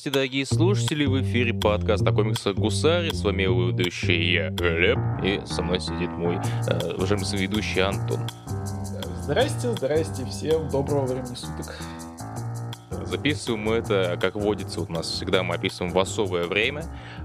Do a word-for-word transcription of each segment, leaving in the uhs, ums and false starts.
Здрасте, дорогие слушатели, в эфире подкаст о комиксах Гусари. С вами его ведущий я, Глеб, и со мной сидит мой э, уважаемый соведущий Антон. Здрасте, здрасте, всем доброго времени суток. Записываем мы это, как водится, у нас всегда мы описываем в особое время.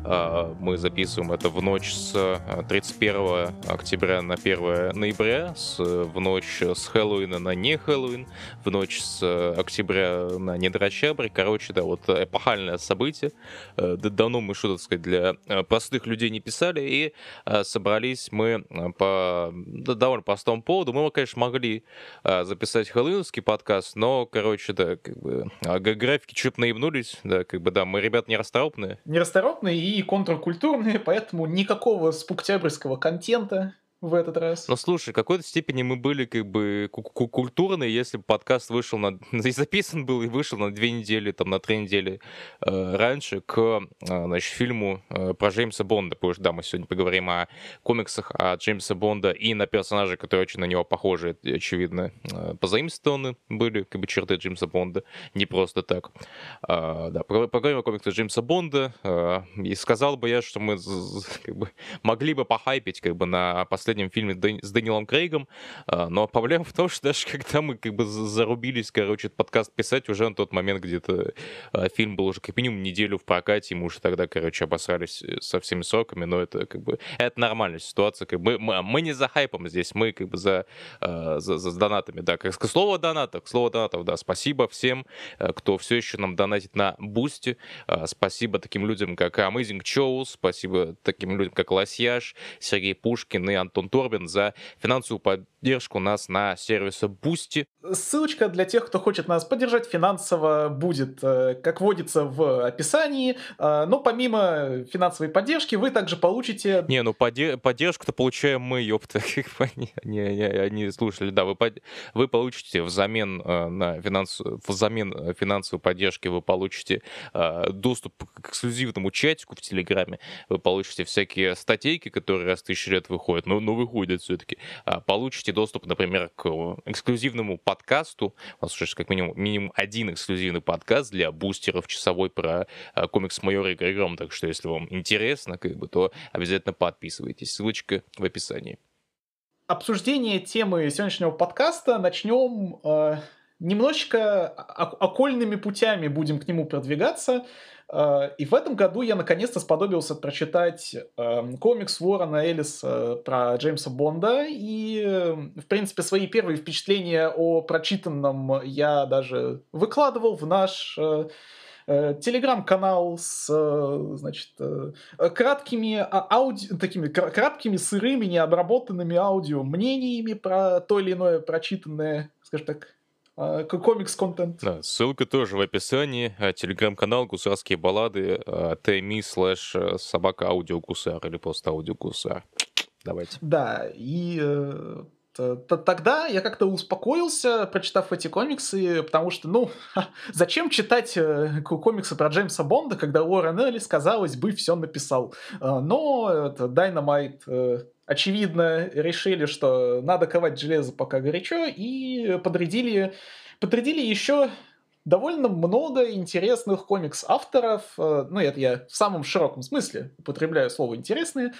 Мы записываем это в ночь с тридцать первого октября на первое ноября, с, в ночь с Хэллоуина на не Хэллоуин, в ночь с октября на недрочабрь. Короче, да, вот эпохальное событие. Давно мы, что так сказать, для простых людей не писали, и собрались мы по довольно простому поводу. Мы, конечно, могли записать хэллоуинский подкаст, но, короче, да, как бы... графики чуть наебнулись, да, как бы, да, мы, ребят, не расторопные. Не расторопные и контркультурные, поэтому никакого спуктябрьского контента в этот раз. Ну, слушай, в какой-то степени мы были, как бы, культурные, если бы подкаст вышел на... записан был и вышел на две недели, там, на три недели э, раньше к, э, значит, фильму э, про Джеймса Бонда, потому что, да, мы сегодня поговорим о комиксах о Джеймса Бонда и на персонажей, которые очень на него похожи, очевидно, э, позаимствованы были, как бы, черты Джеймса Бонда, не просто так. Э, да, поговорим о комиксах Джеймса Бонда, э, и сказал бы я, что мы, как бы, могли бы похайпить, как бы, на последнем фильме с Дэниелом Крейгом, но проблема в том, что даже когда мы как бы зарубились, короче, подкаст писать, уже на тот момент где-то фильм был уже как минимум неделю в прокате, и мы уже тогда, короче, обосрались со всеми сроками, но это как бы, это нормальная ситуация, как бы, мы, мы не за хайпом здесь, мы как бы за, за, за донатами, да, как слово донатов, слово донатов, да, спасибо всем, кто все еще нам донатит на Бусти, спасибо таким людям, как Amazing Chows, спасибо таким людям, как Лосьяш, Сергей Пушкин и Антон Торбин за финансовую поддержку нас на сервисе Boosty. Ссылочка для тех, кто хочет нас поддержать финансово, будет, как водится, в описании. Но помимо финансовой поддержки вы также получите... Не, ну поддержку-то получаем мы, ёпта. не, не, не слушали, да, вы, вы получите взамен на финанс... взамен финансовой поддержки вы получите доступ к эксклюзивному чатику в Телеграме, вы получите всякие статейки, которые раз в тысячу лет выходят, но, но выходят все-таки. Получите доступ, например, к эксклюзивному подкасту. У нас уже как минимум, минимум один эксклюзивный подкаст для бустеров часовой про комикс майора Игоря Грома. Так что, если вам интересно, как бы, то обязательно подписывайтесь. Ссылочка в описании. Обсуждение темы сегодняшнего подкаста начнем э, немножечко окольными путями, будем к нему продвигаться. И в этом году я наконец-то сподобился прочитать э, комикс Уоррена Эллиса про Джеймса Бонда. И, э, в принципе, свои первые впечатления о прочитанном я даже выкладывал в наш э, э, телеграм-канал с, э, значит, э, краткими, ауди... такими краткими, сырыми, необработанными аудио мнениями про то или иное прочитанное, скажем так, комикс-контент. Да, ссылка тоже в описании. Телеграм-канал «Гусарские баллады», тми слэш собака аудиогусар или просто аудиогусар. Давайте. Да, и э, тогда я как-то успокоился, прочитав эти комиксы, потому что, ну, зачем читать э, комиксы про Джеймса Бонда, когда Уоррен Эллис, казалось бы, все написал. Но это, Dynamite... Э, очевидно, решили, что надо ковать железо пока горячо, и подрядили, подрядили еще довольно много интересных комикс-авторов, ну, это я в самом широком смысле употребляю слово «интересные»,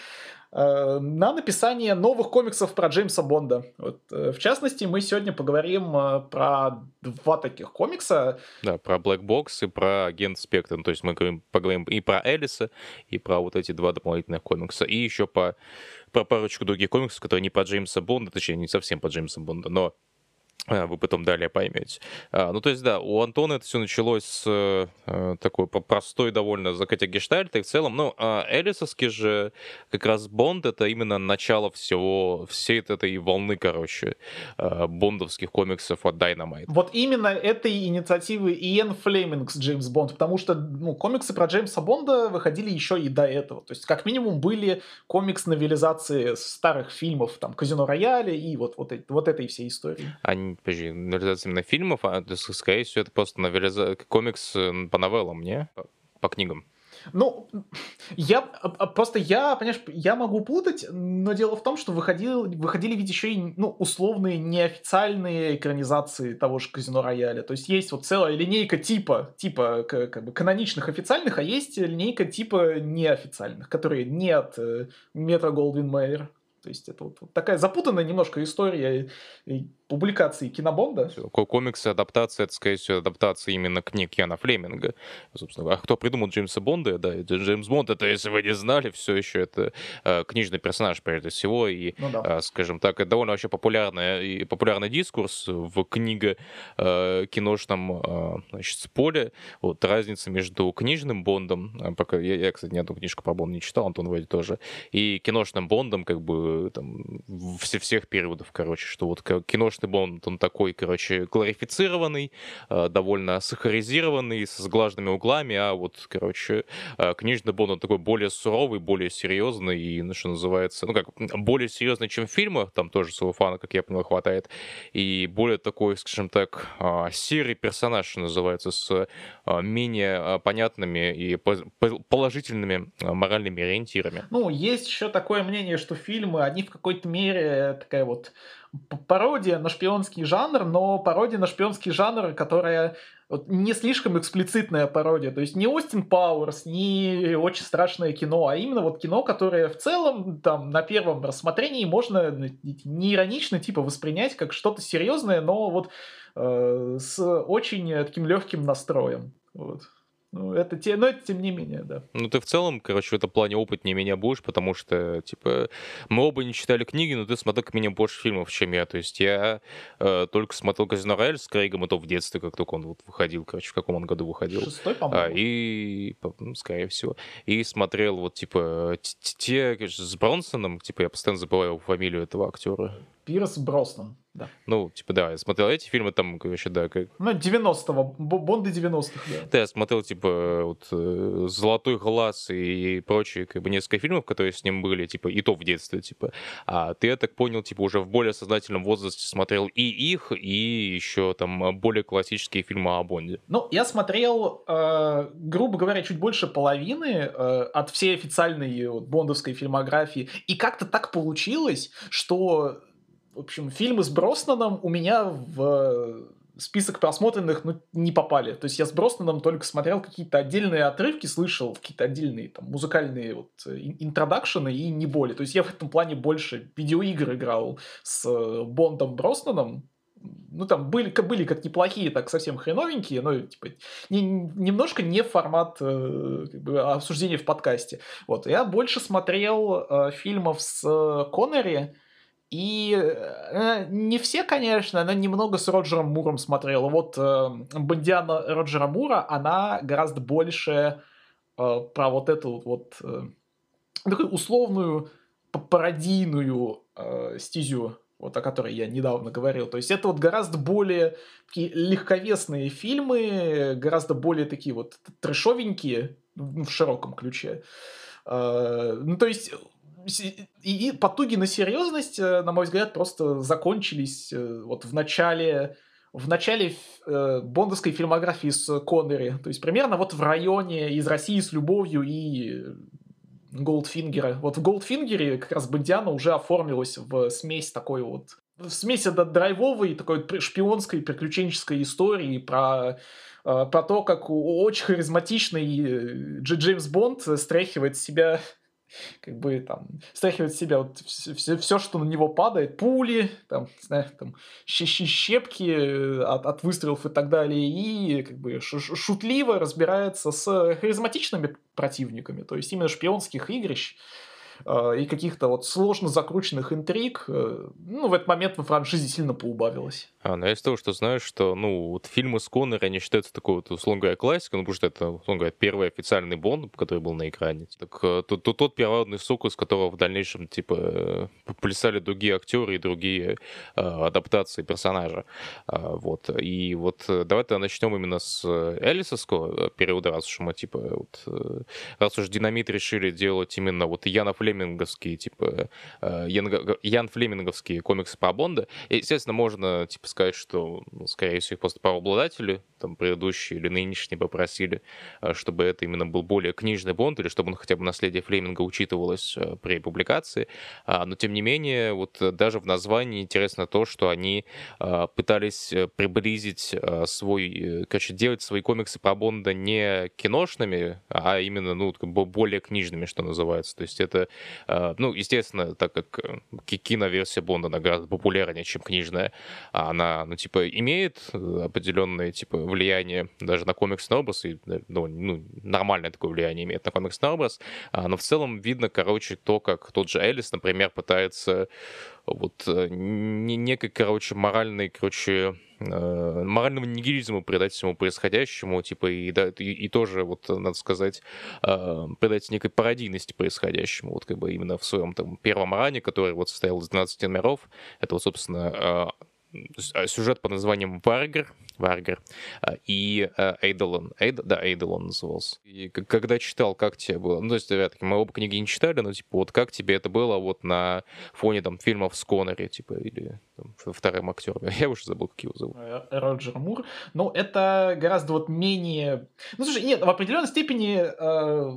на написание новых комиксов про Джеймса Бонда. Вот, в частности, мы сегодня поговорим про два таких комикса. Да, про Black Box и про Агент Спектр. То есть мы поговорим и про Эллиса, и про вот эти два дополнительных комикса. И еще по, про парочку других комиксов, которые не по Джеймса Бонда, точнее, не совсем по Джеймса Бонда, но вы потом далее поймете. А, ну, то есть, да, у Антона это все началось с а, такой простой довольно закрытия гештальта, и в целом, ну, а Эллисовский же как раз Бонд — это именно начало всего, всей этой волны, короче, а, бондовских комиксов от Dynamite. Вот именно этой инициативы Иэн Флемингс Джеймс Бонд, потому что, ну, комиксы про Джеймса Бонда выходили еще и до этого. То есть, как минимум, были комикс-новелизации старых фильмов, там, «Казино Рояле» и вот, вот, вот этой всей истории. Они подожди, новелизация именно фильмов, а, скорее всего, это просто новелизация, комикс по новеллам, не? По, по книгам. Ну, я а, а, просто я, понимаешь, я могу путать, но дело в том, что выходил, выходили ведь еще и ну, условные неофициальные экранизации того же Казино Рояля. То есть есть вот целая линейка типа, типа к- как бы каноничных официальных, а есть линейка типа неофициальных, которые не от Метро Голдвин Майер. То есть это вот, вот такая запутанная немножко история и публикации Кинобонда. Всё. Ко- Комиксы, адаптация, это, скорее всего, адаптация именно книг Яна Флеминга. Собственно, а кто придумал Джеймса Бонда? Да, это Джеймс Бонд, это, если вы не знали, все еще это э, книжный персонаж, прежде всего, и, Ну да. э, скажем так, это довольно вообще популярный, и популярный дискурс в книго э, киношном э, значит, поле. Вот разница между книжным Бондом, э, пока я, я, кстати, ни одну книжку про Бонда не читал, Антон вроде тоже, и киношным Бондом, как бы, там, все, всех периодов, короче, что вот ка- киношный Бонд, он такой, короче, кларифицированный, э, довольно сахаризированный, с сглаженными углами, а вот, короче, э, книжный Бонд, он такой более суровый, более серьезный и, ну, что называется, ну, как, м, более серьезный, чем в фильмах, там тоже своего фана, как я понял, хватает, и более такой, скажем так, а, серый персонаж, что называется, с а, менее а, понятными и поз- по- положительными а, моральными ориентирами. Ну, есть еще такое мнение, что фильмы, они в какой-то мере такая вот п- пародия на шпионский жанр, но пародия на шпионский жанр, которая вот не слишком эксплицитная пародия. То есть не Остин Пауэрс, не очень страшное кино, а именно вот кино, которое в целом там на первом рассмотрении можно не иронично типа воспринять как что-то серьезное, но вот э, с очень э, таким легким настроем. Вот. Ну, это, те, но это тем не менее, да. Ну, ты в целом, короче, в этом плане опытнее меня будешь, потому что, типа, мы оба не читали книги, но ты смотрел как минимум больше фильмов, чем я. То есть я э, только смотрел «Казино Рояль» с Крейгом, и то в детстве, как только он вот выходил, короче, в каком он году выходил. Шестой, А, по-моему. и, по- ну, скорее всего, и смотрел вот, типа, т- т- те, конечно, с Бронсоном, типа, я постоянно забываю фамилию этого актера. Пирс Броснан, да. Ну, типа, да, я смотрел эти фильмы, там, короче, да, как, Ну, девяностого, Бо- Бонды девяностых, да. да, я смотрел, типа, вот, э, «Золотой глаз» и прочие, как бы, несколько фильмов, которые с ним были, типа, и то в детстве, типа. А ты, я так понял, типа, уже в более сознательном возрасте смотрел и их, и еще, там, более классические фильмы о Бонде. Ну, я смотрел, э, грубо говоря, чуть больше половины э, от всей официальной вот, бондовской фильмографии. И как-то так получилось, что, в общем, фильмы с Броснаном у меня в список просмотренных ну, не попали. То есть я с Броснаном только смотрел какие-то отдельные отрывки, слышал какие-то отдельные там, музыкальные вот, ин- интродакшены и не более. То есть я в этом плане больше видеоигр играл с э, Бондом Броснаном. Ну, там были, как- были как неплохие, так совсем хреновенькие, но типа не- немножко не формат э, как бы, обсуждения в подкасте. Вот, я больше смотрел э, фильмов с э, Коннери, и э, не все, конечно, но немного с Роджером Муром смотрел. Вот э, Бондиана Роджера Мура, она гораздо больше э, про вот эту вот э, такую условную п- пародийную э, стезю, вот о которой я недавно говорил. То есть это вот гораздо более такие легковесные фильмы, гораздо более такие вот трэшовенькие ну, в широком ключе. Э, Ну, то есть и, и потуги на серьезность, э, на мой взгляд, просто закончились э, вот в начале в начале э, бондовской фильмографии с Коннери. То есть примерно вот в районе «Из России с любовью» и Голдфингера. Вот в Голдфингере как раз Бондиана уже оформилась в смесь такой вот в смесь это драйвовой, такой вот при- шпионской, приключенческой истории про, э, про то, как у- очень харизматичный э, Дж- Джеймс Бонд стряхивает с себя как бы там стряхивает с себя вот все, что на него падает, пули, там, не знаю, там, щ- щ- щепки э, от, от выстрелов и так далее, и как бы ш- ш- шутливо разбирается с харизматичными противниками, то есть именно шпионских игрищ, э, и каких-то вот сложно закрученных интриг, э, ну, в этот момент во франшизе сильно поубавилось. А, ну, я из того, что знаю, что, ну, вот фильмы с Коннери, они считаются такой вот, условно говоря, классикой, ну, потому что это, условно говоря, первый официальный Бонд, который был на экране. Так э, то, то- тот первородный сок, из которого в дальнейшем, типа, э, плясали другие актеры и другие э, адаптации персонажа. А, вот. И вот э, давай-то начнем именно с э, эллисовского периода, раз уж мы, типа, вот, э, раз уж Динамит решили делать именно вот Яна Флеминга флеминговские, типа, э, Ян, Ян Флеминговские комиксы про Бонда. И, естественно, можно, типа, сказать, что, ну, скорее всего, их просто правообладатели, там, предыдущие или нынешние попросили, э, чтобы это именно был более книжный Бонд, или чтобы он хотя бы наследие Флеминга учитывалось э, при публикации. А, но, тем не менее, вот э, даже в названии интересно то, что они э, пытались э, приблизить э, свой, э, короче, делать свои комиксы про Бонда не киношными, а именно, ну, как бы более книжными, что называется. То есть это, э, ну, естественно, так как э, ки- киноверсия Бонда, она гораздо популярнее, чем книжная, а она, ну, типа, имеет э, определенное, типа, влияние даже на комиксный образ, и, э, ну, ну, нормальное такое влияние имеет на комиксный образ, а, но в целом видно, короче, то, как тот же Элис, например, пытается вот э, не, некой, короче, моральной, короче, э, морального нигилизма придать всему происходящему, типа, и, да, и, и тоже, вот, надо сказать, э, придать некой пародийности происходящему, вот, как бы, именно в своем, там, первом ране, который, вот, состоял из двенадцати миров, это, вот, собственно, э, сюжет под названием Варгер, Варгер а, и а, Эйдолон. Эйд... Да, Эйдолон назывался. И к- когда читал, как тебе было? Ну, то есть, ребята, мы оба книги не читали, но, типа, вот как тебе это было вот на фоне, там, фильмов с Коннери, типа, или там, ф- вторым актером? Я уже забыл, как его зовут. Э, Роджер Мур. Ну, это гораздо вот менее... Ну, слушай, нет, в определенной степени э,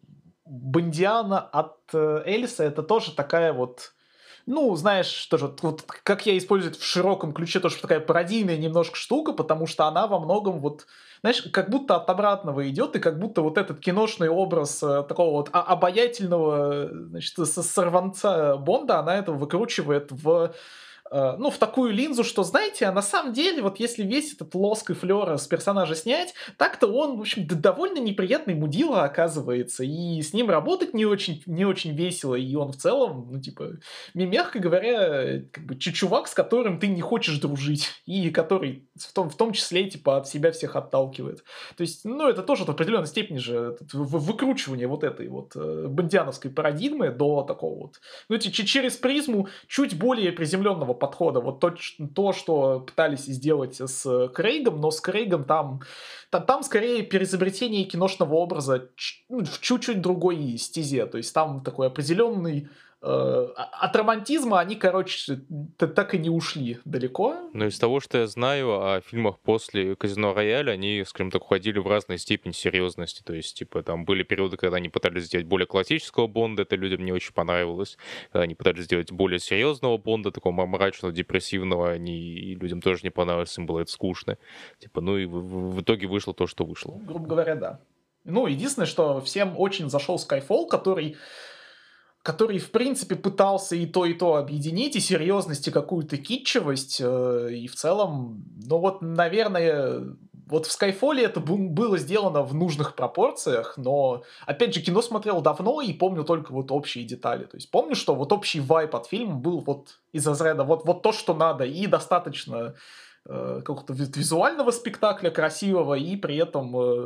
Бондиана от э, Элиса это тоже такая вот... Ну, знаешь, тоже, вот, вот как я использую это в широком ключе, тоже такая пародийная немножко штука, потому что она во многом вот, знаешь, как будто от обратного идет, и как будто вот этот киношный образ э, такого вот а- обаятельного, э, значит, с- сорванца Бонда, она это выкручивает в э, ну, в такую линзу, что, знаете, а на самом деле, вот если весь этот лоск и флёр с персонажа снять, так-то он, в общем, д- довольно неприятный мудила оказывается, и с ним работать не очень, не очень весело, и он в целом, ну, типа, м- мягко говоря, как бы чу- чувак, с которым ты не хочешь дружить, и который в том, в том числе, типа, от себя всех отталкивает. То есть, ну, это тоже в определенной степени же этот в- в- выкручивание вот этой вот э, бондиановской парадигмы до такого вот, ну, ч- через призму чуть более приземленного подхода. Вот то, ч- то, что пытались сделать с Крейгом, но с Крейгом там, там, там скорее переизобретение киношного образа ч- ну, в чуть-чуть другой стезе. То есть там такой определенный э, а- от романтизма они, короче, т- так и не ушли далеко. Но из того, что я знаю о фильмах после «Казино Рояль», они, скажем так, уходили в разные степени серьезности. То есть, типа, там были периоды, когда они пытались сделать более классического Бонда, это людям не очень понравилось. Когда они пытались сделать более серьезного Бонда, такого м- мрачного, депрессивного, они, и людям тоже не понравилось, им было это скучно. Типа, ну и в, в- в итоге вышло то, что вышло. Ну, грубо говоря, да. Ну, единственное, что всем очень зашел Skyfall, который который, в принципе, пытался и то, и то объединить, и серьезность, и какую-то китчевость, э, и в целом, ну вот, наверное, вот в Скайфоле это бу- было сделано в нужных пропорциях, но, опять же, кино смотрел давно и помню только вот общие детали. То есть помню, что вот общий вайб от фильма был вот из разряда вот, вот то, что надо, и достаточно э, какого-то ви- визуального спектакля красивого, и при этом э,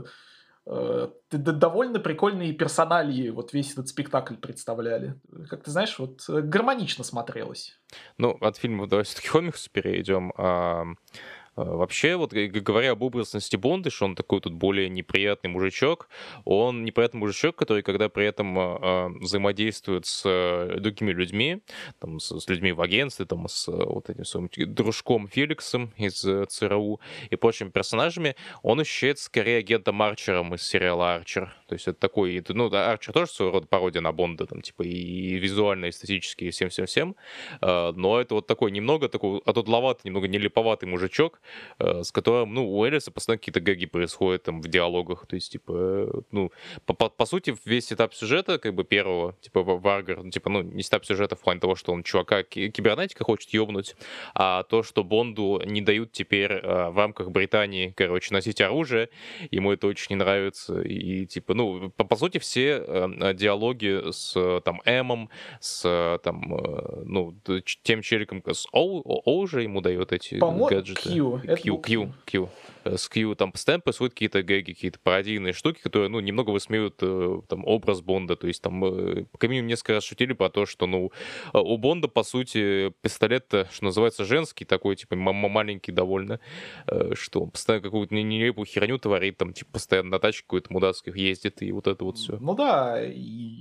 э, д- д- довольно прикольные персоналии вот весь этот спектакль представляли. Как ты знаешь, вот э, гармонично смотрелось. Ну, от фильмов давай все-таки к комиксу перейдем. А, а, Вообще, вот г- говоря об образности Бонда, что он такой тут более неприятный мужичок, он неприятный мужичок, который, когда при этом а, а, взаимодействует с а, другими людьми, там, с, с людьми в агентстве, там, с а, вот этим своим дружком Феликсом из э, ЦРУ и прочими персонажами, он ощущается скорее агентом Арчером из сериала Арчер. То есть это такой, это, ну, да, Арчер тоже своего рода пародия на Бонда, там, типа, и визуально, эстетически, и всем-всем-всем. А, но это вот такой немного такой отудловатый, немного нелиповатый мужичок, э, с которым, ну, у Элиса постоянно какие-то гэги происходят там в диалогах, то есть, типа, э, ну, по, по, по сути, весь этап сюжета, как бы, первого, типа, Ва- Варгар, ну, типа, ну, не этап сюжета в плане того, что он чувака ки- кибернетика хочет ёбнуть, а то, что Бонду не дают теперь э, в рамках Британии, короче, носить оружие, ему это очень не нравится, и, типа, ну, по, по сути, все э, диалоги с, э, там, Эмом, с, э, там, э, ну, т- ч- тем челиком, с Оу, Оу же ему дает эти По-моему, гаджеты. Q. Это Q, был Q, Q. Q. Э, С Q там постоянно происходят какие-то гэги, какие-то пародийные штуки, которые, ну, немного высмеют э, там образ Бонда. То есть там, э, по крайней мере, несколько раз шутили про то, что, ну, э, у Бонда, по сути, пистолет, что называется, женский такой, типа, м- м- маленький довольно, э, что он постоянно какую-то не- нелепую херню творит, там, типа, постоянно на тачке какой-то мудацких ездит, и вот это вот все. Ну да, и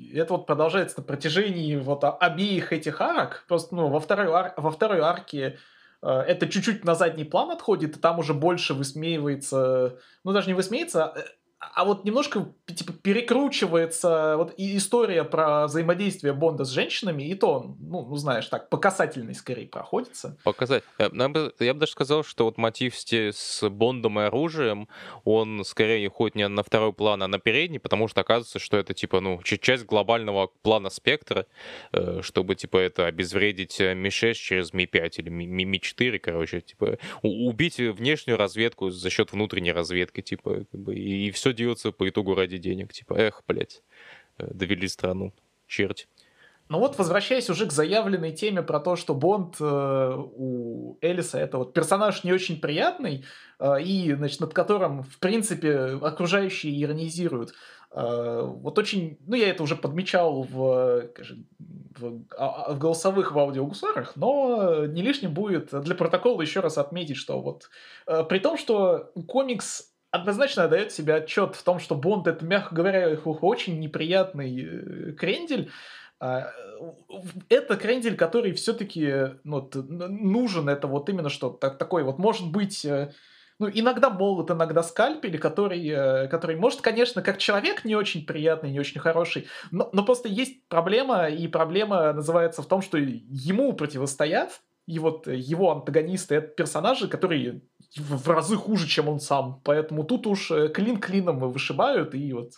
это вот продолжается на протяжении вот о- обеих этих арок. Просто, ну, во второй, ар- во второй арке э, это чуть-чуть на задний план отходит, и там уже больше высмеивается, ну, даже не высмеется, а, э, а вот немножко типа перекручивается вот и история про взаимодействие Бонда с женщинами, и то, ну, ну знаешь, так, по касательной скорее проходится. Показать. Э, нам бы- Я бы даже сказал, что вот мотив с, те- с Бондом и оружием, он скорее уходит не на второй план, а на передний, потому что оказывается, что это типа, ну, ч- часть глобального плана спектра, э, чтобы типа это обезвредить э, Ми шесть через Ми пять или Ми, Ми- Ми четыре, короче, типа у- убить внешнюю разведку за счет внутренней разведки, типа, как бы, и, все делается по итогу ради денег, типа, эх, блядь, э, довели страну, черти. Ну вот, возвращаясь уже к заявленной теме про то, что Бонд э, у Элиса это вот персонаж не очень приятный, э, и, значит, над которым, в принципе, окружающие иронизируют. Э, вот очень, ну я это уже подмечал в, скажем, в, а- а- в голосовых в аудиогусарах, но не лишним будет для протокола еще раз отметить, что вот э, при том, что комикс однозначно отдает себе отчет в том, что Бонд это, мягко говоря, очень неприятный э, крендель. А, это крендель, который все-таки ну, вот, н- нужен. Это вот именно что так, такой вот может быть. э, Ну, иногда молот, иногда скальпель, который, э, который может, конечно, как человек не очень приятный, не очень хороший, но, но просто есть проблема, и проблема называется в том, что ему противостоят, и вот э, его антагонисты — это персонажи, которые в, в разы хуже, чем он сам. Поэтому тут уж э, клин клином вышибают, и вот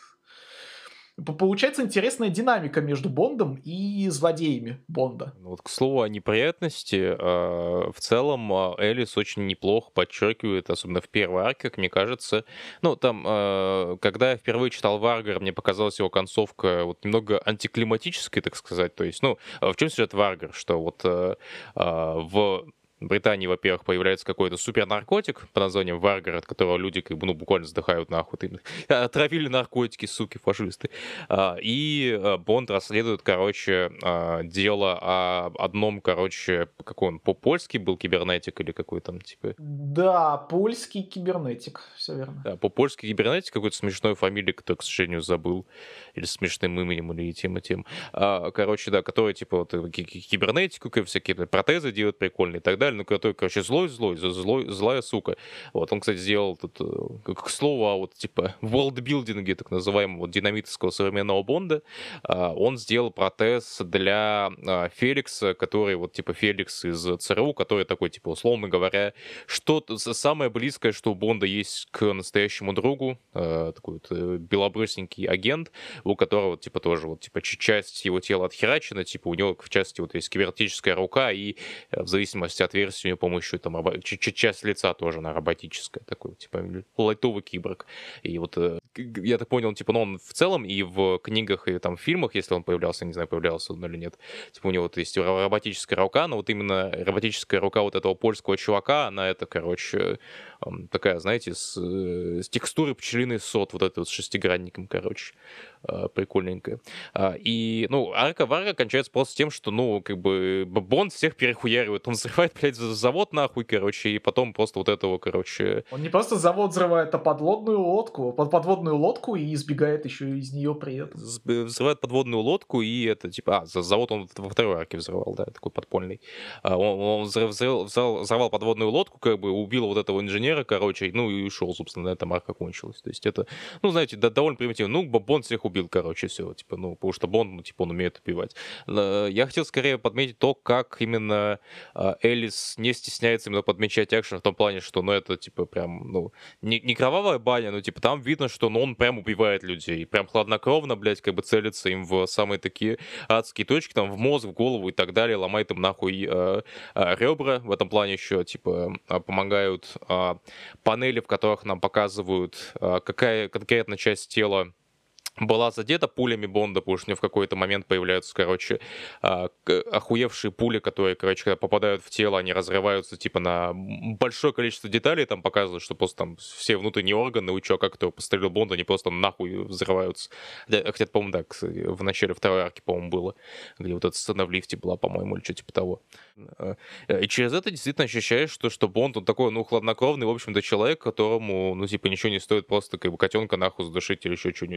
П получается интересная динамика между Бондом и злодеями Бонда. Ну вот, к слову о неприятности, а, в целом а, Элис очень неплохо подчеркивает, особенно в первой арке, как мне кажется. Ну, там, а, когда я впервые читал Варгара, мне показалась его концовка вот немного антиклиматической, так сказать. То есть, ну, а в чем сюжет Варгар? Что вот а, а, в Британии, во-первых, появляется какой-то супернаркотик по названием Варгар, от которого люди как бы, ну, буквально сдыхают нахуй. Им отравили наркотики, суки, фашисты. А, И а, Бонд расследует, короче, а, дело о одном, короче, какой он, по-польский был кибернетик или какой там, типа, Да, польский кибернетик, все верно. да, по-польски кибернетик, какой-то смешной фамилии, которую, к сожалению, забыл, или с смешным именем, или и тем, и тем. А, короче, да, который, типа, вот, э, ки- ки- кибернетику, ка- всякие протезы делает прикольные и так далее, ну, который, короче, злой-злой, злой, злая сука. Вот, он, кстати, сделал тут, э, к к слову, о вот, типа, ворлдбилдинге, так называемого, вот, динамитовского современного Бонда, а, он сделал протез для а, Феликса, который, вот, типа, Феликс из ЦРУ, который такой, типа, условно говоря, что-то с- самое близкое, что у Бонда есть к настоящему другу, э, такой вот э, белобрысенький агент, у которого, типа, тоже, вот, типа, ч- часть его тела отхерачена, типа, у него, в частности, вот есть кибернетическая рука, и э, в зависимости от версии у него, по-моему, еще там робо- ч- ч- часть лица тоже она роботическая, такой, типа, лайтовый киборг. И вот, э, к- г- я так понял, типа, ну, он в целом и в книгах, и там в фильмах, если он появлялся, не знаю, появлялся он или нет, типа, у него вот есть ро- роботическая рука, но вот именно роботическая рука вот этого польского чувака, она это, короче, ам, такая, знаете, с, э, с текстурой пчелиный сот, вот это вот с шестигранником, короче, а, прикольненькая. А, И, ну, арка Варга кончается просто тем, что, ну, как бы, Б- Бонд всех перехуяривает, он взрывает, блядь, за- завод нахуй, короче, и потом просто вот этого, короче, Он не просто завод взрывает, а подводную лодку, под подводную лодку и избегает еще из нее при этом. з- б- взрывает подводную лодку, и это, типа, а, за- завод он во второй арке взрывал, да, такой подпольный. А, Он, он взрыв- взрыв- взрыв- взорвал подводную лодку, как бы, убил вот этого инженера, короче, ну, и ушел, собственно, на этом арка кончилась. То есть это, ну, знаете, да, довольно примитивно. Ну, Б- Бонд всех убил, короче, все, типа, ну, потому что Бонд, ну, типа, он умеет убивать. Э, Я хотел скорее подметить то, как именно а, Элис не стесняется именно подмечать экшен в том плане, что, ну, это, типа, прям, ну, не, не кровавая баня, но, типа, там видно, что, ну, он прям убивает людей. Прям хладнокровно, блядь, как бы целится им в самые такие адские точки, там, в мозг, в голову и так далее, ломает им нахуй э, э, ребра. В этом плане еще, типа, э, помогают э, панели, в которых нам показывают, э, какая конкретно часть тела была задета пулями Бонда, потому что у него в какой-то момент появляются, короче, а, к- охуевшие пули, которые, короче, когда попадают в тело, они разрываются, типа, на м- большое количество деталей, там показывают, что просто там все внутренние органы у чувака, который пострелил Бонда, они просто нахуй взрываются. Хотя, хотя, по-моему, да, кстати, в начале второй арки, по-моему, было, где вот эта сцена в лифте была, по-моему, или что типа того. Э, И через это действительно ощущаешь, что, что Бонд, он такой, ну, хладнокровный, в общем-то, человек, которому, ну, типа, ничего не стоит просто, как бы, котенка нахуй задушить или еще что-нибудь сделать.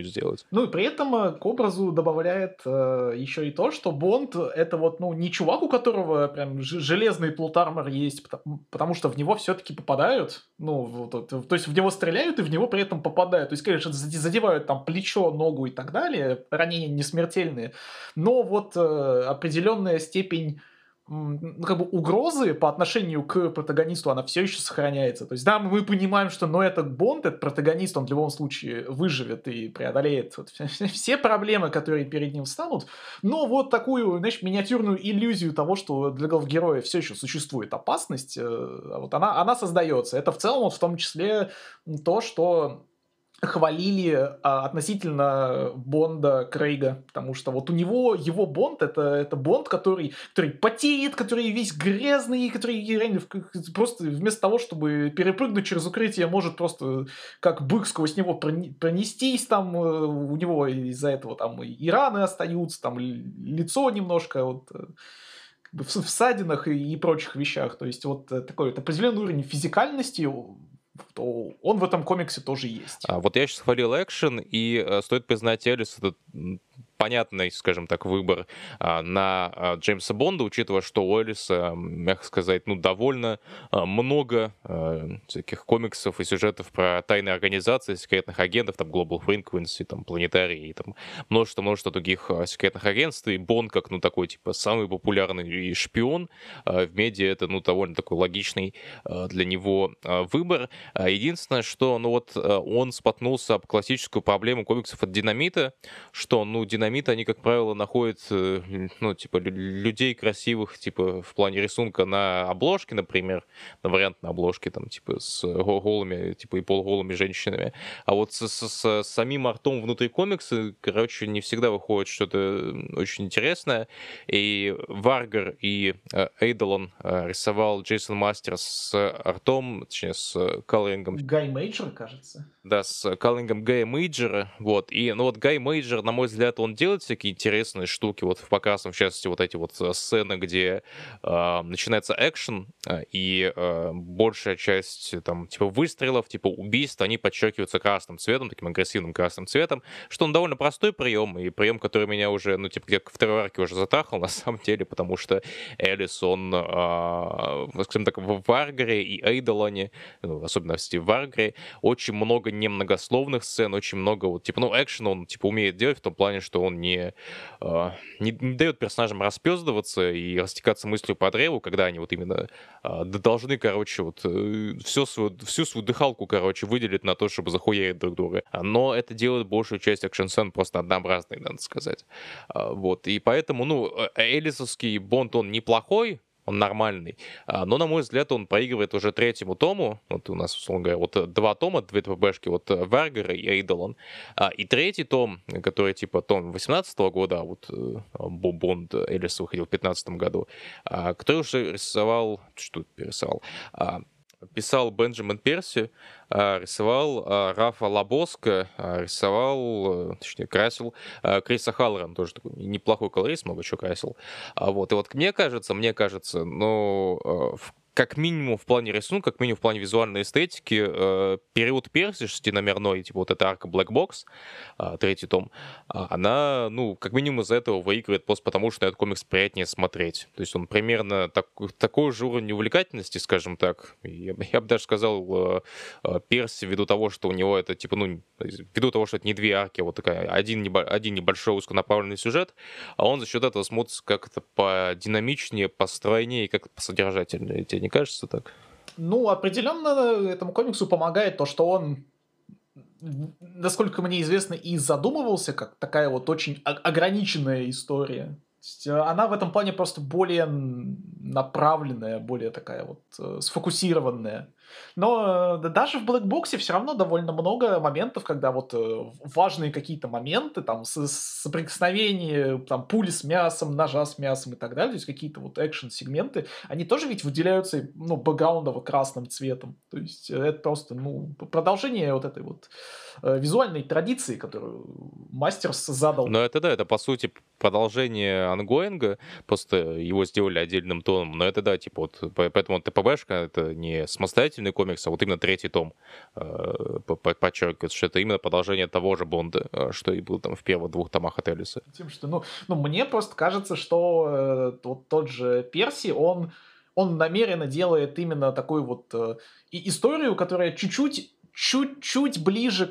Ну и при этом э, к образу добавляет э, еще и то, что Бонд это вот, ну, не чувак, у которого прям ж- железный плут-армор есть, потому, потому что в него все-таки попадают, ну, вот, вот, то есть в него стреляют и в него при этом попадают. То есть, конечно, заде- задевают там плечо, ногу и так далее, ранения не смертельные, но вот э, определенная степень м, ну, как бы угрозы по отношению к протагонисту, она все еще сохраняется. То есть, да, мы понимаем, что, ну, это Бонд, это протагонист, он в любом случае выживет и преодолеет вот все, все проблемы, которые перед ним встанут, но вот такую, знаешь, миниатюрную иллюзию того, что для главгероя все еще существует опасность, э, вот она, она создается. Это в целом вот в том числе то, что хвалили а, относительно Бонда Крейга, потому что вот у него, его Бонд, это, это Бонд, который, который потеет, который весь грязный, который реально в- просто вместо того, чтобы перепрыгнуть через укрытие, может просто как бык сквозь него прони- пронестись, там э, у него из-за этого там и раны остаются, там л- лицо немножко вот э, как бы в в ссадинах и, и прочих вещах, то есть вот э, такой вот определенный уровень физикальности, о, то он в этом комиксе тоже есть. А, вот я сейчас хвалил экшен, и э, стоит признать, Элис это м, понятный, скажем так, выбор а, на а, Джеймса Бонда, учитывая, что у Элиса, м, мягко сказать, ну, довольно а, много а, всяких комиксов и сюжетов про тайные организации, секретных агентов, там, Global Frequency, там, Планетарий, и там множество-множество других а, секретных агентств, и Бонд, как, ну, такой, типа, самый популярный и шпион а, в медиа, это, ну, довольно такой логичный а, для него а, выбор. А, Единственное, что, ну, вот а, он споткнулся об классическую проблему комиксов от Динамита, что, ну, Динамит, они, как правило, находят, э, ну, типа, лю- людей красивых, типа, в плане рисунка на обложке, например, на вариант на обложке, там, типа, с го- голыми, типа, и полуголыми женщинами. А вот с, с- с самим артом внутри комикса, короче, не всегда выходит что-то м, очень интересное. И Варгар и э, Эйдолон э, рисовал Джейсон Мастерс с артом, точнее, с колорингом. Гай Мейджор, кажется. Да, с каллингом Гая Мейджера, вот, и, ну, вот Гай Мейджер, на мой взгляд, он делает всякие интересные штуки, вот, в показном, в частности, вот эти вот э, сцены, где э, начинается экшен, э, и э, большая часть, э, там, типа, выстрелов, типа, убийств, они подчеркиваются красным цветом, таким агрессивным красным цветом, что он довольно простой прием, и прием, который меня уже, ну, типа, как в второй арке уже затрахал, на самом деле, потому что Элис, он, э, скажем так, в Варгаре и Эйдолоне, ну, особенно в Стив Варгаре, очень много немногословных сцен, очень много вот, типа, ну, экшена он, типа, умеет делать в том плане, что он не, э, не, не дает персонажам распездываться и растекаться мыслью по древу, когда они вот именно э, д- должны, короче, вот э, всю свою, всю свою дыхалку, короче, выделить на то, чтобы захуярить друг друга. А, Но это делает большую часть экшн-сцен просто однообразной, надо сказать. А, Вот, и поэтому, ну, э, Элисовский Бонд, он неплохой, он нормальный. А, Но, на мой взгляд, он проигрывает уже третьему тому. Вот у нас, условно говоря, вот э, два тома, две ТПБшки, вот э, Варгара и Эйдолон. А, И третий том, э, который типа том восемнадцатого года, а вот э, Бо- Бонд Элис выходил в пятнадцатом году, а, который уже рисовал, что тут перерисовал, А, писал Бенджамин Перси, а, рисовал а, Рафа Лабоско, а, рисовал, э, точнее, красил а, Криса Халлоран, тоже такой неплохой колорист, много чего красил. А вот, и вот мне кажется, мне кажется, ну, э, в- как минимум в плане рисунка, как минимум в плане визуальной эстетики, э, период Перси шестиномерной, типа вот эта арка Black Box, а, третий том, а, она, ну, как минимум из-за этого выигрывает просто потому, что на этот комикс приятнее смотреть. То есть он примерно так, такой же уровень увлекательности, скажем так. Я, бы я бы даже сказал, э, э, Перси, ввиду того, что у него это, типа, ну, ввиду того, что это не две арки, а вот такая, один, небо- один небольшой узконаправленный сюжет, а он за счет этого смотрится как-то подинамичнее, постройнее и как-то посодержательнее. Тебе не кажется так? Ну, определенно этому комиксу помогает то, что он, м, насколько мне известно, и задумывался как такая вот очень о- ограниченная история. То есть, э, она в этом плане просто более м, направленная, более такая вот э, сфокусированная. Но э, да- даже в блэкбоксе все равно довольно много моментов, когда вот э, важные какие-то моменты, там, с- соприкосновение, там, пули с мясом, ножа с мясом и так далее, то есть какие-то вот экшн-сегменты, они тоже ведь выделяются, ну, бэкграундово-красным цветом. То есть э, это просто, ну, продолжение вот этой вот э, визуальной традиции, которую Мастерс задал. Но это да, это по сути продолжение ангоинга, просто его сделали отдельным тоном. Но это да, типа вот, по- поэтому ТПБшка это не самостоятельный самостоятельный комикс, а вот именно третий том э, подчеркивает, что это именно продолжение того же Бонда, э, что и был там в первых двух томах от Эллиса. Тем, что, ну, ну, мне просто кажется, что э, вот тот же Перси, он, он намеренно делает именно такую вот э, и историю, которая чуть-чуть чуть-чуть ближе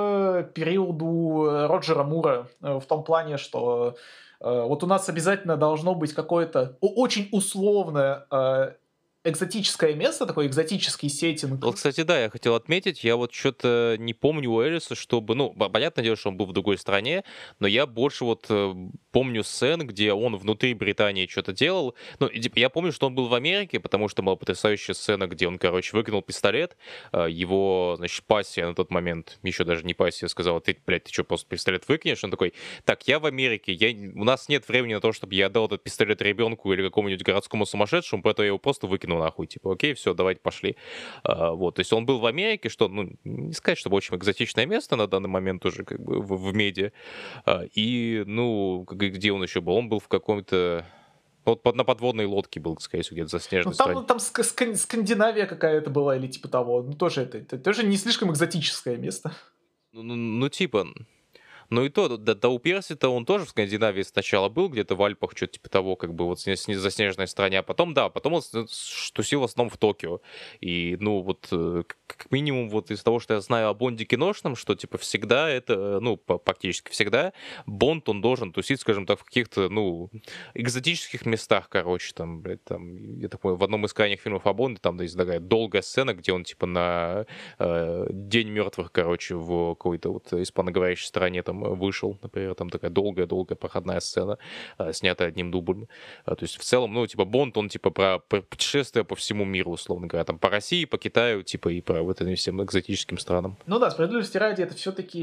к периоду Роджера Мура, э, в том плане, что э, вот у нас обязательно должно быть какое-то о- очень условное э, экзотическое место, такой экзотический сеттинг. Вот, кстати, да, я хотел отметить, я вот что-то не помню у Эллиса, чтобы, ну, б- понятное дело, что он был в другой стране, но я больше вот э, помню сцен, где он внутри Британии что-то делал. Ну, и, типа, я помню, что он был в Америке, потому что была потрясающая сцена, где он, короче, выкинул пистолет, э, его, значит, пассия на тот момент, еще даже не пассия, сказала: ты, блядь, ты что, просто пистолет выкинешь? Он такой: так, я в Америке, я... у нас нет времени на то, чтобы я отдал этот пистолет ребенку или какому-нибудь городскому сумасшедшему, поэтому я его просто выкину нахуй, типа, окей, все, давайте пошли. А, вот, то есть он был в Америке, что, ну, не сказать, чтобы очень экзотичное место на данный момент уже как бы в, в медиа. А, и, ну, где он еще был? Он был в каком-то... Вот под, на подводной лодке был, скорее всего, где-то за снежной Ну, там, стране. ну, там ск- ск- Скандинавия какая-то была или типа того. Ну, тоже это, это тоже не слишком экзотическое место. Ну, ну, ну, типа... Ну и то, да, да у Перси-то он тоже в Скандинавии сначала был, где-то в Альпах, что-то типа того, как бы вот сне- сне- заснеженной стране, а потом, да, потом он с- тусил в основном в Токио. И, ну, вот, э, к- как минимум, вот из того, что я знаю о Бонде киношном, что, типа, всегда это, э, ну, по- практически всегда, Бонд, он должен тусить, скажем так, в каких-то, ну, экзотических местах, короче, там, блядь, там, я так понял, в одном из крайних фильмов о Бонде, там, да, есть такая долгая сцена, где он, типа, на э, День мертвых, короче, в какой-то вот испаноговорящей стране там вышел, например, там такая долгая-долгая проходная сцена, э, снятая одним дублем. А, то есть в целом, ну, типа, Бонд, он, типа, про, про путешествия по всему миру, условно говоря, там, по России, по Китаю, типа, и про вот этим всем экзотическим странам. Ну да, справедливости ради, это все-таки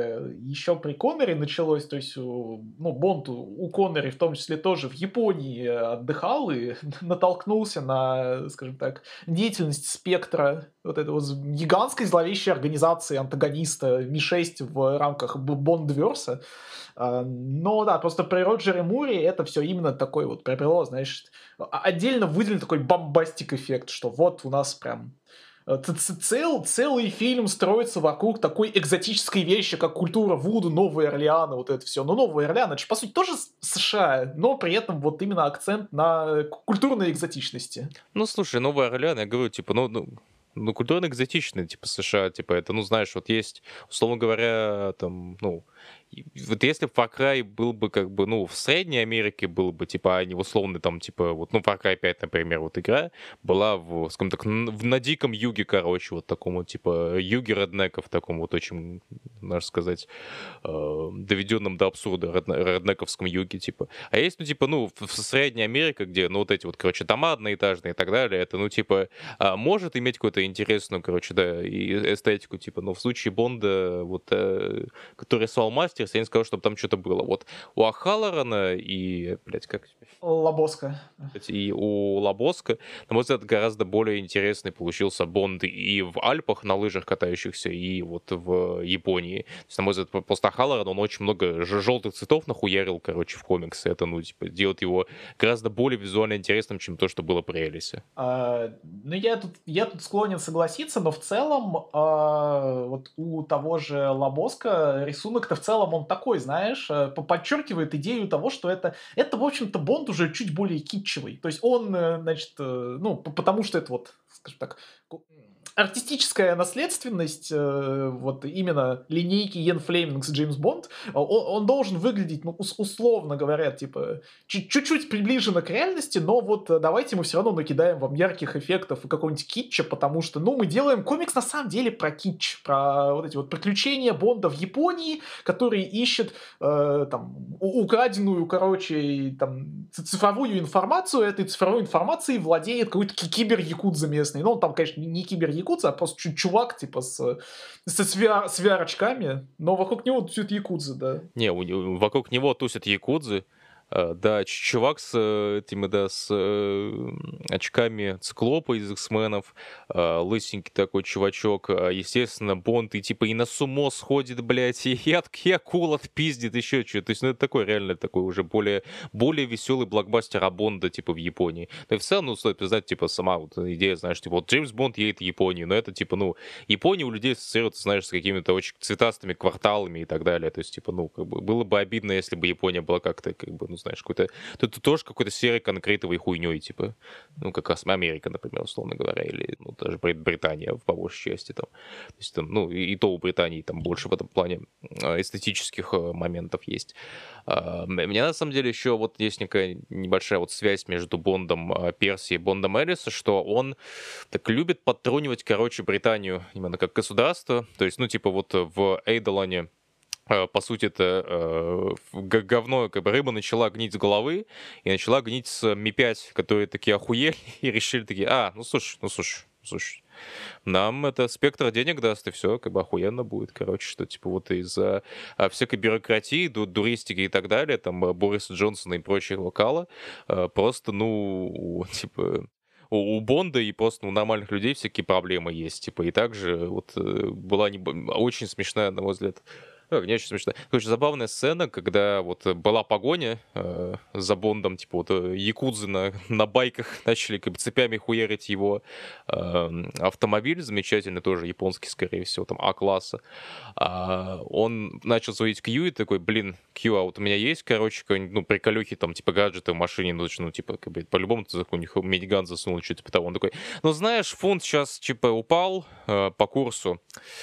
еще при Коннере началось, то есть, у- ну, Бонд у у Коннери в том числе тоже в Японии отдыхал и натолкнулся на, скажем так, деятельность спектра вот этой вот гигантской зловещей организации антагониста Ми шесть в рамках Б- Бондверса. А, Но да, просто при Роджере Муре это все именно такой вот приобрело, знаешь, а- отдельно выделен такой бомбастик эффект, что вот у нас прям э, ц- ц- цел, целый фильм строится вокруг такой экзотической вещи, как культура Вуду, Нового Орлеана, вот это все. Но Новый Орлеан, это же, по сути, тоже с- США, но при этом вот именно акцент на к- культурной экзотичности. Ну, слушай, Новый Орлеан, я говорю, типа, ну, ну, ну, культурно экзотичный, типа, США, типа, это, ну, знаешь, вот есть, условно говоря, там, ну, и вот если бы Far Cry был бы, как бы, ну, в Средней Америке был бы, типа, а не в условно, там, типа, вот, ну, Far Cry пять, например, вот игра была в, скажем так, н- в, на диком юге, короче, вот таком вот, типа, юге реднеков, таком вот очень, можно сказать, э, доведенном до абсурда редне- реднековском юге, типа. А есть, ну, типа, ну, в, в Средней Америке, где, ну, вот эти вот, короче, дома одноэтажные и так далее, это, ну, типа, а, может иметь какую-то интересную, короче, да, и эстетику, типа, но в случае Бонда, вот, э, который рисовал Мастерс, я не сказал, чтобы там что-то было. Вот у Ахаларана и, блядь, как Лобоска. и у Лабоска, на мой взгляд, гораздо более интересный получился Бонд и в Альпах на лыжах катающихся, и вот в Японии. То есть, на мой взгляд, просто Халлоран, он очень много желтых цветов нахуярил, короче, в комиксы. Это, ну, типа, делает его гораздо более визуально интересным, чем то, что было при Элисе. А, ну, я тут, я тут склонен согласиться, но в целом а, вот у того же Лобоска рисунок-то в целом он такой, знаешь, э, по- подчеркивает идею того, что это, это, в общем-то, Бонд уже чуть более китчевый. То есть он, э, значит, э, ну, п- потому что это вот, скажем так, ку- артистическая наследственность э, вот именно линейки Йен Флемингс Джеймс Бонд, а, он, он должен выглядеть, ну, ус- условно говоря, типа, чуть- чуть-чуть приближено к реальности, но вот э, давайте мы все равно накидаем вам ярких эффектов и какого-нибудь китча, потому что, ну, мы делаем комикс на самом деле про китч, про вот эти вот приключения Бонда в Японии, который ищет э, там у- украденную, короче, и, там ц- цифровую информацию, этой цифровой информацией владеет какой-то ки- кибер-якудза местный. Ну, он там, конечно, не не кибер-якудза, а просто чу- чувак, типа, с, со, с, VR, с VR-очками, но вокруг него тусит якудза, да. Не, у- у- вокруг него тусят якудзы, А, да, ч- чувак с э, этими, да, с э, очками циклопа из X-менов, а, лысенький такой чувачок, а, естественно, Бонд и типа и на сумо сходит, блядь, и, и, от, и акул отпиздит, еще что-то. То есть, ну, это такой реально такой уже более, более веселый блокбастер о Бонда, типа, в Японии. Да и в целом, ну, стоит признать, типа, сама вот идея, знаешь, типа, вот Джеймс Бонд едет в Японию, но это, типа, ну, Япония у людей ассоциируется, знаешь, с какими-то очень цветастыми кварталами и так далее. То есть, типа, ну, как бы, было бы обидно, если бы Япония была как-то, как бы, ну, знаешь, какой-то... Тут тоже какой-то серой конкретовой хуйней, типа. Ну, как раз Америка, например, условно говоря, или, ну, даже Брит- Британия, по большей части, там. То есть, там, ну, и, и то у Британии там больше в этом плане э, эстетических э, моментов есть. А, м- Мне, на самом деле, еще вот есть некая небольшая вот связь между Бондом э, Перси и Бондом Эллиса, что он так любит подтрунивать, короче, Британию именно как государство. То есть, ну, типа вот в Эйдолане э, по сути, это э, г- говно, как бы рыба начала гнить с головы и начала гнить с Ми пять, которые такие охуели и решили такие, а, ну слушай, ну слушай, слушай, нам это спектр денег даст, и все, как бы охуенно будет, короче, что типа вот из-за а, всякой бюрократии, ду- дуристики и так далее, там э, Бориса Джонсона и прочие локала, э, просто, ну, типа у, у Бонда и просто у нормальных людей всякие проблемы есть, типа, и также вот э, была не, очень смешная, на мой взгляд, ну, не очень смешно. Короче, забавная сцена, когда вот э, была погоня э, за Бондом, типа вот э, якудзы на, на байках начали как бы цепями хуярить его э, автомобиль, замечательный, тоже японский, скорее всего, там А-класса. А, он начал звонить Кью и такой, блин, Кью, а вот у меня есть, короче, какой-нибудь, ну, приколюхи, там, типа, гаджеты в машине, ну, ну типа, как бы, по-любому ты у них миниган засунул, что-то типа того. Он такой, ну, знаешь, фунт сейчас, типа, упал э, по курсу,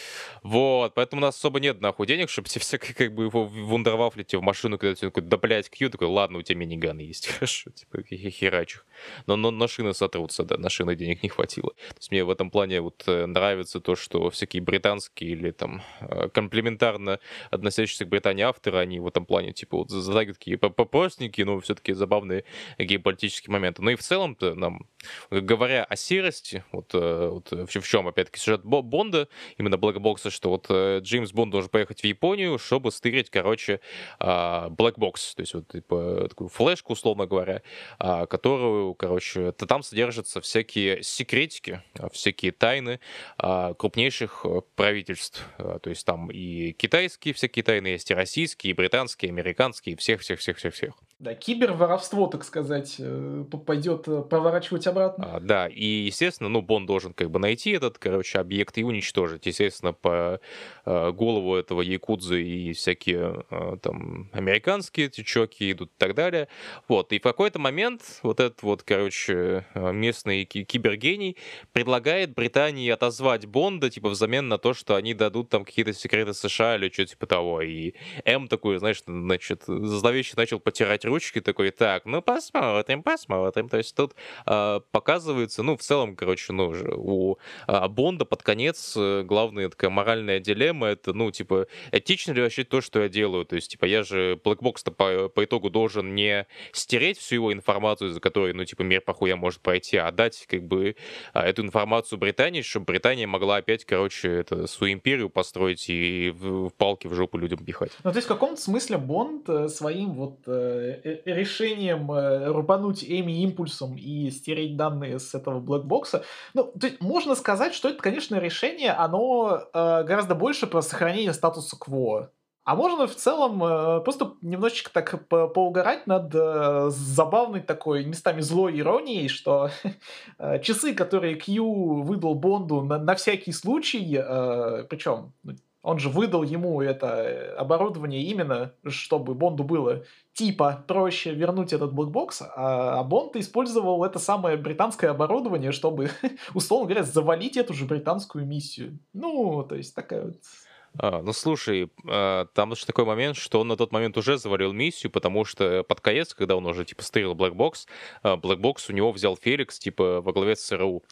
вот, поэтому у нас особо нет, нахуй, денег, чтобы тебе всякое, как бы, его вундервафлить в машину, когда ты такой, да, блядь, Кью, такой, ладно, у тебя миниган есть, хорошо, типа, херач их. Но, но на шины сотрутся, да, на шины денег не хватило. То есть мне в этом плане вот э, нравится то, что всякие британские или там э, комплементарно относящиеся к Британии авторы, они в этом плане, типа, вот задают такие попростненькие, но все-таки забавные геополитические моменты. Ну и в целом-то нам, говоря о серости, вот, э, вот в, в чем, опять-таки, сюжет Бо- Бонда, именно Блэкбокса, что вот э, Джеймс Бонд должен поехать в Японию, чтобы стырить, короче, э, Блэкбокс, то есть вот, типа, такую флешку, условно говоря, а, которую, короче, то там содержатся всякие секретики, а, всякие тайны а, крупнейших э, правительств. А, То есть там и китайские всякие тайны есть, и российские, и британские, и американские, и всех-всех-всех-всех-всех. Да, киберворовство, так сказать, э, п- пойдет э, проворачивать обратно. А, да, и, естественно, ну, Бонд должен как бы найти этот, короче, объект и уничтожить. Естественно, по э, голову этого якудзы и всякие э, там американские течоки идут и так далее. Вот, и в какой-то момент вот этот вот, короче, э, местный ки- кибергений предлагает Британии отозвать Бонда, типа, взамен на то, что они дадут там какие-то секреты США или что-то типа того. И М такой, знаешь, значит, зловеще начал потирать ручки, такой, так, ну, посмотрим, посмотрим. То есть тут а, показывается, ну, в целом, короче, ну, же у а, Бонда под конец э, главная такая моральная дилемма, это, ну, типа, этично ли вообще то, что я делаю? То есть, типа, я же Blackbox-то по, по итогу должен не стереть всю его информацию, за которой, ну, типа, мир похуя может пройти, а дать, как бы, а, эту информацию Британии, чтобы Британия могла опять, короче, это, свою империю построить и в, в палки в жопу людям пихать. Ну, то есть в каком-то смысле Бонд э, своим вот э, э, решением э, рубануть Эми импульсом и стереть данные с этого блэкбокса, ну, то есть можно сказать, что это, конечно, решение, оно э, гораздо больше про сохранение статуса кво. А можно в целом э, просто немножечко так по- поугарать над э, забавной такой местами злой иронией, что э, часы, которые Кью выдал Бонду на, на всякий случай, э, причем он же выдал ему это э, оборудование именно, чтобы Бонду было типа проще вернуть этот блэкбокс, а, а Бонд использовал это самое британское оборудование, чтобы, условно говоря, завалить эту же британскую миссию. Ну, то есть такая вот... А, ну слушай, а, там же такой момент, что он на тот момент уже завалил миссию, потому что под конец, когда он уже типа стырил Black Box, а, Black Box у него взял Феликс, типа, во главе ЦРУ.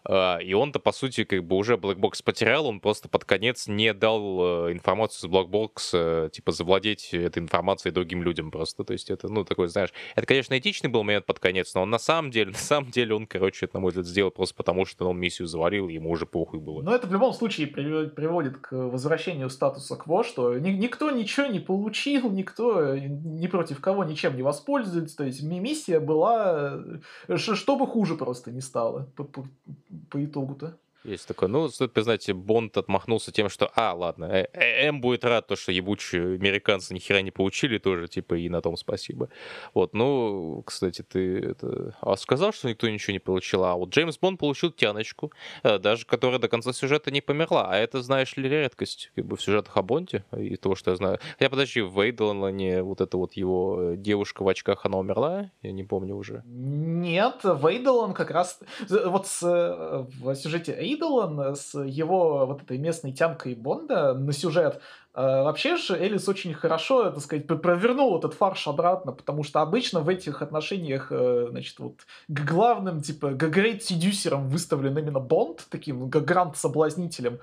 А, и он-то, по сути, как бы уже Black Box потерял, он просто под конец не дал э, информацию с Black Box, э, типа, завладеть этой информацией другим людям просто. То есть это, ну, такой, знаешь, это, конечно, этичный был момент под конец, но он на самом деле, на самом деле он, короче, это, на мой взгляд, сделал просто потому, что он миссию завалил, и ему уже похуй было. Но это в любом случае приводит, приводит к возвращению статуса кво, что ни- никто ничего не получил, никто ни против кого ничем не воспользуется. То есть ми- миссия была, э, ш- чтобы хуже просто не стало по, по- по итогу-то. Есть такое. Ну, стоит признать, Бонд отмахнулся тем, что, а, ладно, э- э- М будет рад, то, что ебучие американцы ни хера не получили тоже, типа, и на том спасибо. Вот, ну, кстати, ты это... А сказал, что никто ничего не получил, а вот Джеймс Бонд получил тяночку, э, даже которая до конца сюжета не померла, а это, знаешь ли, редкость, как бы, в сюжетах о Бонде, и того, что я знаю. Хотя, подожди, в Эйдлане вот эта вот его э, девушка в очках, она умерла? Я не помню уже. Нет, Вейдл как раз... Вот с, э, в сюжете Эйдолан с его вот этой местной тянкой Бонда на сюжет, э, вообще же Элис очень хорошо, так сказать, п- провернул этот фарш обратно, потому что обычно в этих отношениях, э, значит, вот г- главным, типа, г- Great Seducer'ом выставлен именно Бонд, таким г- гранд-соблазнителем,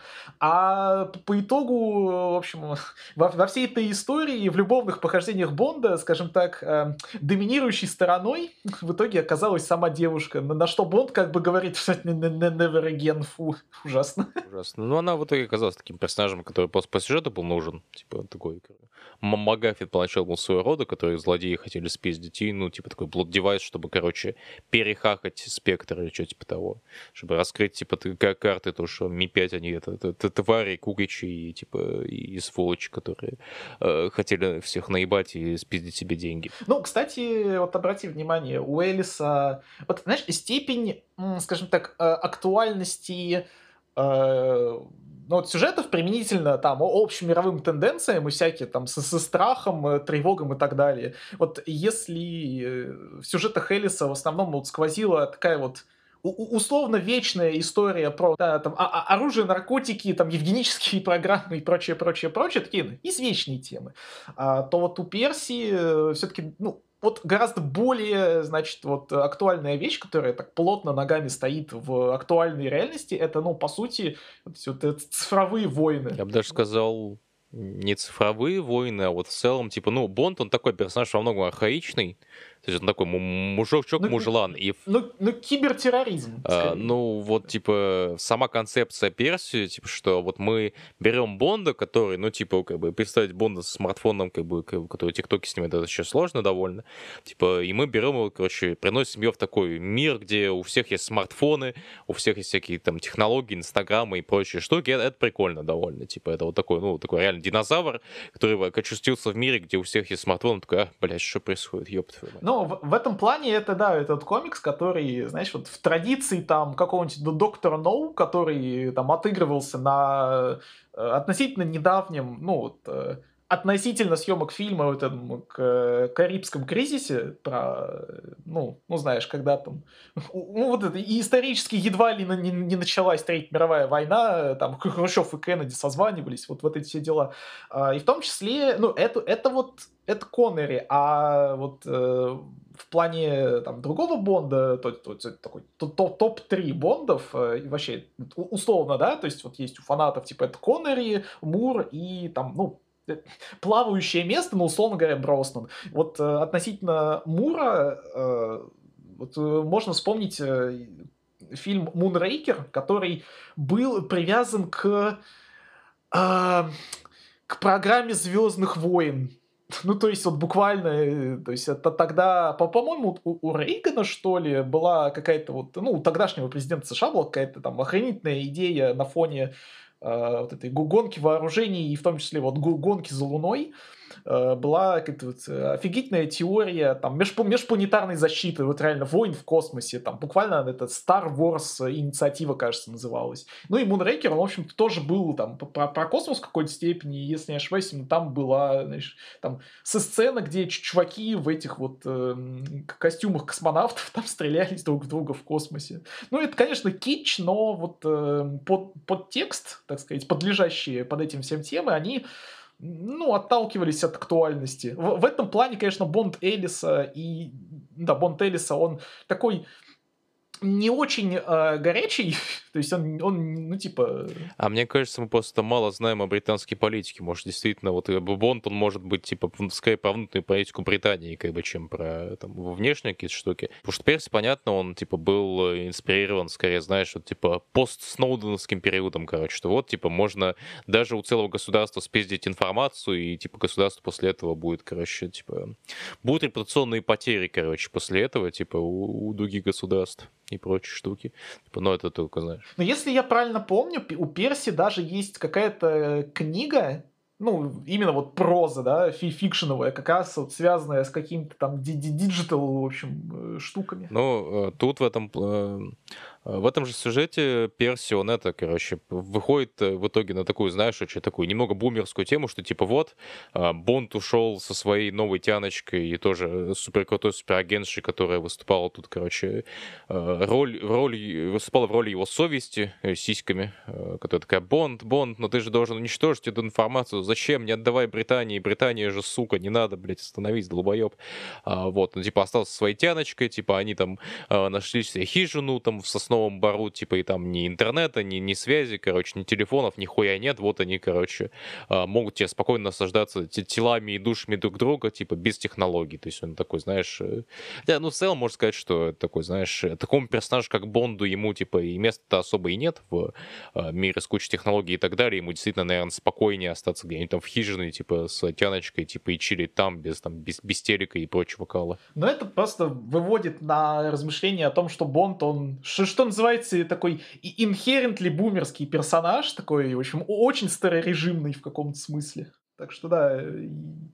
а п- по итогу, в общем, во, во всей этой истории, в любовных похождениях Бонда, скажем так, э, доминирующей стороной в итоге оказалась сама девушка. На, на что Бонд как бы говорит, что это не- не- never again, фу, ужасно. Ужасно. Ну, она в итоге оказалась таким персонажем, который просто по сюжету был нужен. Типа такой... М- Магафит поначалу был своего рода, который злодеи хотели спиздить. И, ну, типа такой блуд-девайс, чтобы, короче, перехакать спектр или что типа того. Чтобы раскрыть, типа, ты- как карты, то, что Ми пять, они это, это, это твари, кукичи и, типа, и, и сволочи, которые э, хотели всех наебать и спиздить себе деньги. Ну, кстати, вот обрати внимание, у Элиса, вот, знаешь, степень, м, скажем так, э, актуальности э, ну, вот сюжетов применительно там о- общим мировым тенденциям и всякие там со, со страхом, э, тревогам и так далее. Вот если э, в сюжетах Элиса в основном вот сквозила такая вот у- у- условно вечная история про да, там, а- а- оружие, наркотики, там, евгенические программы и прочее, прочее, прочее, такие ну, извечные темы, а, то вот у Персии все-таки, ну, вот гораздо более, значит, вот актуальная вещь, которая так плотно ногами стоит в актуальной реальности, это, ну, по сути, вот всё это цифровые войны. Я бы даже сказал, не цифровые войны, а вот в целом, типа, ну, Бонд, он такой персонаж во многом архаичный. То есть он такой му- мужичок Ну, мужлан. И ну, ну, кибертерроризм, А, скорее. ну, вот, типа, сама концепция Персии, типа, что вот мы берем Бонда, который, ну, типа, как бы, представить Бонда с смартфоном, как бы, как бы, который тиктоки снимает, это сейчас сложно довольно, типа, и мы берем его, короче, приносим ее в такой мир, где у всех есть смартфоны, у всех есть всякие там технологии, инстаграмы и прочие штуки, это, это прикольно довольно, типа, это вот такой, ну, такой реально динозавр, который очутился в мире, где у всех есть смартфон, он такой, а, блядь, что происходит, ёпт твою мать. Ну, в, в этом плане это, да, этот комикс, который, знаешь, вот в традиции там какого-нибудь Д- Доктора Ноу, который там отыгрывался на э, относительно недавнем, ну, вот, э, относительно съемок фильма вот этом к Карибском кризисе про, э, ну, ну, знаешь, когда там, ну, вот это, и исторически едва ли на- не, не началась Третья мировая война, э, там Хрущев и Кеннеди созванивались, вот, вот эти все дела. А, и в том числе, ну, это, это вот это Коннери, а вот э, в плане там другого Бонда, то, то- то- такой то- то- топ три Бондов, э, и вообще у- условно, да, то есть вот есть у фанатов типа это Коннери, Мур и там, ну, э, плавающее место, ну, условно говоря, Броснан. Вот э, относительно Мура э, вот, э, можно вспомнить э, фильм «Мунрейкер», который был привязан к а, к программе «Звездных войн». Ну, то есть, вот буквально, э, то есть, это тогда, по- по-моему, у, у Рейгана, что ли, была какая-то вот, ну, у тогдашнего президента США была какая-то там охренительная идея на фоне э, вот этой гу- гонки вооружений, и в том числе вот гу- гонки за Луной, э, была какая-то вот э, офигительная теория там межпо- межпланетарной защиты, вот реально войн в космосе, там буквально это Star Wars инициатива, кажется, называлась. Ну и Moonraker, он, в общем-то, тоже был там про, про космос в какой-то степени, и, если не ошибаюсь, ну, там была, знаешь, там со сцена, где ч- чуваки в этих вот эм, к- костюмах космонавтов там стрелялись друг в друга в космосе. Ну, это, конечно, кич, но вот э, под, подтекст, так сказать, подлежащие под этим всем темы, они ну, отталкивались от актуальности. В, в этом плане, конечно, Бонд Эллиса и... Да, Бонд Эллиса, он такой не очень э, горячий, то есть он, он, ну, типа... А мне кажется, мы просто мало знаем о британской политике. Может, действительно, вот э, Бонд, он может быть, типа, в- скорее про внутреннюю политику Британии, как бы, чем про, там, внешние какие-то штуки. Потому что Перси, понятно, он, типа, был э, инспирирован, скорее, знаешь, вот, типа, пост-сноуденовским периодом, короче, что вот, типа, можно даже у целого государства спиздить информацию, и, типа, государство после этого будет, короче, типа, будут репутационные потери, короче, после этого, типа, у, у других государств и прочие штуки. Типа, ну, это только, знаешь. Но если я правильно помню, Пе- у Перси даже есть какая-то книга, ну, именно вот проза, да, фи- фикшеновая, как раз вот связанная с какими-то там ди- ди- диджитал, в общем, э, штуками. Ну, э, тут в этом, э, э, в этом же сюжете Перси, он это, короче, выходит э, в итоге на такую, знаешь, очень такую немного бумерскую тему, что типа вот, э, Бонд ушел со своей новой тяночкой и тоже супер крутой суперагентшей, которая выступала тут, короче, э, роль, роль, выступала в роли его совести, э, сиськами, э, которая такая: Бонд, Бонд, но ты же должен уничтожить эту информацию, зачем, не отдавай Британии, Британия же, сука, не надо, блядь, остановись, долбоеб. А, вот, ну, типа, остался со своей тяночкой, типа, они там а, нашли себе хижину там в сосновом бору, типа, и там ни интернета, ни, ни связи, короче, ни телефонов, ни хуя нет, вот они, короче, а, могут тебе спокойно наслаждаться те- телами и душами друг друга, типа, без технологий, то есть он такой, знаешь, э, да, ну, в целом, можно сказать, что такой, знаешь, э, такому персонажу, как Бонду, ему, типа, и места-то особо и нет в а, мире с кучей технологий и так далее, ему действительно, наверное, спокойнее остаться где-нибудь там в хижине, типа, с тяночкой, типа, и чилить там, без, там, без, без телека и прочего кала. Но это просто выводит на размышление о том, что Бонд, он, что, что называется, такой и- inherently бумерский персонаж, такой, в общем, о- очень старорежимный в каком-то смысле. Так что да, и-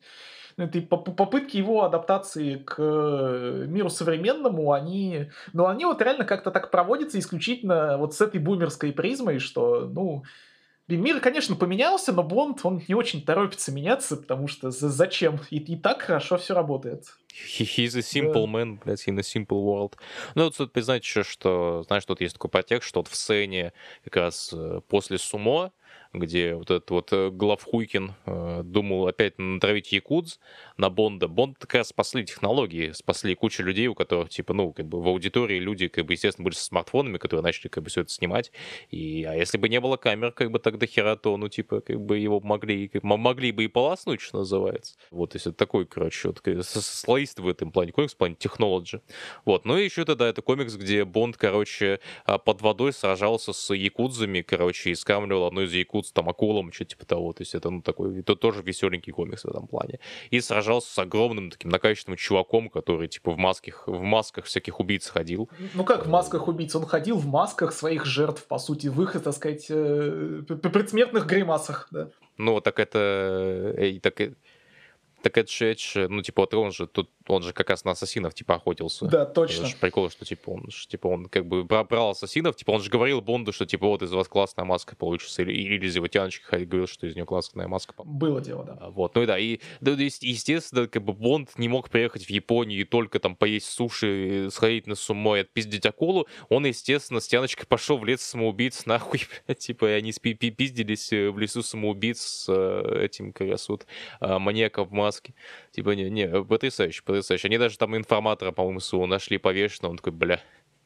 ну, это и поп- попытки его адаптации к э, миру современному, они, ну, они вот реально как-то так проводятся исключительно вот с этой бумерской призмой, что, ну, и мир, конечно, поменялся, но Бонд, он не очень торопится меняться, потому что за- зачем? И, и так хорошо все работает. He- He's a Да. simple man, блядь, in a simple world. Ну, вот стоит признать еще, что, знаешь, тут есть такой подтекст, что вот в сцене как раз э, после сумо, где вот этот вот э, главхуйкин э, думал опять натравить якудз на Бонда. Бонд как раз спасли технологии, спасли кучу людей, у которых, типа, ну, как бы в аудитории люди, как бы, естественно, были со смартфонами, которые начали, как бы, все это снимать. И, а если бы не было камер, как бы, так до хера, то, ну, типа, как бы, его могли, как, м- могли бы и полоснуть, что называется. Вот, если такой, короче, вот, как- с- слоистый в этом плане комикс, в плане технологии. Вот, ну и еще тогда это комикс, где Бонд, короче, а, под водой сражался с якудзами, короче, и скармливал одну из якудз там акулам, что типа того. То есть это, ну, такой, это тоже веселенький комикс в этом плане. И сражался с огромным таким накачанным чуваком, который, типа, в масках, в масках всяких убийц ходил. Ну как в масках убийц? Он ходил в масках своих жертв, по сути, в их, так сказать, э, п- п- предсмертных гримасах, да. Ну, вот так это... э, так, э, так это же, это же, ну, типа, вот он же тут, он же как раз на ассасинов, типа, охотился. Да, Это точно. же прикол, что, типа, он, ж, типа, он как бы бра- брал ассасинов, типа, он же говорил Бонду, что, типа, вот из вас классная маска получится, или, или из его тяночки говорил, что из нее классная маска. Было дело, да. А, Вот, ну и да, и, да, то есть, естественно, как бы Бонд не мог приехать в Японию и только там поесть суши, сходить на сумо и отпиздить акулу. Он, естественно, с тяночкой пошел в лес самоубийц, нахуй, блядь, типа, и они спи- пи- пиздились э, в лесу самоубийц с э, этим, как раз вот, а, маньяком в маске. Типа, не, не, потрясающе, потрясающе. Они даже там информатора, по-моему, своего нашли повешенного, он такой, бля,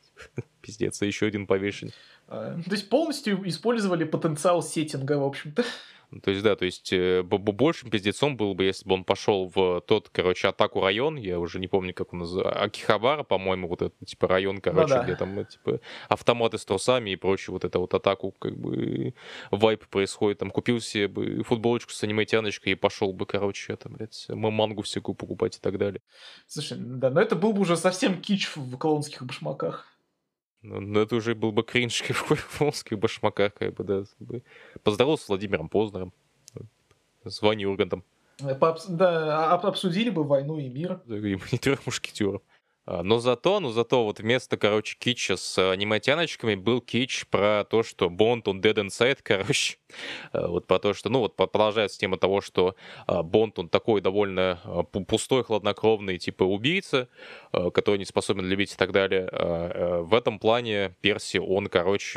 пиздец, а еще один повешен. А, То есть полностью использовали потенциал сеттинга, в общем-то. Ну, то есть, да, то есть э, б- б- большим пиздецом был бы, если бы он пошел в тот, короче, атаку район, я уже не помню, как он называется, Акихабара, по-моему, вот этот, типа, район, короче, да. где там, э, типа, автоматы с трусами и прочее, вот это вот атаку, как бы, вайп происходит, там, купил себе бы футболочку с аниме-тяночкой и пошел бы, короче, это, блядь, м- мангу всякую покупать и так далее. Слушай, да, но это был бы уже совсем кич в клоунских башмаках. Ну, ну, это уже был бы кринж в волнских башмаках, как бы, да. как бы. Поздоровался с Владимиром Познером, с Ваней Ургантом. Э, пообс- Да, а- об- обсудили бы войну и мир. И трех мушкетеров. А, Но зато, но зато вот вместо, короче, китча с аниме-тяночками был китч про то, что Бонд, он dead inside, короче. А, Вот про то, что, ну вот по- продолжается тема того, что а, Бонд, он такой довольно а, пу- пустой, хладнокровный, типа убийца, а, который не способен любить и так далее. А, а, В этом плане Перси, он, короче,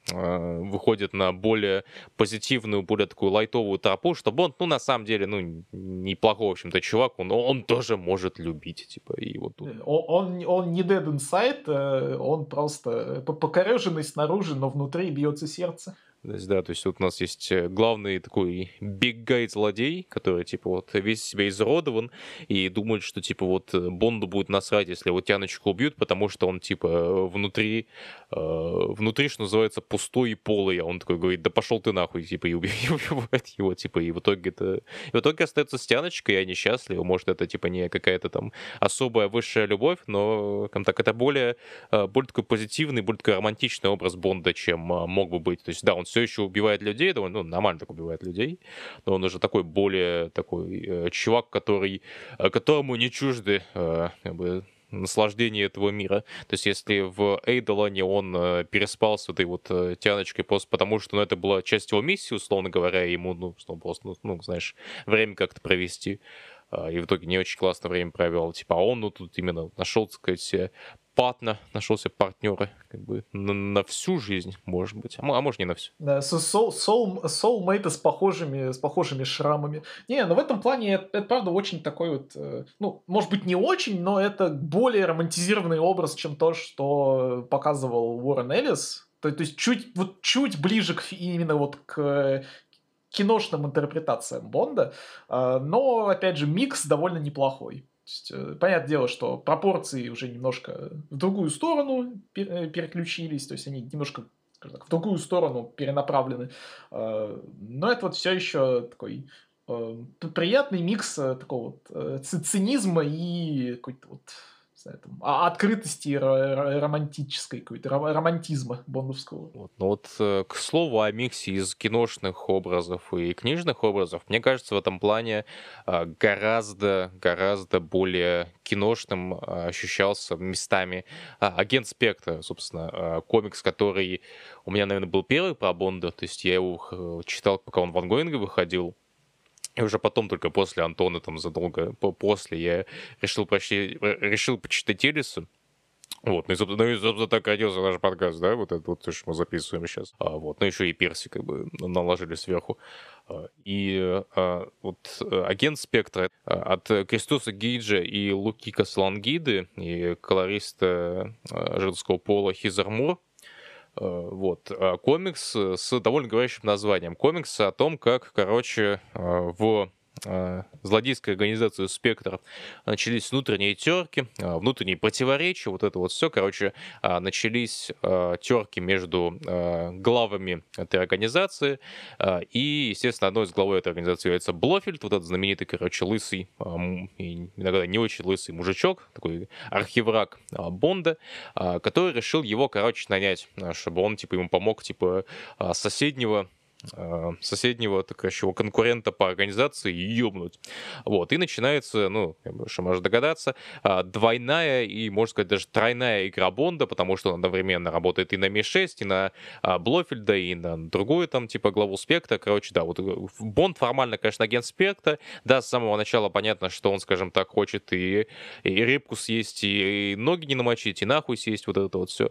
э, выходит на более позитивную, более такую лайтовую тропу, что Бонд, ну, на самом деле, ну, неплохой, в общем-то, чувак, он, он тоже может любить, типа, и вот тут. Э, о- Он, он не dead inside, э, он просто п- покореженный снаружи, но внутри бьется сердце. То есть, да, то есть вот у нас есть э, главный такой big guy злодей, который, типа, вот весь из себя изуродован и думает, что, типа, вот э, Бонду будет насрать, если его тяночку убьют, потому что он, типа, э, внутри, э, внутри, что называется, пустой и полый, а он такой говорит, да пошел ты нахуй, типа, и убивает его, типа, и в итоге это... И в итоге остается с тяночкой, и они счастливы, может, это, типа, не какая-то там особая высшая любовь, но, скажем так, это более, э, более такой позитивный, более такой романтичный образ Бонда, чем э, мог бы быть. То есть, да, он все еще убивает людей, довольно, ну, нормально так убивает людей, но он уже такой более такой э, чувак, который, э, которому не чужды э, как бы, наслаждение этого мира. То есть, если в Эйдолоне он э, переспал с этой вот э, тяночкой просто потому, что ну, это была часть его миссии, условно говоря, и ему, ну, что он просто, ну, ну, знаешь, время как-то провести, э, и в итоге не очень классно время провел. Типа, а он, ну, тут именно нашел, так сказать, себе партнер, нашел себе партнера, как бы, на, на всю жизнь, может быть. А, мо- а может, не на всю. Да, со- соул, соул, soulmate с похожими, с похожими шрамами. Не, но в этом плане это, это, правда очень такой вот, э, ну, может быть, не очень, но это более романтизированный образ, чем то, что показывал Уоррен Эллис. То, то есть чуть, вот чуть ближе к, фи- именно вот к э, киношным интерпретациям Бонда, а, но, опять же, микс довольно неплохой. То есть, э, понятное дело, что пропорции уже немножко в другую сторону пер- э, переключились, то есть они немножко, скажем так, в другую сторону перенаправлены. А, Но это вот все еще такой э, п- приятный микс э, такого вот э, ци- цинизма и какой-то вот, не знаю, там, а- открытости ро- ро- романтической, какой-то ро- романтизма бондовского. Вот. Ну вот, э, к слову о миксе из киношных образов и книжных образов, мне кажется, в этом плане а, гораздо, гораздо более киношным а, ощущался местами а, Агент Спектра, собственно, а, комикс, который у меня, наверное, был первый про Бонда, то есть я его э, читал, пока он в ангоинге выходил, и уже потом, только после Антона, там, задолго по- после, я решил, почти, решил почитать Элиса. Вот, ну и, собственно, ну и, собственно, так родился наш подкаст, да, вот это вот, то, что мы записываем сейчас. А, вот, ну еще и Перси как бы наложили сверху. А, и а, вот э, Агент Спектра а, от Кристоса Гейджа и Луки Каслангиды и колориста а, женского пола Хизер Мур. А, вот, а, комикс с довольно говорящим названием. Комикс о том, как, короче, а, в а, злодейской организации «Спектр» начались внутренние терки, а, внутренние противоречия, вот это вот все, короче, а, начались а, терки между а, главами этой организации, а, и, естественно, одной из главой этой организации является Блофельд, вот этот знаменитый, короче, лысый, а, м, и иногда не очень лысый мужичок, такой архивраг а, Бонда, а, который решил его, короче, нанять, а, чтобы он, типа, ему помог, типа, а, соседнего а, соседнего, так сказать, его конкурента по организации ёбнуть. Вот, и начинается, ну, как бы, что можно догадаться, а, двойная и, можно сказать, даже тройная игра Бонда, потому что он одновременно работает и на Ми шесть, и на а, Блофельда, и на другую там, типа, главу Спектра. Короче, да, вот э, Бонд формально, конечно, агент Спектра. Да, с самого начала понятно, что он, скажем так, хочет и, и рыбку съесть, и, и ноги не намочить, и нахуй съесть, вот это вот все.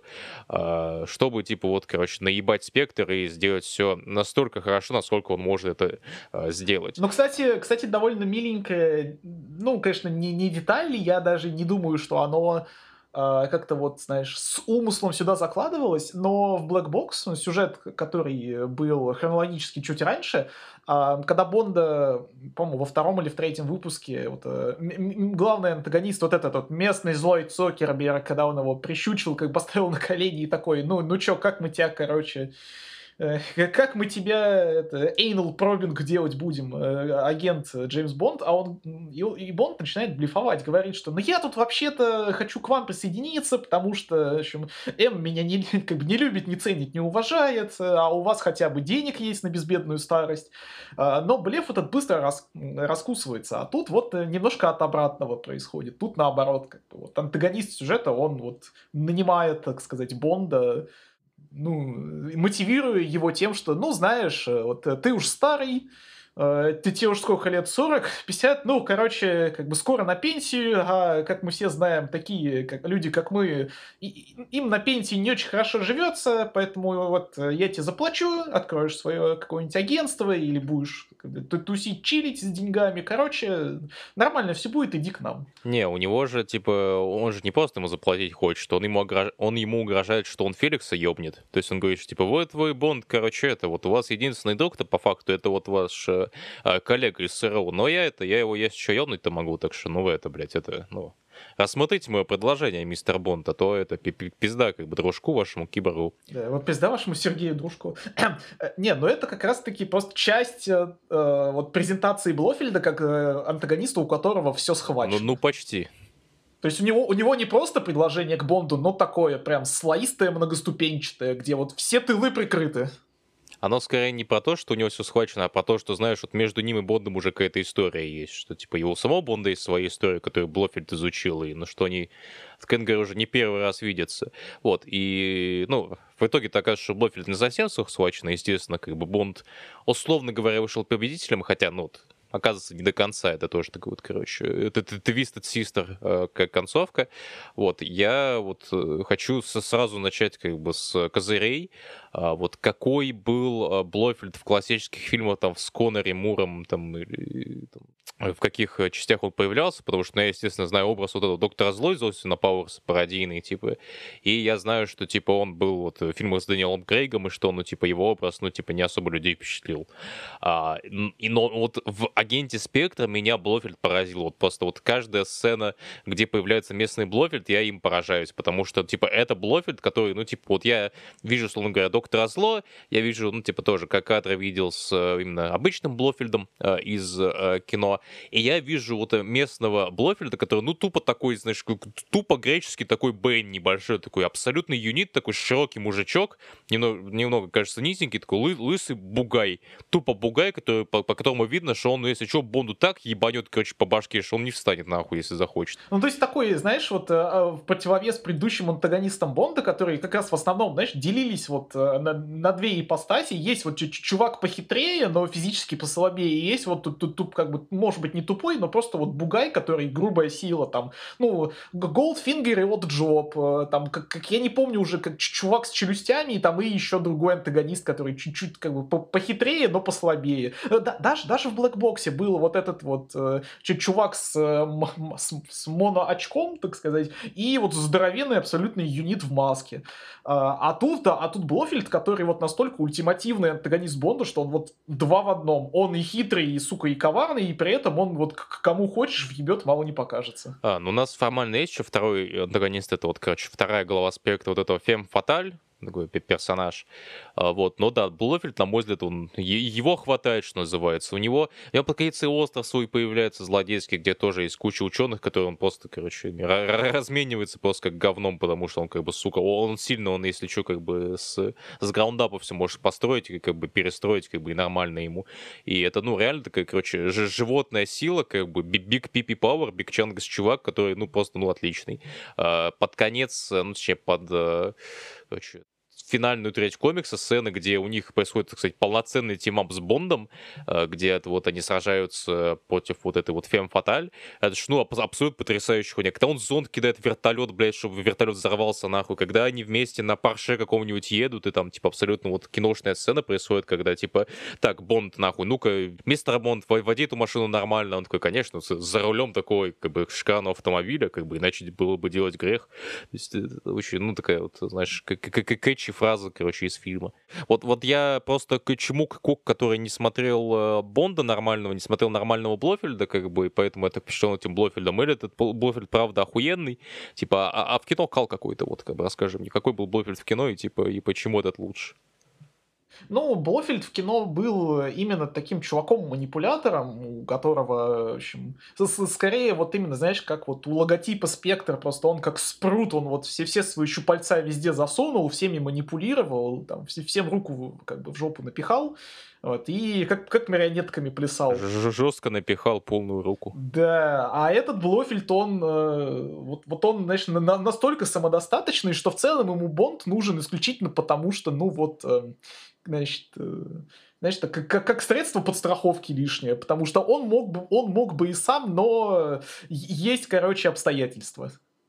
Чтобы, типа, вот, короче, наебать Спектр и сделать все настолько хорошо, насколько он может это а, сделать. Ну, кстати, кстати, довольно миленькое, ну, конечно, не, не детали, я даже не думаю, что оно э, как-то вот, знаешь, с умыслом сюда закладывалось, но в Black Box, ну, сюжет, который был хронологически чуть раньше, а, когда Бонда, по-моему, во втором или в третьем выпуске, вот, э, м- м- главный антагонист, вот этот вот местный злой Цокерберг, когда он его прищучил, как поставил на колени и такой, ну, ну чё, как мы тебя, короче, Э, как мы тебя это, anal пробинг делать будем, э, агент Джеймс Бонд, а он и, и Бонд начинает блефовать, говорит, что ну я тут вообще-то хочу к вам присоединиться, потому что, в общем, М меня не, как бы не любит, не ценит, не уважает, а у вас хотя бы денег есть на безбедную старость. А, Но блеф этот быстро рас, раскусывается, а тут вот э, немножко от обратного происходит. Тут наоборот, как бы, вот, антагонист сюжета, он вот нанимает, так сказать, Бонда, ну, мотивируя его тем, что, ну, знаешь, э, вот э, ты уж старый, Э, ты тебе уже сколько лет? сорок, пятьдесят? Ну, короче, как бы скоро на пенсию, а как мы все знаем, такие как, люди, как мы, и- и- им на пенсии не очень хорошо живется, поэтому вот э, я тебе заплачу, откроешь свое какое-нибудь агентство или будешь как бы, ту- тусить, чилить с деньгами. Короче, нормально все будет, иди к нам. Не, у него же, типа, он же не просто ему заплатить хочет, он ему, огрож- он ему угрожает, что он Феликса ёбнет. То есть он говорит, что, типа, вот твой Бонд, короче, это, вот у вас единственный доктор, по факту, это вот ваш э, э, коллега из ЦРУ, но я это, я его есть еще ёбнуть-то могу, так что, ну, вы это, блядь, это, ну... Рассмотрите мое предложение, мистер Бонд, а то это пи- пи- пизда, как бы, дружку вашему киборгу. Да, вот пизда вашему Сергею Дружку. Э, Не, ну это как раз-таки просто часть э, э, вот презентации Блофельда как э, антагониста, у которого все Ну, схвачено. ну, почти. То есть у него, у него не просто предложение к Бонду, но такое прям слоистое, многоступенчатое, где вот все тылы прикрыты. Оно скорее не про то, что у него все схвачено, а про то, что, знаешь, вот между ним и Бондом уже какая-то история есть, что, типа, его у самого Бонда есть своя история, которую Блофельд изучил, и, ну, что они с Кенгер уже не первый раз видятся. Вот, и, ну, в итоге так кажется, что Блофельд не совсем схвачено, естественно, как бы Бонд, условно говоря, вышел победителем, хотя, ну, вот, оказывается, не до конца. Это тоже такой вот, короче, это Twisted Sister э, как концовка. Вот, я вот э, хочу со- сразу начать как бы с козырей. А, вот какой был э, Блофельд в классических фильмах там с Коннери, Муром, там, или, там, э, в каких э, частях он появлялся, потому что ну, я, естественно, знаю образ вот этого доктора Зло из Остина Пауэрса, пародийный, типа, и я знаю, что, типа, он был вот в фильмах с Дэниелом Крейгом, и что, ну, типа, его образ, ну, типа, не особо людей впечатлил. А, н- и, но вот в «Агенте Спектра» меня Блофельд поразил. Вот просто вот каждая сцена, где появляется местный Блофельд, я им поражаюсь, потому что, типа, это Блофельд, который, ну, типа, вот я вижу, условно говоря, доктора Зло, я вижу, ну, типа, тоже, как кадры видел с э, именно обычным Блофельдом э, из э, кино, и я вижу вот э, местного Блофельда, который, ну, тупо такой, знаешь, как- тупо греческий такой Бен небольшой, такой абсолютный юнит, такой широкий мужичок, немного, немного кажется, низенький, такой лы- лысый бугай, тупо бугай, который, по, по которому видно, что он, ну, если что, Бонду так ебанет, короче, по башке, что он не встанет нахуй, если захочет. Ну, то есть такой, знаешь, вот э, э, в противовес предыдущим антагонистам Бонда, которые как раз в основном, знаешь, делились вот э, на, на две ипостаси. Есть вот чу- чувак похитрее, но физически послабее, и есть вот тут, тут, тут как бы, может быть, не тупой, но просто вот бугай, который грубая сила, там, ну, Голдфингер и вот Джоб, э, там, как, как я не помню уже, как ч- чувак с челюстями, и там и еще другой антагонист, который чуть-чуть как бы по- похитрее, но послабее. Э, да- даже, даже в Блэкбоксе был вот этот вот э, чу- чувак с, э, м- м- с, с моноочком, так сказать, и вот здоровенный абсолютный юнит в маске. А, а тут, да, а тут Блофельд, который вот настолько ультимативный антагонист Бонда, что он вот два в одном. Он и хитрый, и, сука, и коварный, и при этом он вот к кому хочешь въебет, мало не покажется. А, ну у нас формально есть еще второй антагонист, это вот, короче, вторая глава спектра вот этого Фем Фаталь, такой пе- персонаж. А, вот, но да, Блофельд, на мой взгляд, он, е- его хватает, что называется. У него, у него какие-то остров свой появляется злодейский, где тоже есть куча ученых, которые он просто, короче, ра- ра- разменивается просто как говном, потому что он как бы, сука, он сильно, он, если что, как бы с, с граундапа все может построить, и как бы перестроить, как бы и нормально ему. И это, ну, реально такая, короче, ж- животная сила, как бы биг пипи пауэр, биг чангас чувак, который, ну, просто, ну, отличный. А, под конец, ну, точнее, под, э, короче, финальную треть комикса, сцены, где у них происходит, так сказать, полноценный тимап с Бондом, э, где это вот они сражаются против вот этой вот Фем Фаталь. Это ж, ну, аб- абсолютно потрясающая хуйня. Когда он зонд кидает в вертолет, блядь, чтобы вертолет взорвался нахуй, когда они вместе на парше каком-нибудь едут, и там, типа, абсолютно вот киношная сцена происходит, когда, типа, так, Бонд, нахуй, ну-ка, мистер Бонд, во- води эту машину нормально. Он такой, конечно, с- за рулем такой, как бы, шикарного автомобиля, как бы, иначе было бы делать грех. То есть, это очень, ну, такая вот, знаешь, к- к- к- кэтчи фраза, короче, из фильма. Вот, вот я просто к чему Кук, который не смотрел э, Бонда нормального, не смотрел нормального Блофельда, как бы, и поэтому я так впечатлен этим Блофельдом. Или этот Бл- Блофельд, правда, охуенный. Типа, а, а в кино кал какой-то, вот, как бы, расскажи мне, какой был Блофельд в кино, и, типа, и почему этот лучше? Ну, Блофельд в кино был именно таким чуваком-манипулятором, у которого, в общем, с- с- скорее вот именно, знаешь, как вот у логотипа Спектр, просто он как спрут, он вот все, все свои щупальца везде засунул, всеми манипулировал, там, все- всем руку как бы в жопу напихал, Вот, и как, как марионетками плясал. Жестко напихал полную руку. Да, а этот Блофельд, он, э, вот, вот он, знаешь, на- на- настолько самодостаточный, что в целом ему Бонд нужен исключительно потому, что, ну вот, э, значит, э, знаешь, так, как, как как средство подстраховки лишнее, потому что он мог бы, он мог бы и сам, но есть, короче, обстоятельства.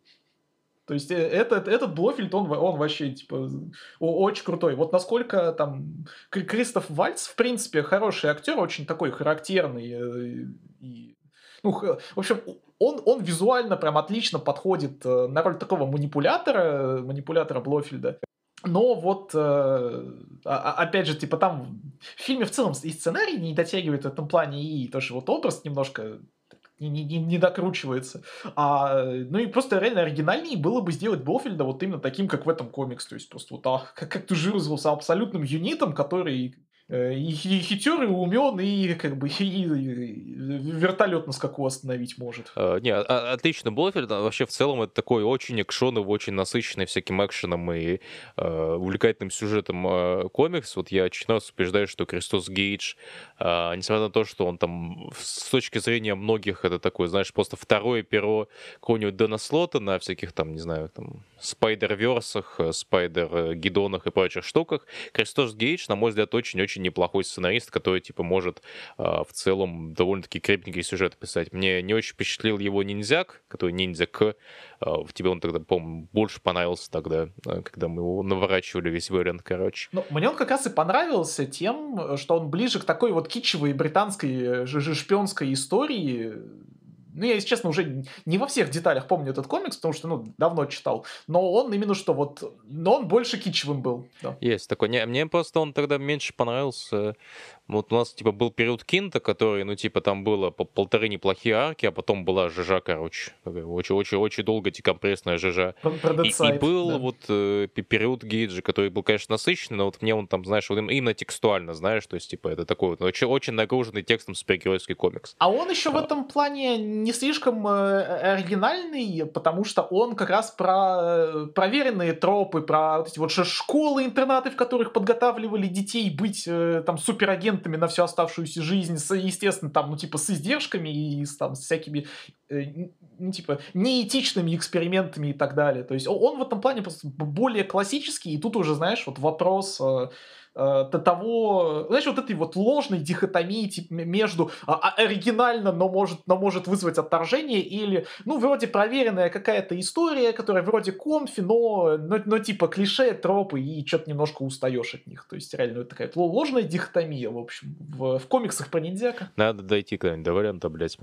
То есть э, этот, этот Блофельд, он, во- он вообще, типа, о- очень крутой. Вот насколько там Кри- Кристоф Вальц, в принципе, хороший актер, очень такой характерный. э, И, ну, х- в общем, он, он визуально прям отлично подходит э, на роль такого манипулятора, манипулятора Блофельда. Но вот, э, а- а- опять же, типа там в фильме в целом и сценарий не дотягивает в этом плане, и тоже вот образ немножко не, не, не- не докручивается. А, ну и просто реально оригинальнее было бы сделать Блофельда вот именно таким, как в этом комикс. То есть просто вот, а, как, как ты же вызвался абсолютным юнитом, который э, и, хи- и хитер, и умен, и как бы и, и вертолет на скаку остановить может. Э, Не, о- отлично, Блофельд. а Вообще, в целом, это такой очень экшоновый, очень насыщенный всяким экшеном и э, увлекательным сюжетом э, комикс. Вот я очередной раз убеждаюсь, что Кристос Гейдж, э, несмотря на то, что он там в- с точки зрения многих это такой, знаешь, просто второе перо какого-нибудь Дэна Слота на всяких там, не знаю, там, Спайдер-версах, э, Спайдер-гидонах и прочих штуках. Кристос Гейдж, на мой взгляд, очень-очень неплохой сценарист, который, типа, может а, в целом довольно-таки крепенький сюжет писать. Мне не очень впечатлил его ниндзяк, который ниндзя К. А, в тебе он тогда, по-моему, больше понравился тогда, а, когда мы его наворачивали весь вариант, короче. Ну, мне он как раз и понравился тем, э, что он ближе к такой вот китчевой британской э, ж- ж- шпионской истории. Ну, я, если честно, уже н- не во всех деталях помню этот комикс, потому что, ну, давно читал. Но он именно что вот... Но он больше китчевым был, да. Есть такой. Не, мне просто он тогда меньше понравился. Вот у нас, типа, был период Кинта, который, ну, типа, там было по полторы неплохие арки, а потом была ЖЖ, короче. Очень-очень-очень долго декомпрессная ЖЖ. Про, про И, Dead и Side, был да. вот э, пе- период Гейджа, который был, конечно, насыщенный, но вот мне он там, знаешь, вот им- именно текстуально, знаешь, то есть, типа, это такой вот очень, очень нагруженный текстом супергеройский комикс. А он еще в А, этом плане не слишком э, оригинальный, потому что он как раз про э, проверенные тропы, про вот эти вот ш- школы, интернаты, в которых подготавливали детей быть э, там суперагентами на всю оставшуюся жизнь, с, естественно, там, ну, типа, с издержками и с, там, с всякими, э, н- ну, типа, неэтичными экспериментами и так далее. То есть о- он в этом плане просто б- более классический, и тут уже, знаешь, вот вопрос... э, э, до того, знаешь, вот этой вот ложной дихотомии типа, м- между а, а, оригинально, но может, но может вызвать отторжение, или, ну, вроде проверенная какая-то история, которая вроде комфи, но, но, но типа клише, тропы, и что-то немножко устаешь от них. То есть реально вот такая вот ложная дихотомия, в общем, в, в комиксах про ниндзяка. Надо дойти когда-нибудь до варианта, блядь,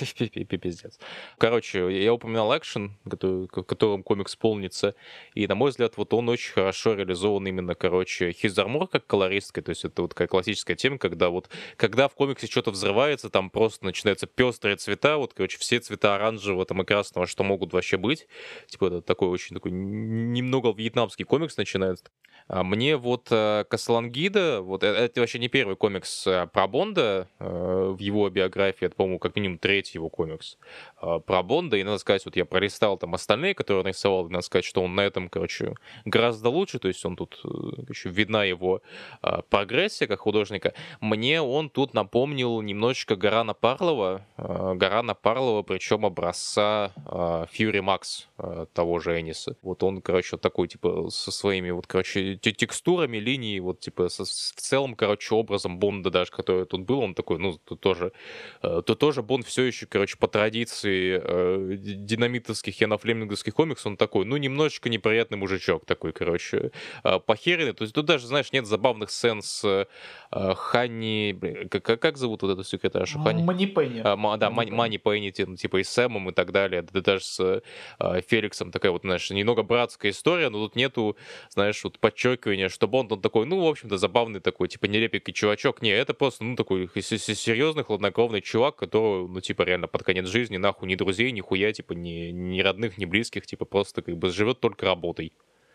пиздец. Короче, я упоминал экшен, который, к- которым комикс полнится, и, на мой взгляд, вот он очень хорошо реализован именно, короче, His Armor как колористка, то есть это вот такая классическая тема, когда вот, когда в комиксе что-то взрывается, там просто начинаются пестрые цвета, вот, короче, все цвета оранжевого там и красного, что могут вообще быть, типа, это такой очень такой н- немного вьетнамский комикс начинается. А Мне вот э, Каслангида, вот э- это вообще не первый комикс э, про Бонда э, в его биографии, это, по-моему, как минимум третий его комикс э, про Бонда, и надо сказать, вот я пролистал там остальные, которые он рисовал, и надо сказать, что он на этом, короче, гораздо лучше, то есть он тут, э, короче, видна его э, прогрессия как художника. Мне он тут напомнил немножечко Гарана Парлова, э, Гарана Парлова, причем образца э, Fury Max э, того же Эниса. Вот он, короче, вот такой, типа, со своими, вот, короче, те- текстурами, линией, вот, типа, со- с- в целом, короче, образом Бонда даже, который тут был, он такой, ну, тут тоже, э, тут тоже Бонд все еще, короче, по традиции э, ди- динамитовских и анафлеминговских комиксов, он такой, ну, немножечко неприятный мужичок такой, короче, э, похеренный. То есть тут даже, знаешь, нет забавных сцен с э, Ханни, блин, как, как как зовут вот эту секретаршу Ханни? Манипенни. А, ма- да, Мани Манипенни. Мани Пенни, ти- ну, типа и с Сэмом и так далее, да даже с э, Феликсом такая вот, знаешь, немного братская история, но тут нету, знаешь, вот подчеркивания, что Бонд, он такой, ну, в общем-то, забавный такой, типа, нелепенький чувачок. Не, это просто, ну, такой с- с- серьезный, хладнокровный чувак, который, ну, типа, реально под конец жизни, нахуй, ни друзей, ни хуя, типа, ни, ни родных, ни близких, типа, просто, как бы, живет только работой.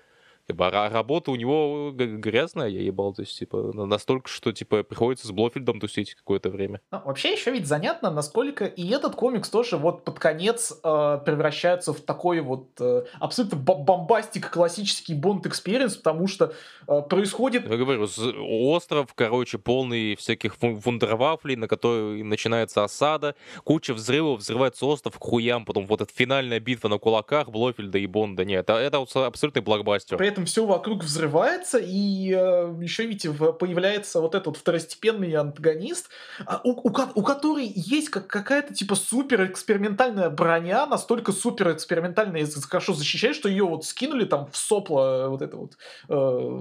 Типа, а работа у него грязная, я ебал, то есть, типа, настолько, что, типа, приходится с Блофельдом тусить какое-то время. Ну, вообще еще ведь занятно, насколько и этот комикс тоже вот под конец э, превращается в такой вот э, абсолютно бомбастик, классический Бонд экспириенс, потому что э, происходит... Я говорю, остров, короче, полный всяких вундервафлей, на который начинается осада, куча взрывов, взрывается остров к хуям, потом вот эта финальная битва на кулаках Блофельда и Бонда. Нет, это, это вот абсолютный блокбастер. При этом все вокруг взрывается, и э, еще ведь появляется вот этот второстепенный антагонист, у, у, у которой есть как, какая-то типа супер экспериментальная броня, настолько супер экспериментальная и хорошо защищает, что ее вот скинули там в сопло вот это вот... Э,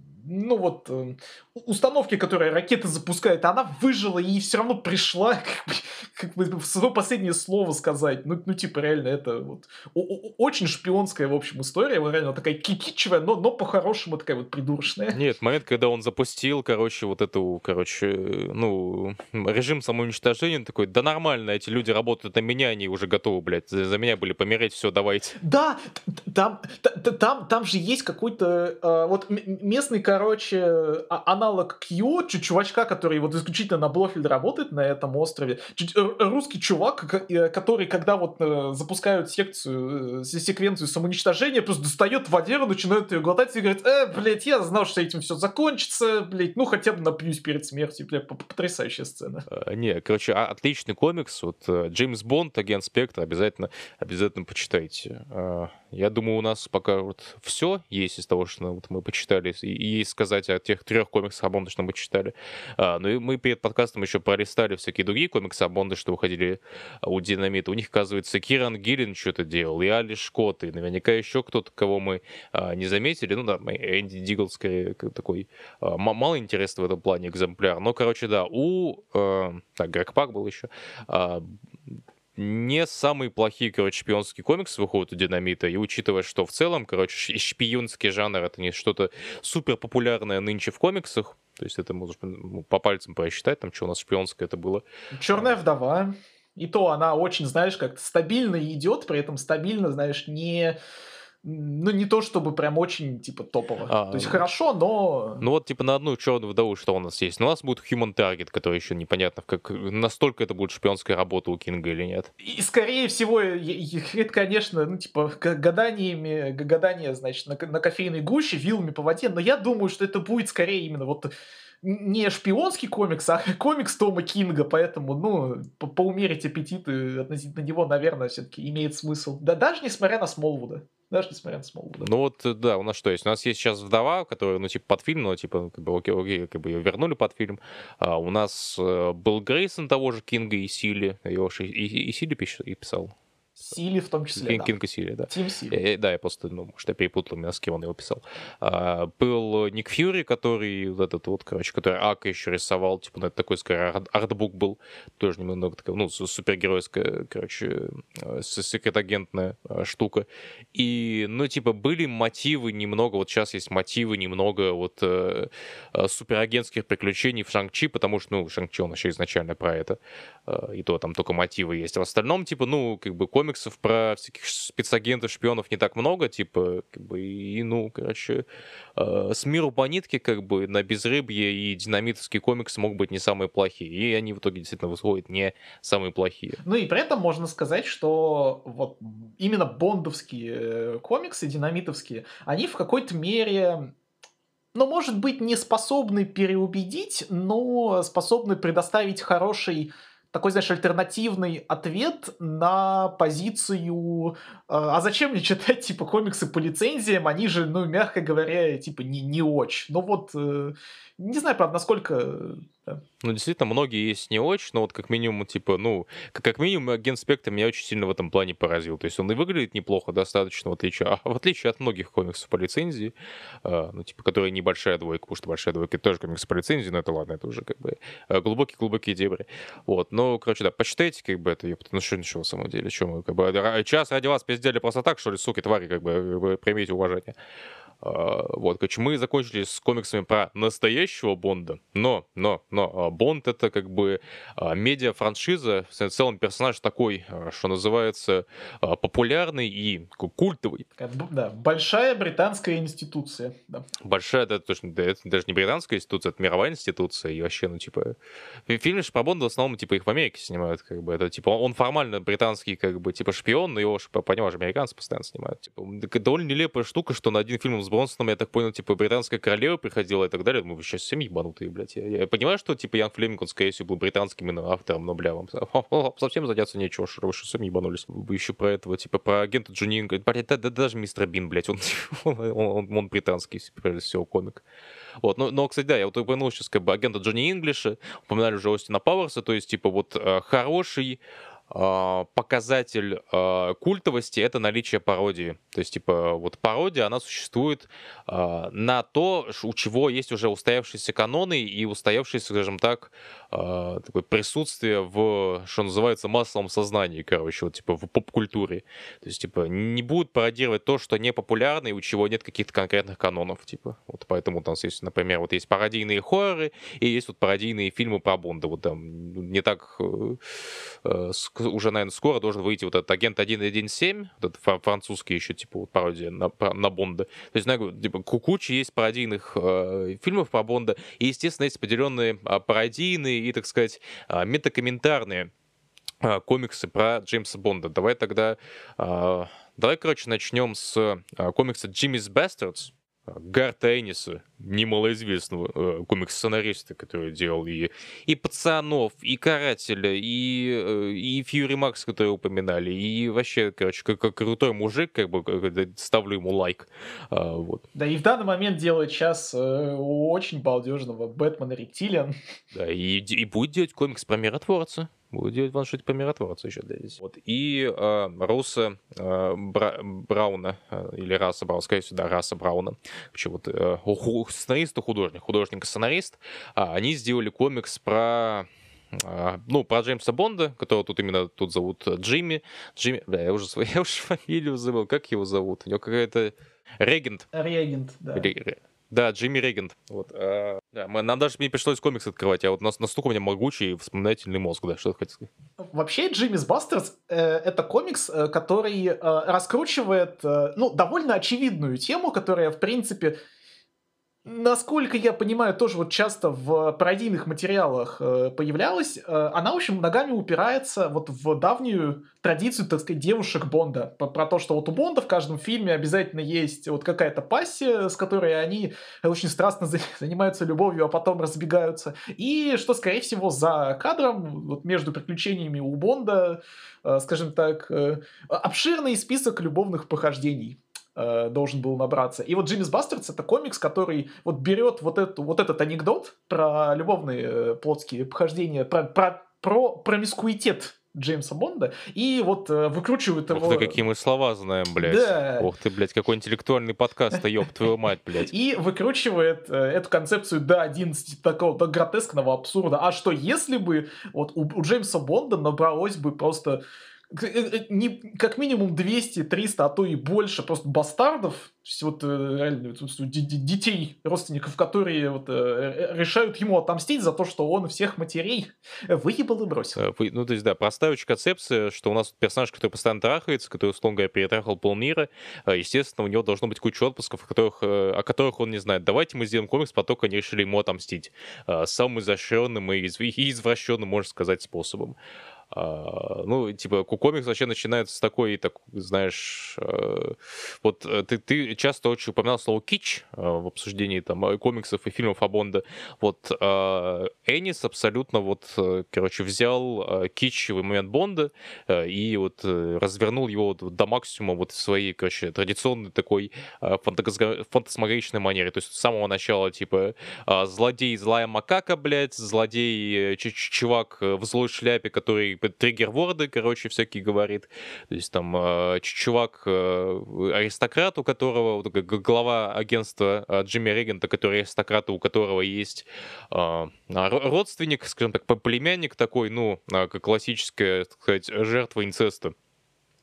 ну вот, э, установки, которые ракеты запускают, она выжила и все равно пришла, как бы, как бы свое последнее слово сказать. Ну, ну типа, реально, это вот очень шпионская, в общем, история. Вот реально такая кикичевая, но, но по-хорошему такая вот придурочная. Нет, момент, когда он запустил, короче, вот эту, короче, ну, режим самоуничтожения, такой, да нормально, эти люди работают на меня, они уже готовы, блядь, за, за меня были помереть, все, давайте. Да, там, там, там же есть какой-то, э, вот местный, короче, аналог Кью, чувачка, который вот исключительно на Блофельд работает на этом острове. Русский чувак, который, когда вот запускают секцию, секвенцию самоуничтожения, просто достает водяру, начинает ее глотать и говорит, э, блядь, я знал, что этим все закончится, блядь, ну хотя бы напьюсь перед смертью, блядь, потрясающая сцена. А, не, короче, отличный комикс, вот Джеймс Бонд, Агент Спектр, обязательно, обязательно почитайте. Я думаю, у нас пока вот все есть из того, что вот мы почитали, и есть сказать о тех трех комиксах о Бонде, что мы читали. А, ну и мы перед подкастом еще пролистали всякие другие комиксы о Бонде, что выходили у Динамита. У них, оказывается, Киран Гиллин что-то делал, и Али Шкот, и наверняка еще кто-то, кого мы а, не заметили. Ну да, Энди Дигл, скорее, такой а, мало интересный в этом плане экземпляр. Но, короче, да, у... А, так, Грег Пак был еще... А, не самые плохие, короче, шпионские комиксы выходят у Динамита, и учитывая, что в целом, короче, шпионский жанр — это не что-то супер популярное нынче в комиксах, то есть это можно ну, по пальцам просчитать, там, что у нас шпионское это было. Черная вдова, и то она очень, знаешь, как-то стабильно идет, при этом стабильно, знаешь, не... Ну, не то чтобы прям очень, типа, топово. А, то есть хорошо, но... Ну вот, типа, на одну черную вдову что у нас есть? Ну, у нас будет Human Target, который еще непонятно, как настолько это будет шпионская работа у Кинга или нет. И, скорее всего, это, конечно, ну, типа, гаданиями, гадания, значит, на, на кофейной гуще, вилами по воде, но я думаю, что это будет скорее именно вот не шпионский комикс, а комикс Тома Кинга, поэтому, ну, по поумерить аппетиты относительно него, наверное, все-таки имеет смысл. Да даже несмотря на Смолвуда. Даже несмотря на Смолвуда. Ну вот, да, у нас что есть? У нас есть сейчас «Вдова», которая, ну, типа, под фильм, но, типа, как бы, окей, окей, как бы ее вернули под фильм. А у нас э, был Грейсон того же Кинга и Сили. Его и, и, и Сили писал. Сили в том числе, Кинг, да. Кинг и Сили, да. Тим Сили. Я, да, я просто, ну, может, я перепутал именно, с кем он его писал. А, был Ник Фьюри, который, вот этот вот, короче, который Ака еще рисовал, типа, ну, это такой, скорее, артбук был, тоже немного такая, ну, супергеройская, короче, секретагентная штука. И, ну, типа, были мотивы немного, вот сейчас есть мотивы немного вот э, суперагентских приключений в Шанг-Чи, потому что, ну, Шанг-Чи, он вообще изначально про это, э, и то там только мотивы есть. А в остальном, типа, ну, как бы, комиксов про всяких спецагентов, шпионов не так много, типа, как бы, и, ну, короче, э, с миру по нитке, как бы, на безрыбье и динамитовские комиксы могут быть не самые плохие, и они в итоге действительно выходят не самые плохие. Ну и при этом можно сказать, что вот именно бондовские комиксы, динамитовские, они в какой-то мере... Ну, может быть, не способны переубедить, но способны предоставить хороший такой, знаешь, альтернативный ответ на позицию «А зачем мне читать, типа, комиксы по лицензиям? Они же, ну, мягко говоря, типа, не, не очень». Ну вот, не знаю, правда, насколько... Да. Ну, действительно, многие есть не очень, но вот как минимум, типа, ну, как, как минимум, Агент Спектр меня очень сильно в этом плане поразил. То есть он и выглядит неплохо достаточно, в отличие, а, в отличие от многих комиксов по лицензии, а, ну, типа, которые небольшая двойка, потому что большая двойка — это тоже комиксы по лицензии, но это ладно, это уже, как бы, глубокие-глубокие дебри. Вот, ну, короче, да, почитайте, как бы, это, ёпта, ну, что ничего, в самом деле, что мы, как бы, час ради вас пиздели просто так, что ли, суки, твари, как бы, примите уважение. Вот, короче, мы закончили с комиксами про настоящего Бонда, но, но, но Бонд — это как бы медиа-франшиза, в целом персонаж такой, что называется, популярный и культовый. Да, большая британская институция. Да. Большая, да, точно, да, это даже не британская институция, это мировая институция, и вообще, ну, типа, фильмы про Бонда в основном, типа, их в Америке снимают, как бы, это, типа, он формально британский, как бы, типа, шпион, но его, по него же американцы постоянно снимают, типа, довольно нелепая штука, что на один фильм с Бронсоном, я так понял, типа, британская королева приходила и так далее, мы сейчас все ебанутые, блядь, я, я понимаю, что, типа, Ян Флеминг, он, скорее всего, был британским именно автором, но, бля, вам совсем заняться нечего, что вы что, сами ебанулись, вы еще про этого, типа, про агента Джонни Инга, блядь, да, да, даже мистер Бин, блядь, он, он, он, он британский, прежде всего, комик. Вот, но, но, кстати, да, я вот упомянул сейчас как бы агента Джонни Инглиша, упоминали уже Остина Пауэрса, то есть, типа, вот хороший показатель э, культовости — это наличие пародии. То есть, типа, вот пародия, она существует э, на то, у чего есть уже устоявшиеся каноны и устоявшееся, скажем так, э, такое присутствие в, что называется, массовом сознании, короче, вот, типа, в поп-культуре. То есть, типа, не будут пародировать то, что не популярно и у чего нет каких-то конкретных канонов, типа. Вот поэтому у нас есть, например, вот есть пародийные хорроры и есть вот пародийные фильмы про Бонда. Вот там не так... Э, э, уже, наверное, скоро должен выйти вот этот агент один один семь, вот этот французский еще, типа, вот пародия на, на Бонда. То есть, знаете, типа, куча есть пародийных э, фильмов про Бонда, и, естественно, есть определенные э, пародийные и, так сказать, э, метакомментарные э, комиксы про Джеймса Бонда. Давай тогда, э, давай, короче, начнем с э, комикса Jimmy's Bastards Гарта Энниса, немалоизвестного э, комикс-сценариста, который делал и, и «Пацанов», и «Карателя», и, э, и «Фьюри Макс», который упоминали, и вообще, короче, как, как крутой мужик, как бы, как, ставлю ему лайк. А, вот. Да, и в данный момент делает сейчас э, очень балдежного Бэтмена Рептилиан. Да, и, и будет делать комикс про миротворца. Будет делать ваншот по миротворцу еще здесь. Вот. И э, Руса э, Бра, Брауна, э, или Раса Брауна, скорее всего, да, Раса Брауна, вообще вот э, сценарист и художник, художник и сценарист, э, они сделали комикс про... Ну, про Джеймса Бонда, которого тут именно тут зовут Джимми. Джимми, бля, я уже, свою, я уже фамилию забыл, как его зовут? У него какая-то... Регент. Регент, да. Ре... Да, Джимми Регент. Вот. А, да, нам даже не пришлось комикс открывать, а вот настолько у меня могучий вспоминательный мозг, да, что ты хотел сказать? Вообще, Jimmy's Bastards э, — это комикс, э, который э, раскручивает, э, ну, довольно очевидную тему, которая, в принципе, насколько я понимаю, тоже вот часто в пародийных материалах э, появлялась. Э, она, в общем, ногами упирается вот в давнюю традицию, так сказать, девушек Бонда. Про, про то, что вот у Бонда в каждом фильме обязательно есть вот какая-то пассия, с которой они очень страстно за- занимаются любовью, а потом разбегаются. И что, скорее всего, за кадром, вот между приключениями у Бонда, э, скажем так, э, обширный список любовных похождений должен был набраться. И вот Jimmy's Bastards — это комикс, который вот берет вот, эту, вот этот анекдот про любовные э, плотские похождения, про, про, про промискуитет Джеймса Бонда, и вот э, выкручивает Ух его... Ух ты, какие мы слова знаем, блядь. Да. Ух ты, блядь, какой интеллектуальный подкаст, ёб твою мать, блядь. И выкручивает э, эту концепцию до одиннадцати такого до гротескного абсурда. А что если бы вот у, у Джеймса Бонда набралось бы просто... Не, как минимум двести триста, а то и больше просто бастардов, то есть вот реально детей, родственников, которые вот, решают ему отомстить за то, что он всех матерей выебал и бросил. Ну, то есть, да, простая очень концепция, что у нас персонаж, который постоянно трахается, который, условно говоря, перетрахал полмира, естественно, у него должно быть куча отпусков, о которых, о которых он не знает. Давайте мы сделаем комикс, потом они решили ему отомстить. Самым изощренным и извращенным, можно сказать, способом. Uh, ну, типа, комикс вообще начинается с такой, так, знаешь, uh, вот ты, ты часто очень упоминал слово «кич» uh, в обсуждении там комиксов и фильмов о Бонда. Вот uh, Эннис абсолютно вот, uh, короче, взял uh, кичевый момент Бонда uh, и вот uh, развернул его вот до максимума вот в своей, короче, традиционной такой uh, фантаз- фантасмагоричной манере. То есть с самого начала, типа, uh, злодей злая макака, блядь, злодей ч- чувак в злой шляпе, который триггер-ворды, короче, всякие говорит. То есть там э, чувак, э, аристократ, у которого, вот, глава агентства э, Джимми Регента, который аристократ, у которого есть э, родственник, скажем так, племянник такой, ну, э, как классическая, так сказать, жертва инцеста.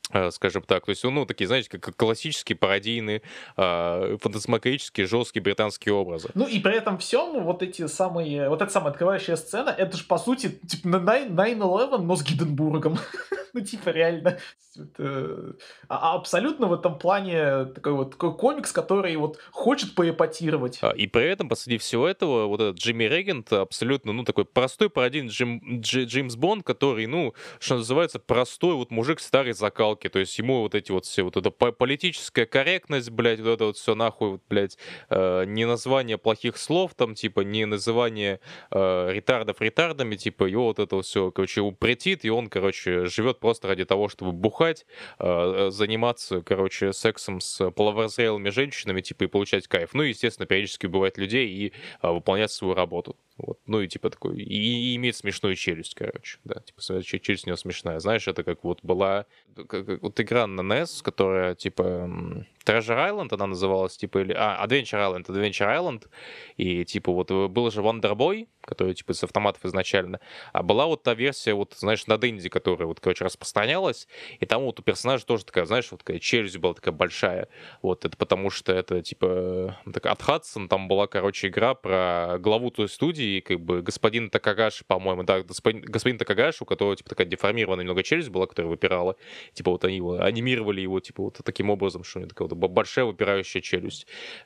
скажем так. То есть, ну, такие, знаете, как классические пародийные, э, фантасмагорические, жесткие британские образы. Ну и при этом всем вот эти самые, вот эта самая открывающая сцена, это же по сути типа девять одиннадцать, но с Гиденбургом. Ну типа реально. Это, а, абсолютно в этом плане такой вот такой комикс, который вот хочет поэпатировать. И при этом, посреди всего этого, вот этот Джимми Регент абсолютно, ну, такой простой пародийный Джим, Дж, Джеймс Бонд, который, ну, что называется, простой вот мужик старой закалки. То есть ему вот эти вот все, вот эта политическая корректность, блядь, вот это вот все нахуй, вот, блядь, э, не название плохих слов, там, типа, не называние э, ретардов ретардами, типа, его вот это все, короче, его претит, и он, короче, живет просто ради того, чтобы бухать, э, заниматься, короче, сексом с половозрелыми женщинами, типа, и получать кайф. Ну, естественно, периодически убивать людей и а, выполнять свою работу. Вот. Ну и типа такой, и, и иметь смешную челюсть, короче, да, типа челюсть у него смешная, знаешь, это как вот была, как, как, вот игра на нес, которая типа Treasure Island, она называлась, типа, или, а, Adventure Island, Adventure Island, и типа вот был же Wonder Boy, который типа с автоматов изначально, а была вот та версия, вот, знаешь, на Денди, которая вот, короче, распространялась, и там вот у персонажа тоже такая, знаешь, вот такая челюсть была такая большая, вот, это потому что это, типа, так, от Хадсон, там была, короче, игра про главу той студии, как бы господин Такагаши, по-моему, да, господин, господин Такагаши, у которого, типа, такая деформированная немного челюсть была, которая выпирала, типа, вот они его анимировали его, типа, вот таким образом, что у него такая вот большая выпирающая челюсть,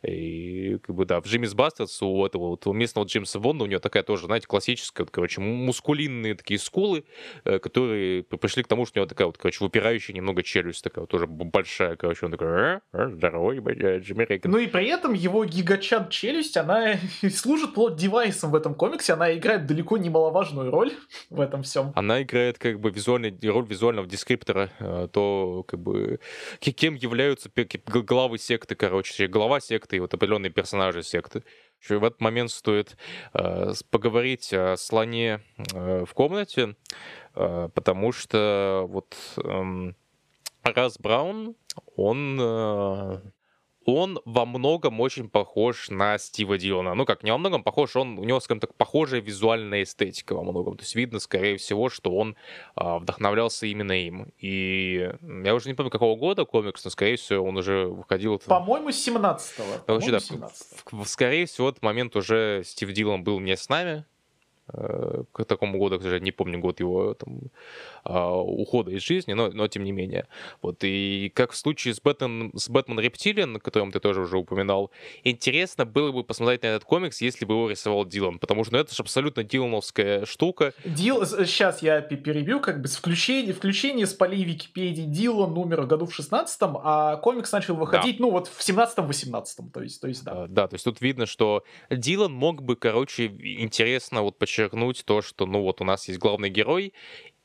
и, как бы, да, в Джиммис Бастердс у этого вот у местного Джеймса Бонда у него такая тоже, знаете, классическая, вот, короче, мускулинные такие скулы, которые пришли к тому, что у него такая вот, короче, выпирающая немного челюсть, такая вот тоже большая, короче, он такой, здоровый, Джимми Рейган. Ну и при этом его гигачат челюсть, она служит плот-девайсом в этом комиксе, она играет далеко немаловажную роль в этом всем. Она играет как бы визуальный, роль визуального дескриптора, то как бы кем являются главы секты, короче, глава секты и вот определенные персонажи секты. Еще в этот момент стоит э, поговорить о слоне э, в комнате, э, потому что вот э, Рас Браун, он... Э, он во многом очень похож на Стива Дилана. Ну как, не во многом похож, он, у него, скажем так, похожая визуальная эстетика во многом. То есть видно, скорее всего, что он а, вдохновлялся именно им. И я уже не помню, какого года комикс, но, скорее всего, он уже выходил... По-моему, с семнадцатого. Да, вообще, да, семнадцатого. Скорее всего, в этот момент уже Стив Дилан был не с нами. К такому году, к сожалению, не помню год его там, ухода из жизни, но, но тем не менее. Вот. И как в случае с Бэтмен, с Бэтмен Рептилиан, о котором ты тоже уже упоминал, интересно было бы посмотреть на этот комикс, если бы его рисовал Дилан, потому что ну, это же абсолютно дилановская штука. Дил... Сейчас я перебью, как бы с включением, включение с полей Википедии Дилан умер году в шестнадцатом, а комикс начал выходить, да. ну вот в семнадцатом-восемнадцатом, то есть, то есть да. А, да, то есть тут видно, что Дилан мог бы, короче, интересно вот подчеркнуть то, что, ну вот у нас есть главный герой,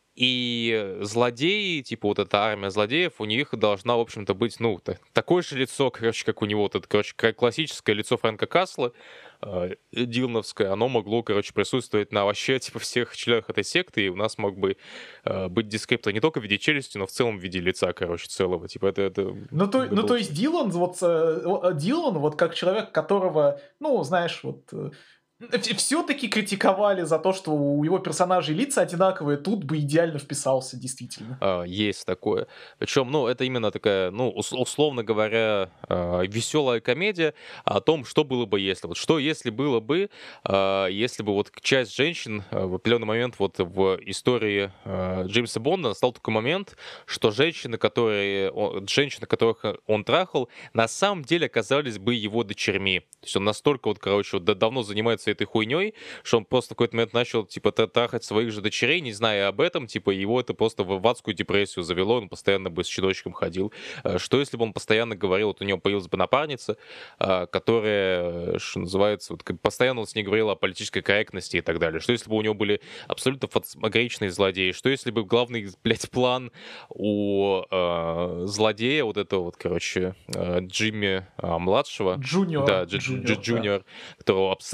и злодеи, типа вот эта армия злодеев, у них должна, в общем-то, быть, ну, такое же лицо, короче, как у него, вот это, короче, классическое лицо Фрэнка Касла, э, дилановское, оно могло, короче, присутствовать на вообще, типа, всех членах этой секты, и у нас мог бы э, быть дескриптор не только в виде челюсти, но в целом в виде лица, короче, целого, типа, это... это ну, то, ну, то есть Дилан, вот, э, Дилан, вот как человек, которого, ну, знаешь, вот... Э, все-таки критиковали за то, что у его персонажей лица одинаковые, тут бы идеально вписался, действительно. А, есть такое. Причем, ну, это именно такая, ну, условно говоря, веселая комедия о том, что было бы, если. Вот что, если было бы, если бы вот часть женщин в определенный момент вот в истории Джеймса Бонда настал такой момент, что женщины, которые, женщины, которых он трахал, на самом деле оказались бы его дочерьми. То есть он настолько вот, короче, вот давно занимается этой хуйней, что он просто в какой-то момент начал, типа, трахать своих же дочерей, не зная об этом, типа, его это просто в адскую депрессию завело, он постоянно бы с щеночком ходил. Что если бы он постоянно говорил, вот у него появилась бы напарница, которая, что называется, вот, постоянно он с ней говорил о политической корректности и так далее. Что если бы у него были абсолютно фантасмагоричные злодеи? Что если бы главный, блядь, план у э, злодея, вот этого вот, короче, э, Джимми э, младшего, Джуниор. да, Джуниор, да. Которого абсолютно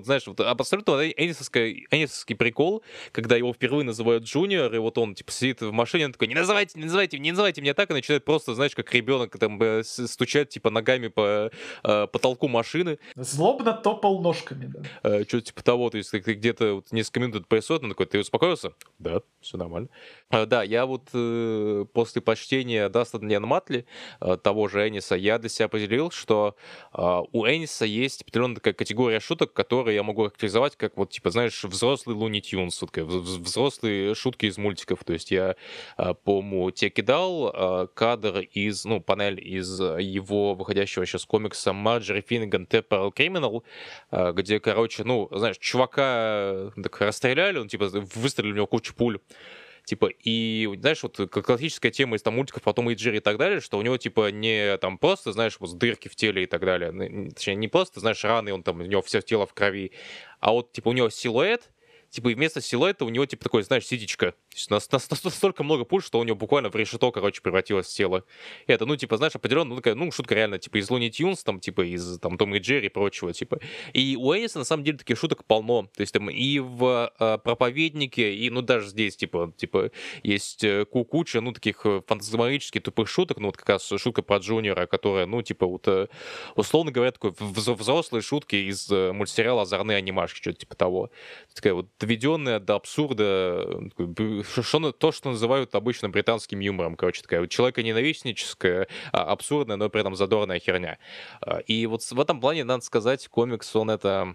вот, знаешь, вот абсолютно энисовский, энисовский прикол, когда его впервые называют Джуниор, и вот он, типа, сидит в машине, он такой, не называйте, не называйте, не называйте меня так, и начинает просто, знаешь, как ребенок там стучать, типа, ногами по э, потолку машины. Злобно топал ножками, да. Э, что-то типа того, то есть ты где-то вот несколько минут это происходит, он такой, ты успокоился? Да, все нормально. Э, да, я вот э, после почтения Дастона Лиан Матли, э, того же Эниса, я для себя определил, что э, у Эниса есть определенная такая категория шуток, которые я могу характеризовать как вот, типа, знаешь, взрослый Луни Тюнс, вот, взрослые шутки из мультиков. То есть я, э, по-моему, тебе кидал э, кадр из, ну, панель из его выходящего сейчас комикса Марджори Финниган Temporal Criminal, э, где, короче, ну, знаешь, чувака так расстреляли, он, типа, выстрелили в него кучу пуль. Типа, и, знаешь, вот классическая тема из там мультиков, потом и Джерри и так далее, что у него, типа, не там просто, знаешь, вот дырки в теле и так далее. Точнее, не просто, знаешь, раны, он там, у него все тело в крови, а вот, типа, у него силуэт, типа, и вместо силуэта у него, типа, такой, знаешь, ситечко. Настолько много пуль, что у него буквально в решето, короче, превратилось в тело. И это, ну, типа, знаешь, определенно, ну, такая, ну, шутка реально, типа, из Луни Тюнс, там, типа, из, там, Тома и Джерри и прочего, типа. И у Эниса, на самом деле, таких шуток полно. То есть, там, и в э, «Проповеднике», и, ну, даже здесь, типа, типа, есть э, куча, ну, таких фантазмагорически тупых шуток, ну, вот как раз шутка про Джуниора, которая, ну, типа, вот, э, условно говоря, такой взрослые шутки из э, мультсериала «Озорные анимашки», что-то типа того. Такая вот доведенная до абсурда, что, то, что называют обычно британским юмором, короче, такая вот человеконенавистническая, абсурдная, но при этом задорная херня. И вот в этом плане, надо сказать, комикс, он это...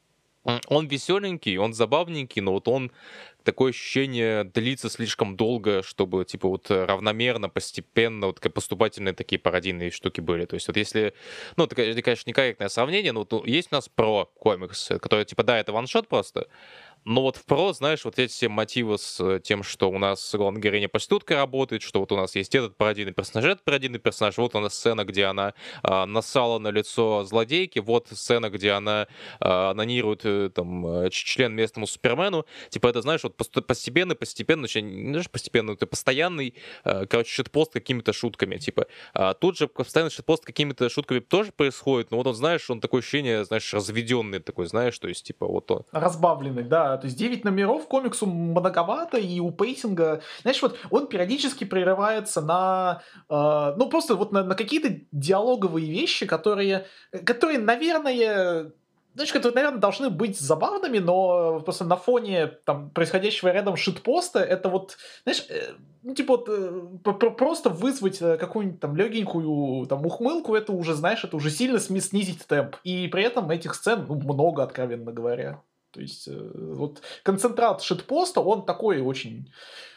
Он веселенький, он забавненький, но вот он, такое ощущение, длится слишком долго, чтобы, типа, вот равномерно, постепенно, вот как поступательные такие пародийные штуки были. То есть вот если... Ну, это, конечно, некорректное сравнение, но вот есть у нас про комикс, который, типа, да, это ваншот просто, но вот в про, знаешь, вот эти все мотивы с тем, что у нас главная героиня проститутка работает, что вот у нас есть этот пародийный персонаж, этот пародийный персонаж, вот у нас сцена, где она э, нассала на лицо злодейки, вот сцена, где она э, анонирует э, там член местному Супермену. Типа это, знаешь, вот постепенно, постепенно, не даже постепенно, это постоянный, э, короче, шитпост какими-то шутками. Типа э, тут же постоянный шитпост какими-то шутками тоже происходит, но вот он, знаешь, он такое ощущение, знаешь, разведенный такой, знаешь, то есть, типа, вот он. Разбавленный, да. То есть девять номеров комиксу многовато, и у пейсинга, знаешь, вот он периодически прерывается на, э, ну, просто вот на, на какие-то диалоговые вещи, которые, которые, наверное, знаешь, которые, наверное, должны быть забавными, но просто на фоне там происходящего рядом шитпоста это вот, знаешь, э, ну, типа вот э, просто вызвать какую-нибудь там легенькую там ухмылку, это уже, знаешь, это уже сильно снизить темп. И при этом этих сцен, ну, много, откровенно говоря. То есть э, вот концентрат шитпоста, он такой очень,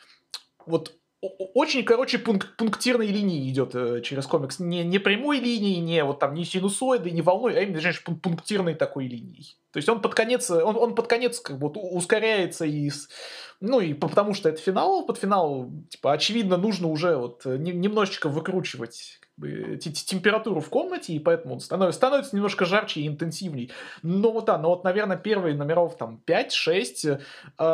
вот очень, короче, пункт, пунктирной линии идет э, через комикс. Не, не прямой линии, не вот там не синусоиды, не волной, а именно, знаешь, пунктирной такой линией. То есть он под конец, он, он под конец как бы вот ускоряется и, ну и потому что это финал, под финал, типа, очевидно, нужно уже вот немножечко выкручивать температуру в комнате, и поэтому он становится, становится немножко жарче и интенсивней. Но вот да, но вот, наверное, первые номеров там пять-шесть, э,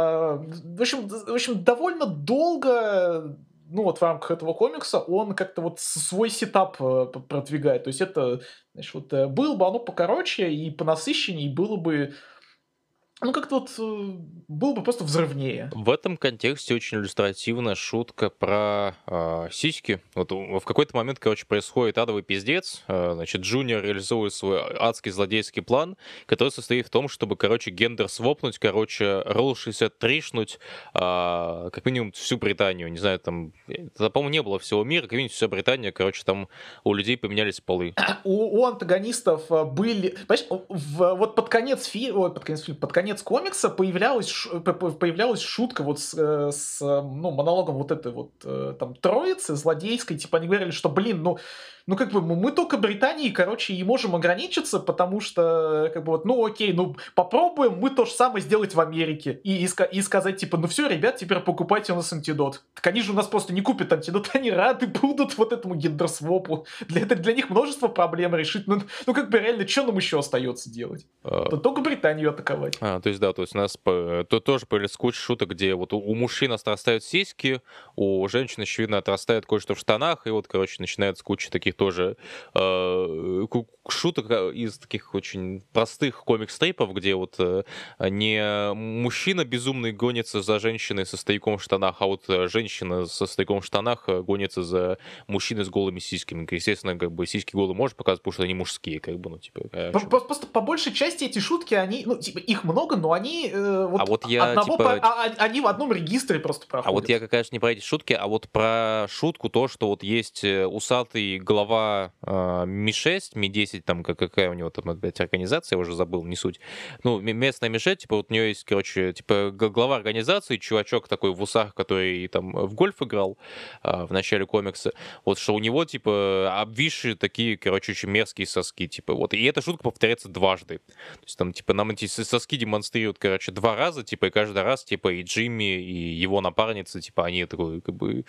в, общем, в общем, довольно долго, ну вот в рамках этого комикса он как-то вот свой сетап продвигает. То есть это, знаешь, вот было бы оно покороче и понасыщеннее, было бы, ну, как-то вот было бы просто взрывнее. В этом контексте очень иллюстративна шутка про э, сиськи. Вот в какой-то момент, короче, происходит адовый пиздец. Э, значит, Джуниор реализует свой адский злодейский план, который состоит в том, чтобы, короче, гендер свопнуть, короче, ролл шестьдесят тришнуть, э, как минимум всю Британию. Не знаю, там, это, по-моему, не было всего мира, как минимум вся Британия, короче, там у людей поменялись полы. У, у антагонистов были... Понимаешь, в, вот под конец фильма, под конец, под конец комикса появлялась, появлялась шутка вот с, с ну, монологом вот этой вот там троицы злодейской, типа они говорили, что, блин, ну, ну как бы мы только Британии, короче, и можем ограничиться, потому что, как бы вот, ну окей, ну попробуем мы то же самое сделать в Америке и, и, и сказать, типа, ну все, ребят, теперь покупайте у нас антидот. Так они же у нас просто не купят антидот, они рады будут вот этому гендерсвопу. Для, для них множество проблем решить, ну, ну как бы реально, что нам еще остается делать? А... Только Британию атаковать. А, то есть, да, то есть у нас по, то, тоже появились куча шуток, где вот у, у мужчин отрастают сиськи, у женщин, очевидно, отрастает кое-что в штанах, и вот, короче, начинается куча таких тоже э, шуток из таких очень простых комик-стрипов, где вот э, не мужчина безумный гонится за женщиной со стояком в штанах, а вот женщина со стояком в штанах гонится за мужчиной с голыми сиськами. Естественно, как бы сиськи голые можешь показывать, потому что они мужские, как бы, ну, типа... Просто по большей части эти шутки, они, ну, типа, их много, но они э, вот, а вот я, одного типа... по... а, они в одном регистре просто проходят. А вот я, конечно, не про эти шутки, а вот про шутку то, что вот есть усатый глава э, Ми шесть, Ми десять, там, какая у него там, опять, организация, я уже забыл, не суть. Ну, местная Ми шесть, типа, вот у нее есть, короче, типа, глава организации, чувачок такой в усах, который там в гольф играл э, в начале комикса, вот, что у него, типа, обвисшие такие, короче, очень мерзкие соски, типа, вот. И эта шутка повторяется дважды. То есть там, типа, нам эти соски демонстрируют, короче, два раза, типа, и каждый раз, типа, и Джимми, и его напарница, типа, они такой, как бы,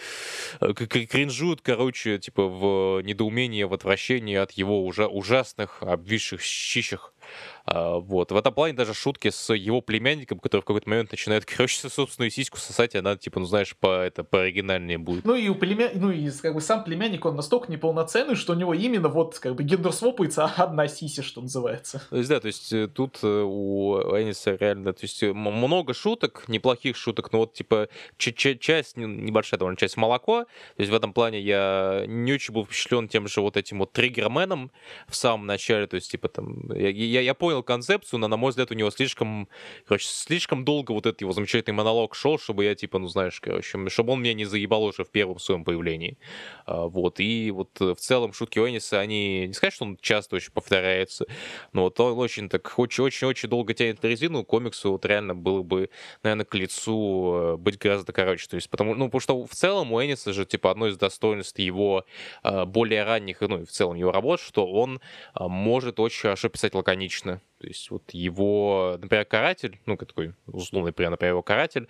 кринжуют, короче, типа, в недоумении, в отвращении от его уже ужасных обвисших щищах. Uh, вот. В этом плане даже шутки с его племянником, который в какой-то момент начинает, короче, собственную сиську сосать, и она, типа, ну, знаешь, по, это, пооригинальнее будет. Ну, и у племя... ну, и как бы сам племянник, он настолько неполноценный, что у него именно вот, как бы, гендерсвопается одна сиси, что называется. То есть, да, то есть тут у Эниса реально, то есть много шуток, неплохих шуток, но вот, типа, часть, небольшая довольно часть молоко, то есть в этом плане я не очень был впечатлен тем же вот этим вот триггерменом в самом начале, то есть, типа, там, я, я, я понял концепцию, но, на мой взгляд, у него слишком, короче, слишком долго вот этот его замечательный монолог шел, чтобы я, типа, ну, знаешь, короче, чтобы он меня не заебал уже в первом своем появлении. А, вот, и вот в целом шутки Эниса, они, не сказать, что он часто очень повторяется, но вот он очень так, очень-очень-очень долго тянет на резину, комиксу вот реально было бы, наверное, к лицу быть гораздо короче, то есть, потому, ну, потому что в целом у Эниса же, типа, одно из достоинств его а, более ранних, ну, и в целом его работ, что он а, может очень хорошо писать лаконично. То есть вот его, например, «Каратель», ну, такой условный пример, например, его «Каратель»,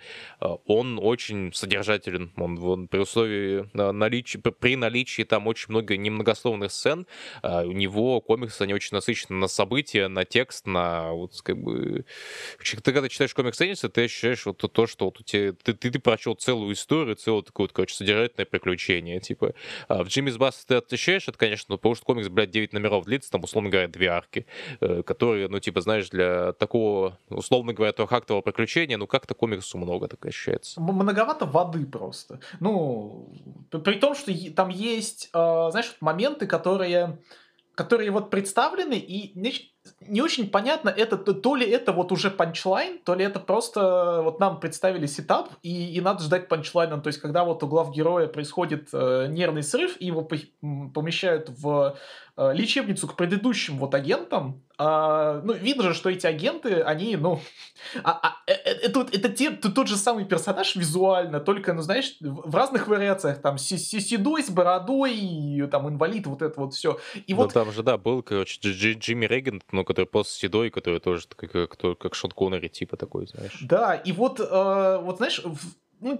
он очень содержателен. Он, он при условии наличия, при наличии там очень много немногословных сцен, у него комиксы, они очень насыщены на события, на текст, на вот как бы... Ты когда читаешь комикс Эниса, ты ощущаешь вот то, что вот у тебя... Ты, ты, ты прочел целую историю, целое такое вот, короче, содержательное приключение, типа. В «Джиммис Бас» ты отличаешь это, конечно, но потому что комикс, блядь, девять номеров длится, там, условно говоря, две арки, которые, ну, типа, знаешь, для такого, условно говоря, трехактового приключения, ну, как-то комиксу много, так ощущается. Многовато воды просто. Ну, при том, что там есть, э, знаешь, моменты, которые, которые вот представлены, и не, не очень понятно, это то ли это вот уже панчлайн, то ли это просто вот нам представили сетап, и, и надо ждать панчлайна. То есть, когда вот у главгероя происходит э, нервный срыв, и его помещают в э, лечебницу к предыдущим вот агентам, а, ну, видно же, что эти агенты, они, ну, а, а, это, это, те, это тот же самый персонаж визуально, только, ну, знаешь, в разных вариациях, там, седой, с бородой, и, там, инвалид, вот это вот все. И ну, вот... там же, да, был, короче, Джимми Регент, ну, который просто седой, который тоже как, как, как Шон Коннери, типа такой, знаешь. Да, и вот, э, вот знаешь, ну,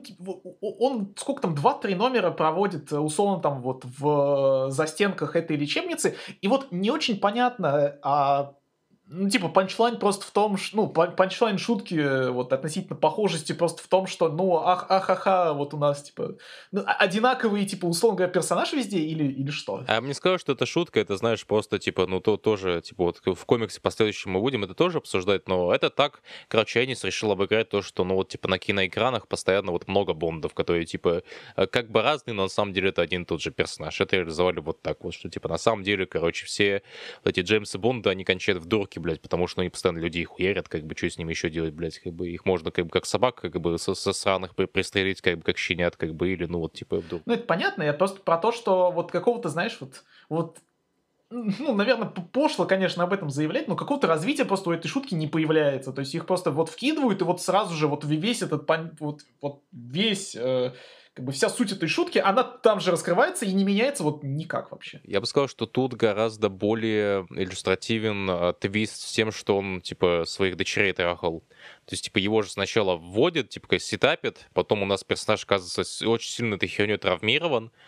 он сколько там, два-три номера проводит, условно, там, вот в застенках этой лечебницы, и вот не очень понятно, а, ну, типа, панчлайн просто в том, что, ну, панчлайн шутки, вот, относительно похожести просто в том, что, ну, ах, ахаха, вот у нас, типа, ну, одинаковые, типа, условно говоря, персонаж везде, или, или что? А я бы не сказал, что это шутка, это, знаешь, просто, типа, ну, то тоже, типа, вот в комиксе последующем мы будем это тоже обсуждать, но это так, короче, Энис решил обыграть то, что, ну, вот, типа, на киноэкранах постоянно вот много Бондов, которые, типа, как бы разные, но на самом деле это один и тот же персонаж. Это реализовали вот так вот, что, типа, на самом деле, короче, все вот эти Джеймсы Бонды, они кончают в дурке, блядь, потому что, ну, они постоянно людей хуярят, как бы, что с ними еще делать, блядь, как бы, их можно, как бы, как собак, как бы, со, со сраных пристрелить, как бы, как щенят, как бы, или, ну, вот, типа, в дурку. Ну, это понятно, я просто про то, что вот какого-то, знаешь, вот, вот ну, наверное, пошло, конечно, об этом заявлять, но какого-то развития просто у этой шутки не появляется. То есть их просто вот вкидывают, и вот сразу же вот весь этот, вот, вот весь, э, как бы вся суть этой шутки, она там же раскрывается и не меняется вот никак вообще. Я бы сказал, что тут гораздо более иллюстративен э, твист с тем, что он, типа, своих дочерей трахал. То есть, типа, его же сначала вводят, типа, сетапят, потом у нас персонаж, оказывается, очень сильно этой херней травмирован,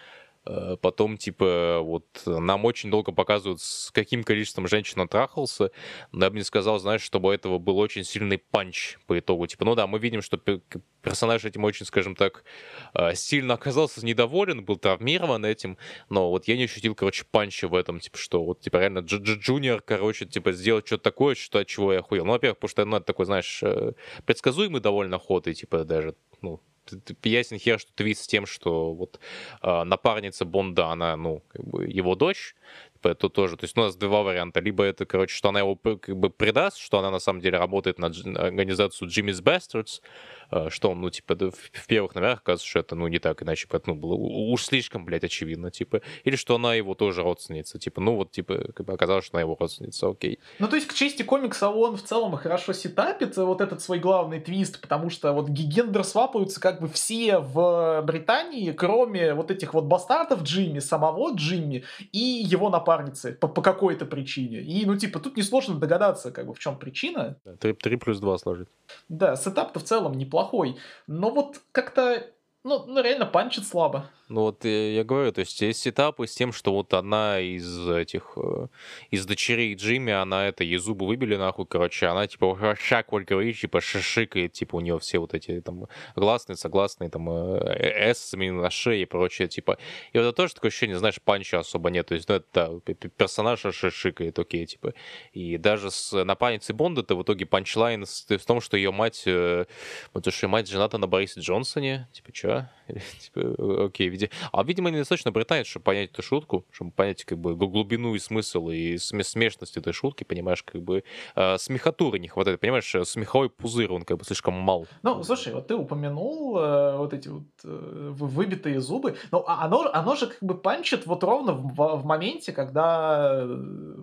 Э, Потом, типа, вот нам очень долго показывают, с каким количеством женщин он трахался. Но я бы не сказал, знаешь, чтобы у этого был очень сильный панч по итогу. Типа, ну да, мы видим, что пе- к- персонаж этим очень, скажем так, э, сильно оказался недоволен, был травмирован этим. Но вот я не ощутил, короче, панча в этом. Типа, что вот, типа, реально Дж- Дж- Джуниор, короче, типа, сделать что-то такое, что, от чего я охуел. Ну, во-первых, потому что, ну, это такой, знаешь, э, предсказуемый довольно ход, и, типа, даже, ну, т- т- ясен хер, что твист с тем, что вот а, напарница Бонда, она, ну, как бы его дочь, типа, это тоже, то есть у нас два варианта, либо это, короче, что она его п- как бы предаст, что она на самом деле работает на дж- организацию Jimmy's Bastards, а, что он, ну, типа, да, в, в первых номерах оказывается, что это, ну, не так, иначе бы это, ну, было у- уж слишком, блядь, очевидно, типа, или что она его тоже родственница, типа, ну, вот, типа, как бы оказалось, что она его родственница, окей. Ну, то есть, к чести комикса, он в целом хорошо сетапит э, вот этот свой главный твист, потому что вот ге- гендер свапаются как бы все в Британии, кроме вот этих вот бастардов Джимми, самого Джимми и его напарницы по, по какой-то причине. И, ну, типа, тут несложно догадаться, как бы, в чем причина. Да, Три, три плюс два сложить. Да, сетап-то в целом неплохой, но вот как-то, ну, ну реально панчит слабо. Ну вот э, я говорю, то есть есть сетапы с тем, что вот одна из этих, э, из дочерей Джимми, она это, ей зубы выбили нахуй, короче, она типа шаг вот говорит, типа шишикает, типа у нее все вот эти там гласные, согласные, там э, с на шее и прочее, типа. И вот это тоже такое ощущение, знаешь, панча особо нет, то есть, ну это да, п- п- персонаж шишикает, окей, типа. И даже с напарницей Бонда-то в итоге панчлайн с- в том, что ее мать, э, вот что ее мать жената на Борисе Джонсоне, типа, чё? Типа, э, окей, види- а, видимо, недостаточно британец, чтобы понять эту шутку, чтобы понять, как бы, гл- глубину и смысл и сме- смешность этой шутки, понимаешь, как бы, э, смехатуры не хватает, понимаешь, э, смеховой пузырь, он, как бы, слишком мал. Ну, слушай, вот ты упомянул э, вот эти вот э, вы- выбитые зубы. Ну, а оно, оно же как бы панчит вот ровно в, в- в моменте, когда э,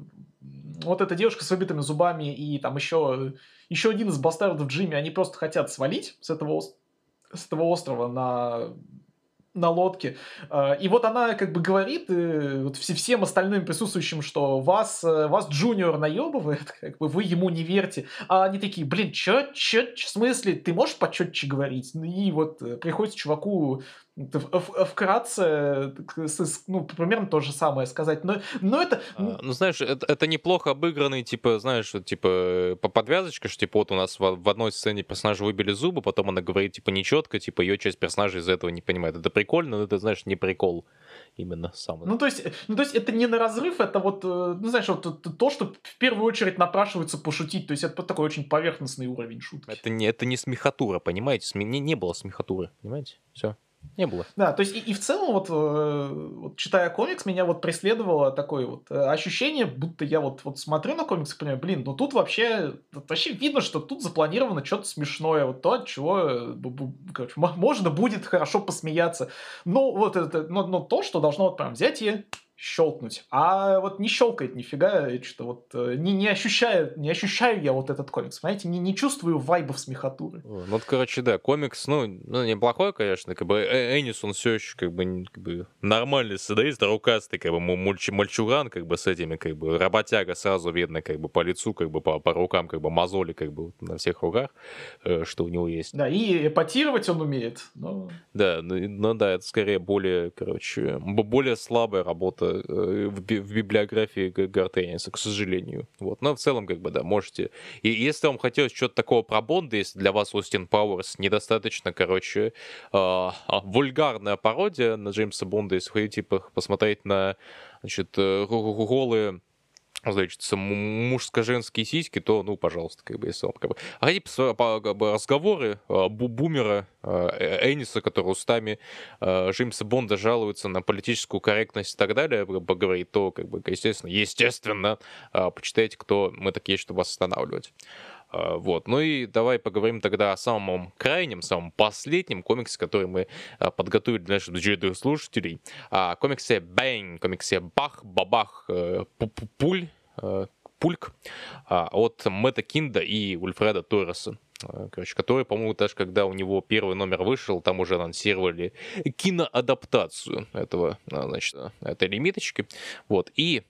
вот эта девушка с выбитыми зубами и там еще, еще один из бастардов Джимми, они просто хотят свалить с этого, ос- с этого острова на на лодке. А, И вот она как бы говорит э, вот все- всем остальным присутствующим, что вас, э, вас Джуниор наебывает, как бы вы ему не верьте. А они такие, блин, чё, чё, чё, в смысле, ты можешь почетче говорить? Ну и вот э, приходится чуваку т- в- в- вкратце, так, с- с- ну, примерно то же самое сказать. Но, но это, А, ну, знаешь, это, это неплохо обыгранный, типа, знаешь, вот, типа, э, по подвязочке, что, типа, вот у нас в, в одной сцене персонажу выбили зубы, потом она говорит, типа, нечетко, типа, ее часть персонажа из-за этого не понимает. Это прикольно, но это, знаешь, не прикол именно сам. ну, то есть, э, ну, то есть это не на разрыв, это вот, э, ну, знаешь, вот т- то, что в первую очередь напрашивается пошутить. То есть это такой очень поверхностный уровень шутки. Это не, это не смехатура, понимаете? Сме- Не, не было смехатуры, понимаете? Все, не было. Да, то есть и, и в целом вот, э, вот читая комикс, меня вот преследовало такое вот э, ощущение, будто я вот, вот смотрю на комикс и понимаю, блин, ну тут вообще, тут вообще видно, что тут запланировано что-то смешное, вот то, от чего э, бу- бу- короче, мо- можно будет хорошо посмеяться. Но вот это, но, но то, что должно вот прям взять и щелкнуть. А вот не щелкает нифига, что-то вот э, не, не ощущаю, не ощущаю я вот этот комикс, понимаете, не, не чувствую вайбов смехатуры. О, Ну, вот, короче, да, комикс, ну, ну, неплохой, конечно, как бы Э- Энис, он все еще, как бы, н- как бы нормальный сценарист, рукастый, как бы, му- мульч- мальчуган, как бы, с этими, как бы, работяга сразу видно, как бы, по лицу, как бы, по, по рукам, как бы, мозоли, как бы, вот на всех руках, э, что у него есть. Да, и эпатировать он умеет, но... Да, ну, и- ну да, это скорее более, короче, б- более слабая работа э, в, би- в библиографии Г- Гартениса, к сожалению. Вот, но в целом, как бы, да, можете. И если вам хотелось что-то такого про Бонда, если для вас Остин Пауэрс недостаточно, короче, а, а, вульгарная пародия на Джеймса Бонда, если хотите по- посмотреть на, значит, э, г- г- голые, значит, м- мужско-женские сиськи, то, ну, пожалуйста, как бы, если вам, как бы... А хотите пос- по- как бы, разговоры а, бу- бумера а, Э- Эниса, который устами а, Джеймса Бонда жалуется на политическую корректность и так далее, как бы, говорит, то, как бы, естественно, естественно, а, почитайте, кто мы такие, чтобы вас останавливать. А, Вот. Ну и давай поговорим тогда о самом крайнем, самом последнем комиксе, который мы а, подготовили для наших друзей слушателей. О комиксе Bang, комиксе Бах, Бабах, э, Пу- Пуль, э, Пульк а, от Мэтта Кинда и Ульфреда Торреса. Э, Короче, который, по-моему, даже когда у него первый номер вышел, там уже анонсировали киноадаптацию этого, а, значит, этой лимиточки. Вот. И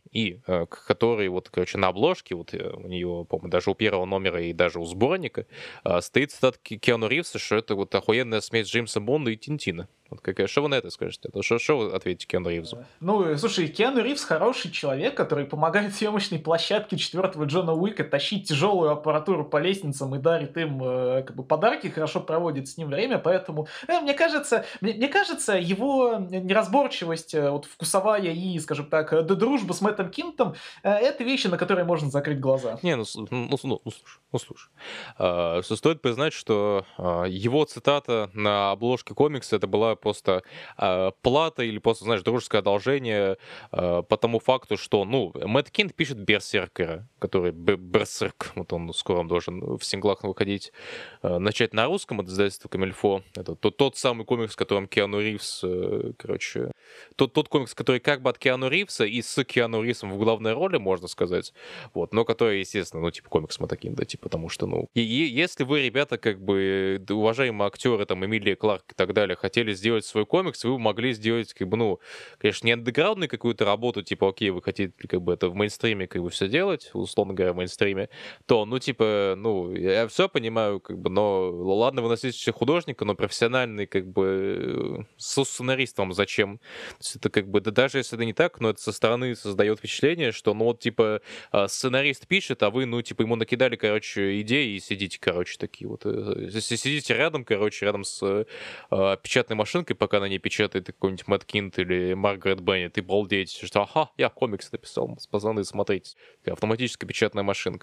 и э, к- который вот, короче, на обложке, вот э, у нее, по-моему, даже у первого номера и даже у сборника э, стоит цитат Ки- Киану Ривза, что это вот охуенная смесь Джеймса Бонда и Тинтина. Вот какая, что вы на это скажете? Это что, что вы ответите Киану Ривзу? Ну, слушай, Киану Ривз хороший человек, который помогает съемочной площадке четвертого Джона Уика тащить тяжелую аппаратуру по лестницам и дарит им э, как бы подарки, хорошо проводит с ним время, поэтому э, мне кажется, мне, мне кажется, его неразборчивость, э, вот вкусовая и, скажем так, э, дружба с Мэттом Кинтом, э, это вещи, на которые можно закрыть глаза. Не, ну, с- ну, ну, ну, ну, слушай, ну, слушай. А, с- стоит признать, что а, его цитата на обложке комикса это была просто а, плата или просто, знаешь, дружеское одолжение а, по тому факту, что, ну, Мэтт Кинт пишет Берсеркера, который Б- Берсерк, вот он скоро должен в синглах выходить, а, начать на русском от издательства Камильфо. Это тот, тот самый комикс, в котором Киану Ривз, э, короче, тот, тот комикс, который как бы от Киану Ривза и с Киану Ривзом в главной роли, можно сказать, вот, но который, естественно, ну, типа, комикс мы таким, да, типа, потому что, ну, и, и если вы, ребята, как бы, да, уважаемые актеры, там, Эмилия Кларк и так далее, хотели сделать свой комикс, вы могли сделать, как бы, ну, конечно, не андеграундную какую-то работу, типа, окей, вы хотите, как бы, это в мейнстриме, как бы, все делать, условно говоря, в мейнстриме, то, ну, типа, ну, я все понимаю, как бы, но, ладно, вы носите художника, но профессиональный, как бы, со сценаристом зачем? То есть это, как бы, да даже если это не так, но это со стороны создает впечатление, что, ну, вот, типа, а, сценарист пишет, а вы, ну, типа, ему накидали, короче, идеи и сидите, короче, такие вот. э, Если сидите рядом, короче, рядом с э, а, печатной машинкой, пока на ней печатает какой-нибудь Мэтт Кинт или Маргарет Беннет, и балдеете, что, ага, я комикс написал, пацаны, смотрите. Такая автоматическая печатная машинка.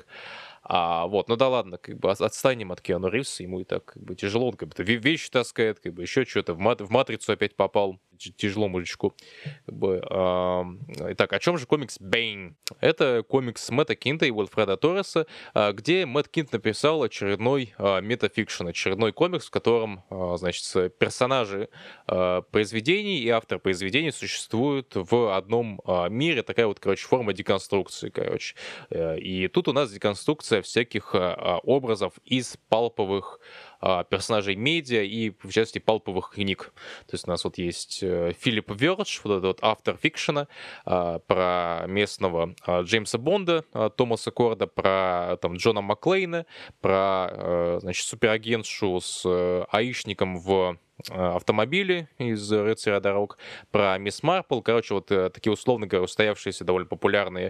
А, вот, ну да ладно, как бы от- отстанем от Киану Ривза, ему и так как бы тяжело, он как бы ве- вещи таскает, как бы еще что-то, в, мат- в Матрицу опять попал, Т- тяжело мужичку. Как бы, ам, итак, о чем же комикс Бэйн? Это комикс Мэтта Кинта и Уилфреда Торреса, а, где Мэтт Кинт написал очередной а, метафикшн, очередной комикс, в котором, а, значит, с- персонажи а, произведений и автор произведений существуют в одном а, мире. Такая вот, короче, форма деконструкции, короче. Э, И тут у нас деконструкция всяких а, а, образов из палповых а, персонажей медиа и, в частности, палповых книг. То есть у нас вот есть э, Филипп Вердж, вот этот вот автор фикшена, а, про местного а, Джеймса Бонда, а, Томаса Корда, про там Джона Маклейна, про, э, значит, суперагентшу с э, аишником в э, автомобиле из «Рыцаря дорог», про Мисс Марпл, короче, вот э, такие, условно говоря, устоявшиеся довольно популярные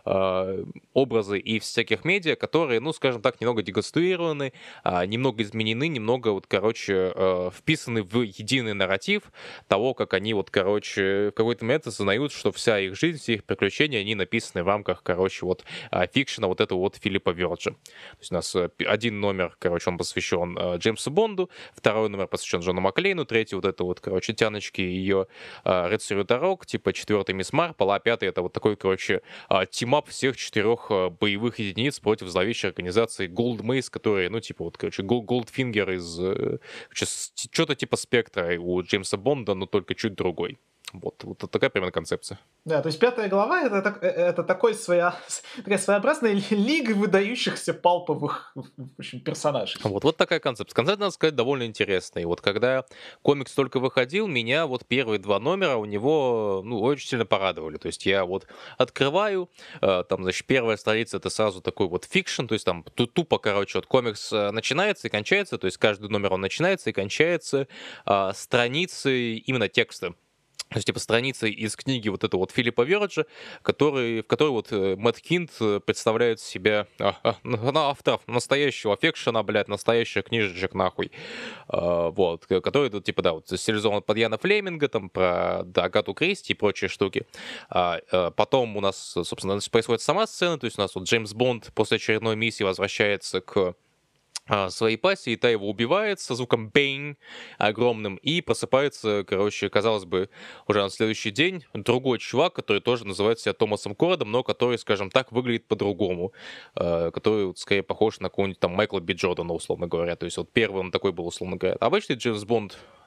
э, образы из всяких медиа, которые, ну, скажем так, немного деконструированы, а, немного изменены, немного, вот, короче, э, вписаны в единый нарратив того, как они, вот, короче, в какой-то момент осознают, что вся их жизнь, все их приключения, они написаны в рамках, короче, вот, а, фикшена вот этого вот Филиппа Верджа. То есть у нас э, пи- один номер, короче, он посвящен э, Джеймсу Бонду, второй номер посвящен Джону Маклейну, третий вот это вот, короче, тяночки ее э, рыцарю дорог, типа четвертый Мисс Марпл, а пятый это вот такой, короче, а, тимап всех четырех а, боевых единиц против зловещей организации Gold Maze, которые, ну, типа, вот, короче, Гол- Goldfinger из... э, что-то типа спектра у Джеймса Бонда, но только чуть другой. Вот, вот такая примерно концепция. Да, то есть пятая глава это, так- э, это такой своя, такая своеобразная лига выдающихся палповых в общем, персонажей. Вот, вот такая концепция. Концепция, надо сказать, довольно интересная. И вот когда комикс только выходил, меня вот первые два номера у него, ну, очень сильно порадовали. То есть я вот открываю, э, там, значит, первая страница — это сразу такой вот фикшн, то есть там ту- тупо, короче, вот комикс э, начинается и кончается, то есть каждый номер он начинается и кончается э, страницей именно текста. То есть, типа, страница из книги вот этого вот Филиппа Верджа, который, в которой вот э, Мэтт Кинт э, представляет себя а, а, на авторов настоящего фекшена, блядь, настоящих книжечек, нахуй. А, вот, к- который тут, типа, да, вот стилизован под Яна Флеминга, там, про да, Агату Кристи и прочие штуки. А, а, потом у нас, собственно, происходит сама сцена, то есть у нас вот Джеймс Бонд после очередной миссии возвращается к а, своей пассии, и та его убивает со звуком бейн огромным, и просыпается, короче, казалось бы, уже на следующий день другой чувак, который тоже называет себя Томасом Кордом, но который, скажем так, выглядит по-другому, э, который вот, скорее похож на какого-нибудь там Майкла Би Джордана, условно говоря. То есть вот первый он такой был, условно говоря, обычный Джеймс Бонд,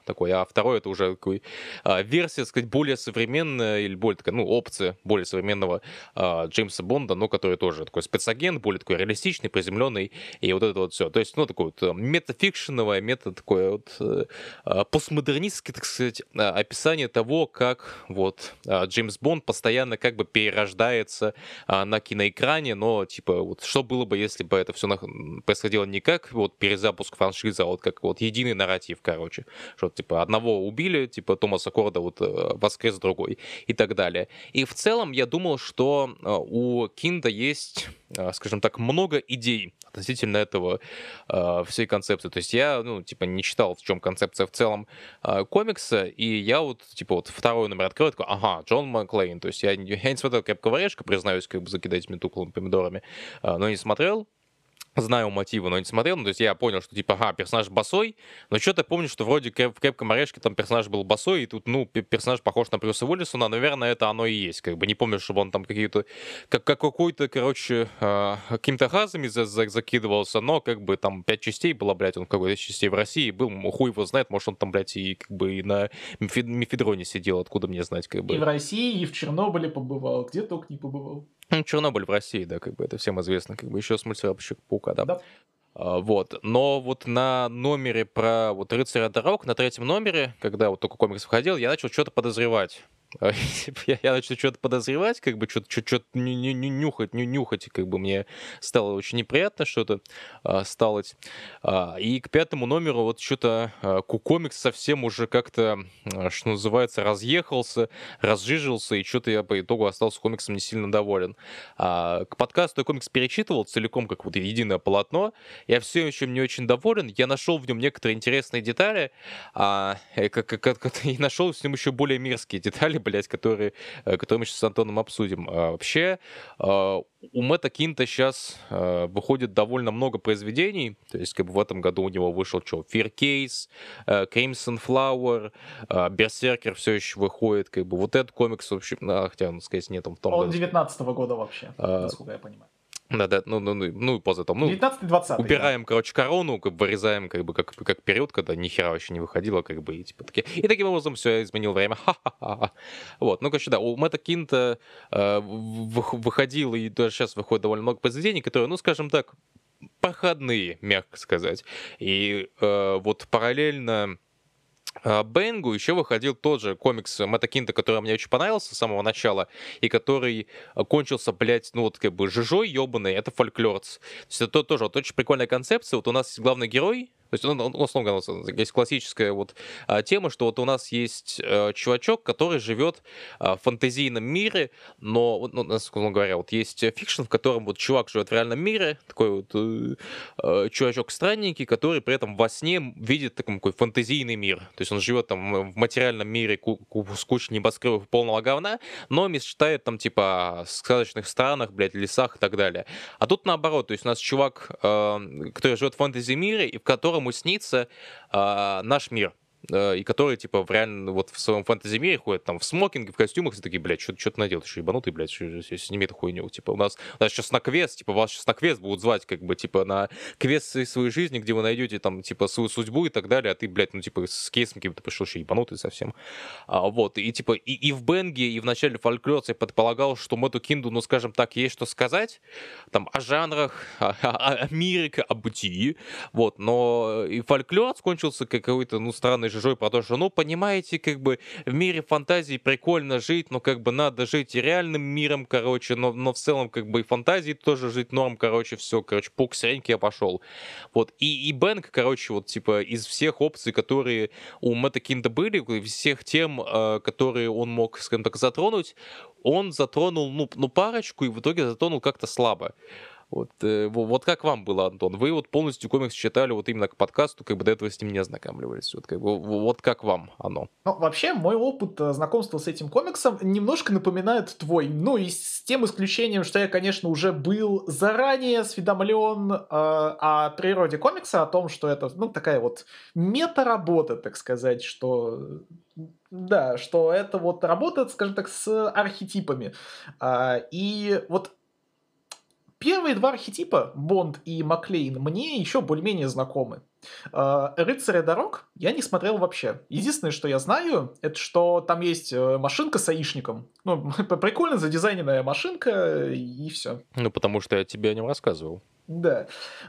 такой, а второй это уже такой а, версия, так сказать, более современная, или более такая, ну, опция более современного а, Джеймса Бонда, но который тоже такой спецагент, более такой реалистичный, приземленный, и вот это вот все. То есть, ну, такое вот метафикшеновое, мета такое вот э, а, постмодернистское, так сказать, а, описание того, как вот а, Джеймс Бонд постоянно как бы перерождается а, на киноэкране, но, типа, вот что было бы, если бы это все происходило не как вот перезапуск франшизы, а вот как вот единый нарратив, короче, что, типа, одного убили, типа, Томаса Корда вот э, воскрес другой и так далее. И в целом я думал, что э, у Кинда есть, э, скажем так, много идей относительно этого э, всей концепции. То есть я, ну, типа, не читал, в чем концепция в целом э, комикса, и я вот, типа, вот второй номер открыл, такой, ага, Джон Маклейн. То есть я, я не смотрел «Крепкого орешка», признаюсь, как бы закидать мне тухлыми помидорами, э, но не смотрел. Знаю мотивы, но не смотрел. Ну, то есть я понял, что типа, ага, персонаж босой, но что-то помню, что вроде в «Крепком орешке» там персонаж был босой, и тут, ну, персонаж похож на Брюса Уиллисона, наверное, это оно и есть. Как бы не помню, чтобы он там какие-то, как, как какой-то, короче, э, какими-то газами за, за, закидывался, но как бы там пять частей было, блядь, он в какой-то частей в России был, хуй его знает, может он там, блядь, и как бы и на мифи- мифедроне сидел, откуда мне знать, как бы. И в России, и в Чернобыле побывал, где только не побывал. Ну, Чернобыль в России, да, как бы это всем известно, как бы еще с мультсериала «Паука», да. Да. А, Вот. Но вот на номере про вот «Рыцаря дорог», на третьем номере, когда вот только комикс выходил, я начал что-то подозревать. А, типа, Я, я начал что-то подозревать, как бы что-то что-то нюхать, ню- нюхать, как бы мне стало очень неприятно что-то а, стало. А, И к пятому номеру вот что-то а, ку- комикс совсем уже как-то, а, что называется, разъехался, разжижился, и что-то я по итогу остался комиксом не сильно доволен. А, К подкасту я комикс перечитывал целиком, как вот единое полотно. Я все еще не очень доволен. Я нашел в нем некоторые интересные детали, а, э, как, как- как- и нашел в нем еще более мерзкие детали, блядь, которые, э, которые мы сейчас с Антоном обсудим. А, вообще, а, у Мэтта Кинта сейчас выходит довольно много произведений. То есть, как бы в этом году у него вышел что? Fear Case, э, Crimson Flower, э, Берсеркер все еще выходит. Как бы вот этот комикс, в общем, а, хотя, ну, сказать, нет, он в том Он году. девятнадцатого года вообще, А, насколько я понимаю. Да, да, ну, ну, ну, ну и поза там, ну, девятнадцатый-двадцатый, да. убираем, короче, корону, как бы вырезаем, как бы, как, как период, когда ни хера вообще не выходило, как бы, и типа такие. И таким образом все изменил время. Ха-ха-ха. Вот, ну, короче, да, у Мэтта Кинта э, вы- выходило, и даже сейчас выходит довольно много произведений, которые, ну, скажем так, проходные, мягко сказать. И э, вот параллельно а, Бэнгу еще выходил тот же комикс Мэтта Кинта, который мне очень понравился с самого начала, и который а, кончился, блядь, ну вот как бы жижой ебаный, это Фольклорц. То есть это то- тоже вот очень прикольная концепция. Вот у нас есть главный герой, то есть, он, он, условно говоря, есть классическая вот а, тема, что вот у нас есть э, чувачок, который живет а, в фантазийном мире, но, вот, ну, условно говоря, вот есть фикшн, в котором вот чувак живет в реальном мире, такой вот э, э, чувачок странненький, который при этом во сне видит такой, такой фантазийный мир. То есть он живет там в материальном мире ку- ку- с кучей небоскребов полного говна, но мечтает там типа о сказочных странах, блядь, лесах и так далее. А тут наоборот, то есть у нас чувак, э, который живет в фэнтези-мире, и в которому снится э, наш мир. э, И который, типа, в реально, вот в своем фэнтези-мире ходит там в смокинге, в костюмах, все такие, блядь, что ты наделал, ты что, ебанутый, блядь, что- что- сними эту хуйню. Типа, у нас, у нас сейчас на квест, типа, вас сейчас на квест будут звать, как бы, типа, на квест из своей жизни, где вы найдете, там, типа, свою судьбу и так далее, а ты, блядь, ну, типа, с кейсом каким-то пришел, что ебанутый совсем. А, вот, и, типа, и, и в Бенге, и в начале Фольклорца я предполагал, что Мэтту Кинду, ну, скажем так, есть что сказать, там, о жанрах, о, о, о мире, о бытии, вот, но и Фольклор кончился какой-то, ну, странной жижой про то, что, ну, понимаете, как бы в мире фантазии прикольно жить, но как бы надо жить и реальным миром, короче, но, но в целом как бы и фантазии тоже жить норм, короче, все, короче, пук средненький, я пошел. Вот, и, и Бэнк, короче, вот, типа, из всех опций, которые у Мэтта Кинда были, из всех тем, э, которые он мог, скажем так, затронуть, он затронул, ну, ну, парочку, и в итоге затронул как-то слабо. Вот, э, во- вот как вам было, Антон? Вы вот полностью комикс читали вот именно к подкасту, как бы до этого с ним не ознакомливались. Вот, как бы, в- вот как вам оно? Ну, вообще, мой опыт э, знакомства с этим комиксом немножко напоминает твой. Ну, и с тем исключением, что я, конечно, уже был заранее осведомлен э, о природе комикса, о том, что это, ну, такая вот мета-работа, так сказать, что... э, Да, что это вот работает, скажем так, с архетипами. А, и вот первые два архетипа, Бонд и Маклейн, мне еще более-менее знакомы. А, «Рыцаря дорог» я не смотрел вообще. Единственное, что я знаю, это что там есть э, машинка с аишником. Ну, прикольно задизайненная машинка, и все. Ну, потому что я тебе о нем рассказывал. Да.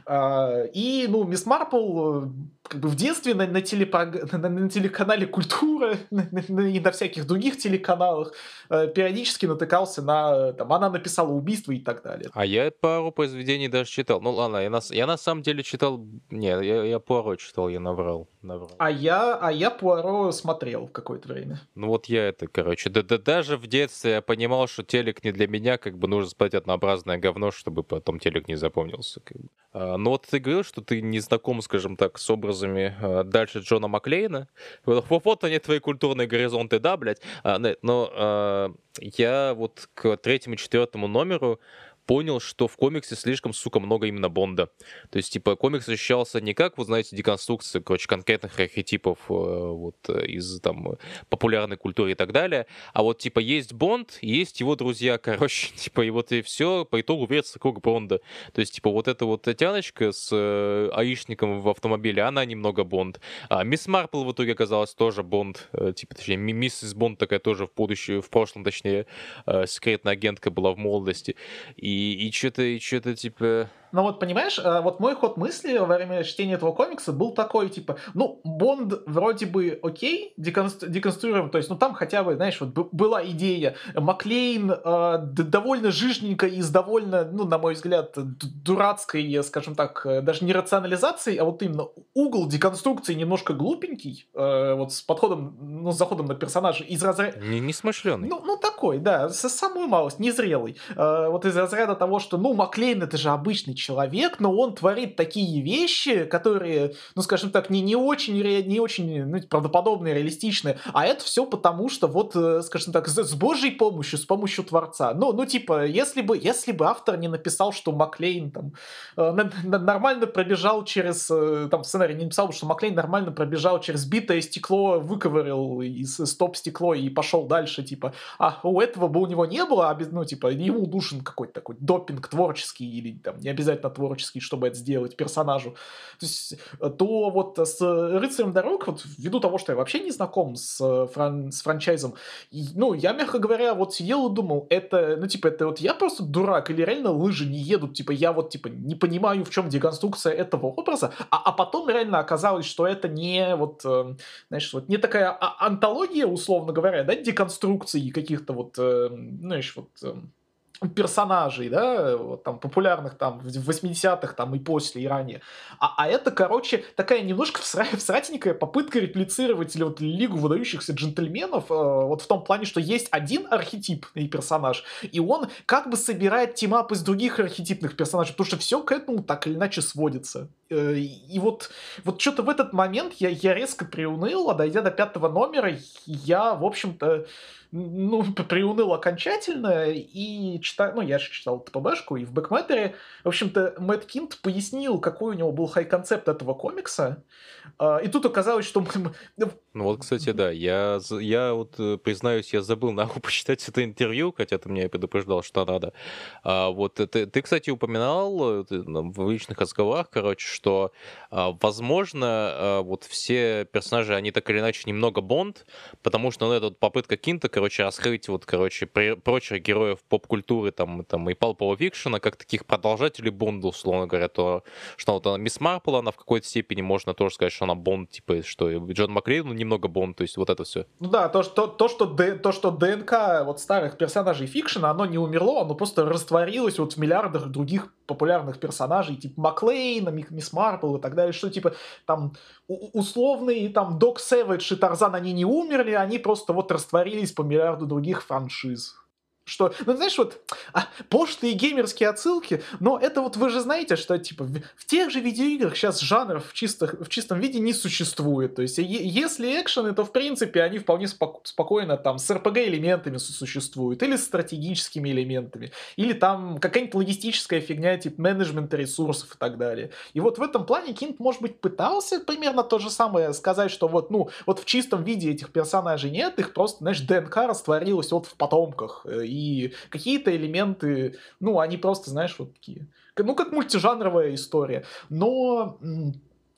А, и, ну, Мисс Марпл, э, как бы в детстве на, на, телепрог- на- на телеканале «Культура» на- на- на- и на всяких других телеканалах э, периодически натыкался на, э, там, она написала убийство и так далее. А я пару произведений даже читал. Ну ладно, я на, с- я на самом деле читал... Нет, я, я Пуаро читал, я наврал. наврал. А я, а я Пуаро смотрел какое-то время. Ну вот я это, короче, да, да даже в детстве я понимал, что телек не для меня, как бы нужно смотреть однообразное говно, чтобы потом телек не запомнился. Как бы. А, но вот ты говорил, что ты не знаком, скажем так, с образами а, дальше Джона Маклейна. Вот, вот вот они, твои культурные горизонты, да, блядь? А, нет, но а, я вот к третьему, четвертому номеру понял, что в комиксе слишком, сука, много именно Бонда. То есть, типа, комикс ощущался не как, вы знаете, деконструкция, короче, конкретных архетипов э, вот э, из, там, популярной культуры и так далее, а вот, типа, есть Бонд, есть его друзья, короче, типа, и вот и все по итогу вертится круг Бонда. То есть, типа, вот эта вот тяночка с э, аишником в автомобиле, она немного Бонд. А Мисс Марпл в итоге оказалась тоже Бонд, э, типа, точнее, ми- миссис Бонд такая тоже в будущем, в прошлом, точнее, э, секретная агентка была в молодости. И и, и что-то, и что-то, типа... Но вот, понимаешь, э, вот мой ход мысли во время чтения этого комикса был такой, типа, ну, Бонд вроде бы окей, деконстru- деконструируем, то есть, ну, там хотя бы, знаешь, вот б- была идея, Маклейн э, д- довольно жижненько и с довольно, ну, на мой взгляд, д- дурацкой, э, скажем так, э, даже не рационализацией, а вот именно угол деконструкции немножко глупенький, э, вот с подходом, ну, с заходом на персонажа из разряда... Не, не смышленый. Ну, ну, такой, да, с самую малость, незрелый. Э, вот из разряда того, что, ну, Маклейн это же обычный человек, но он творит такие вещи, которые, ну, скажем так, не, не очень, ре- не очень ну, правдоподобные, реалистичные, а это все потому, что вот, э, скажем так, с, с Божьей помощью, с помощью Творца. Ну, ну, типа, если бы, если бы автор не написал, что Маклейн там э, на- на- нормально пробежал через, э, там, в сценарии не написал, что Маклейн нормально пробежал через битое стекло, выковырял из стоп-стекло и пошел дальше, типа, а у этого бы у него не было, а без, ну, типа, ему нужен какой-то такой допинг творческий или там не обязательно творческий, чтобы это сделать персонажу. То есть, э, то вот с «Рыцарем дорог», вот ввиду того, что я вообще не знаком с, э, фран- с франчайзом, и, ну, я, мягко говоря, вот сидел и думал, это, ну, типа, это вот я просто дурак или реально лыжи не едут, типа, я вот, типа, не понимаю, в чем деконструкция этого образа, а, а потом реально оказалось, что это не вот, э, знаешь, вот не такая а- антология, условно говоря, да, деконструкции каких-то вот, э, знаешь, вот э, персонажей, да, вот там популярных там в восьмидесятых там и после, и ранее. А, а это, короче, такая немножко всра- всратенькая попытка реплицировать или вот Лигу выдающихся джентльменов э, вот в том плане, что есть один архетипный персонаж, и он как бы собирает тимап из других архетипных персонажей, потому что все к этому так или иначе сводится. Э, и и вот, вот что-то в этот момент я, я резко приуныл, а дойдя до пятого номера, я, в общем-то, ну, приуныл окончательно, и читаю, ну, я же читал ТПБшку, и в бэкмэтере, в общем-то, Мэтт Кинт пояснил, какой у него был хай-концепт этого комикса, а, и тут оказалось, что... мы- мы- Ну вот, кстати, да, я, за- я вот э, признаюсь, я забыл нахуй почитать это интервью, хотя ты меня предупреждал, что надо. А, вот э, ты, ты, кстати, упоминал э, ты, ну, в личных разговорах, короче, что, а, возможно, а, вот все персонажи, они так или иначе немного Бонд, потому что, ну, это вот попытка Кинта, короче, раскрыть вот, короче, при- прочих героев поп-культуры, там, там, и палпового фикшена, как таких продолжателей Бонда, условно говоря, то, что вот она, Мисс Марпл, она в какой-то степени, можно тоже сказать, что она Бонд, типа, что и Джон Маклейн, ну, немного Бонд, то есть вот это все. Ну да, то, что, то, что, Д- то, что ДНК вот старых персонажей фикшена, оно не умерло, оно просто растворилось вот в миллиардах других популярных персонажей, типа Маклейна, Ми- Мисс Марпл и так далее, что типа там у- условные там Док Сэвидж и Тарзан, они не умерли, они просто вот растворились по миллиарду других франшиз. Что, ну знаешь, вот а, пошлые геймерские отсылки, но это вот вы же знаете, что типа в, в тех же видеоиграх сейчас жанров в, чистых, в чистом виде не существует. То есть е- если экшены, то в принципе они вполне спок- спокойно там с эр пи джи-элементами существуют, или с стратегическими элементами, или там какая-нибудь логистическая фигня типа менеджмента ресурсов и так далее. И вот в этом плане Кинт, может быть, пытался примерно то же самое сказать, что вот, ну, вот в чистом виде этих персонажей нет, их просто, знаешь, ДНК растворилась вот в потомках, и какие-то элементы, ну, они просто, знаешь, вот такие, ну, как мультижанровая история. Но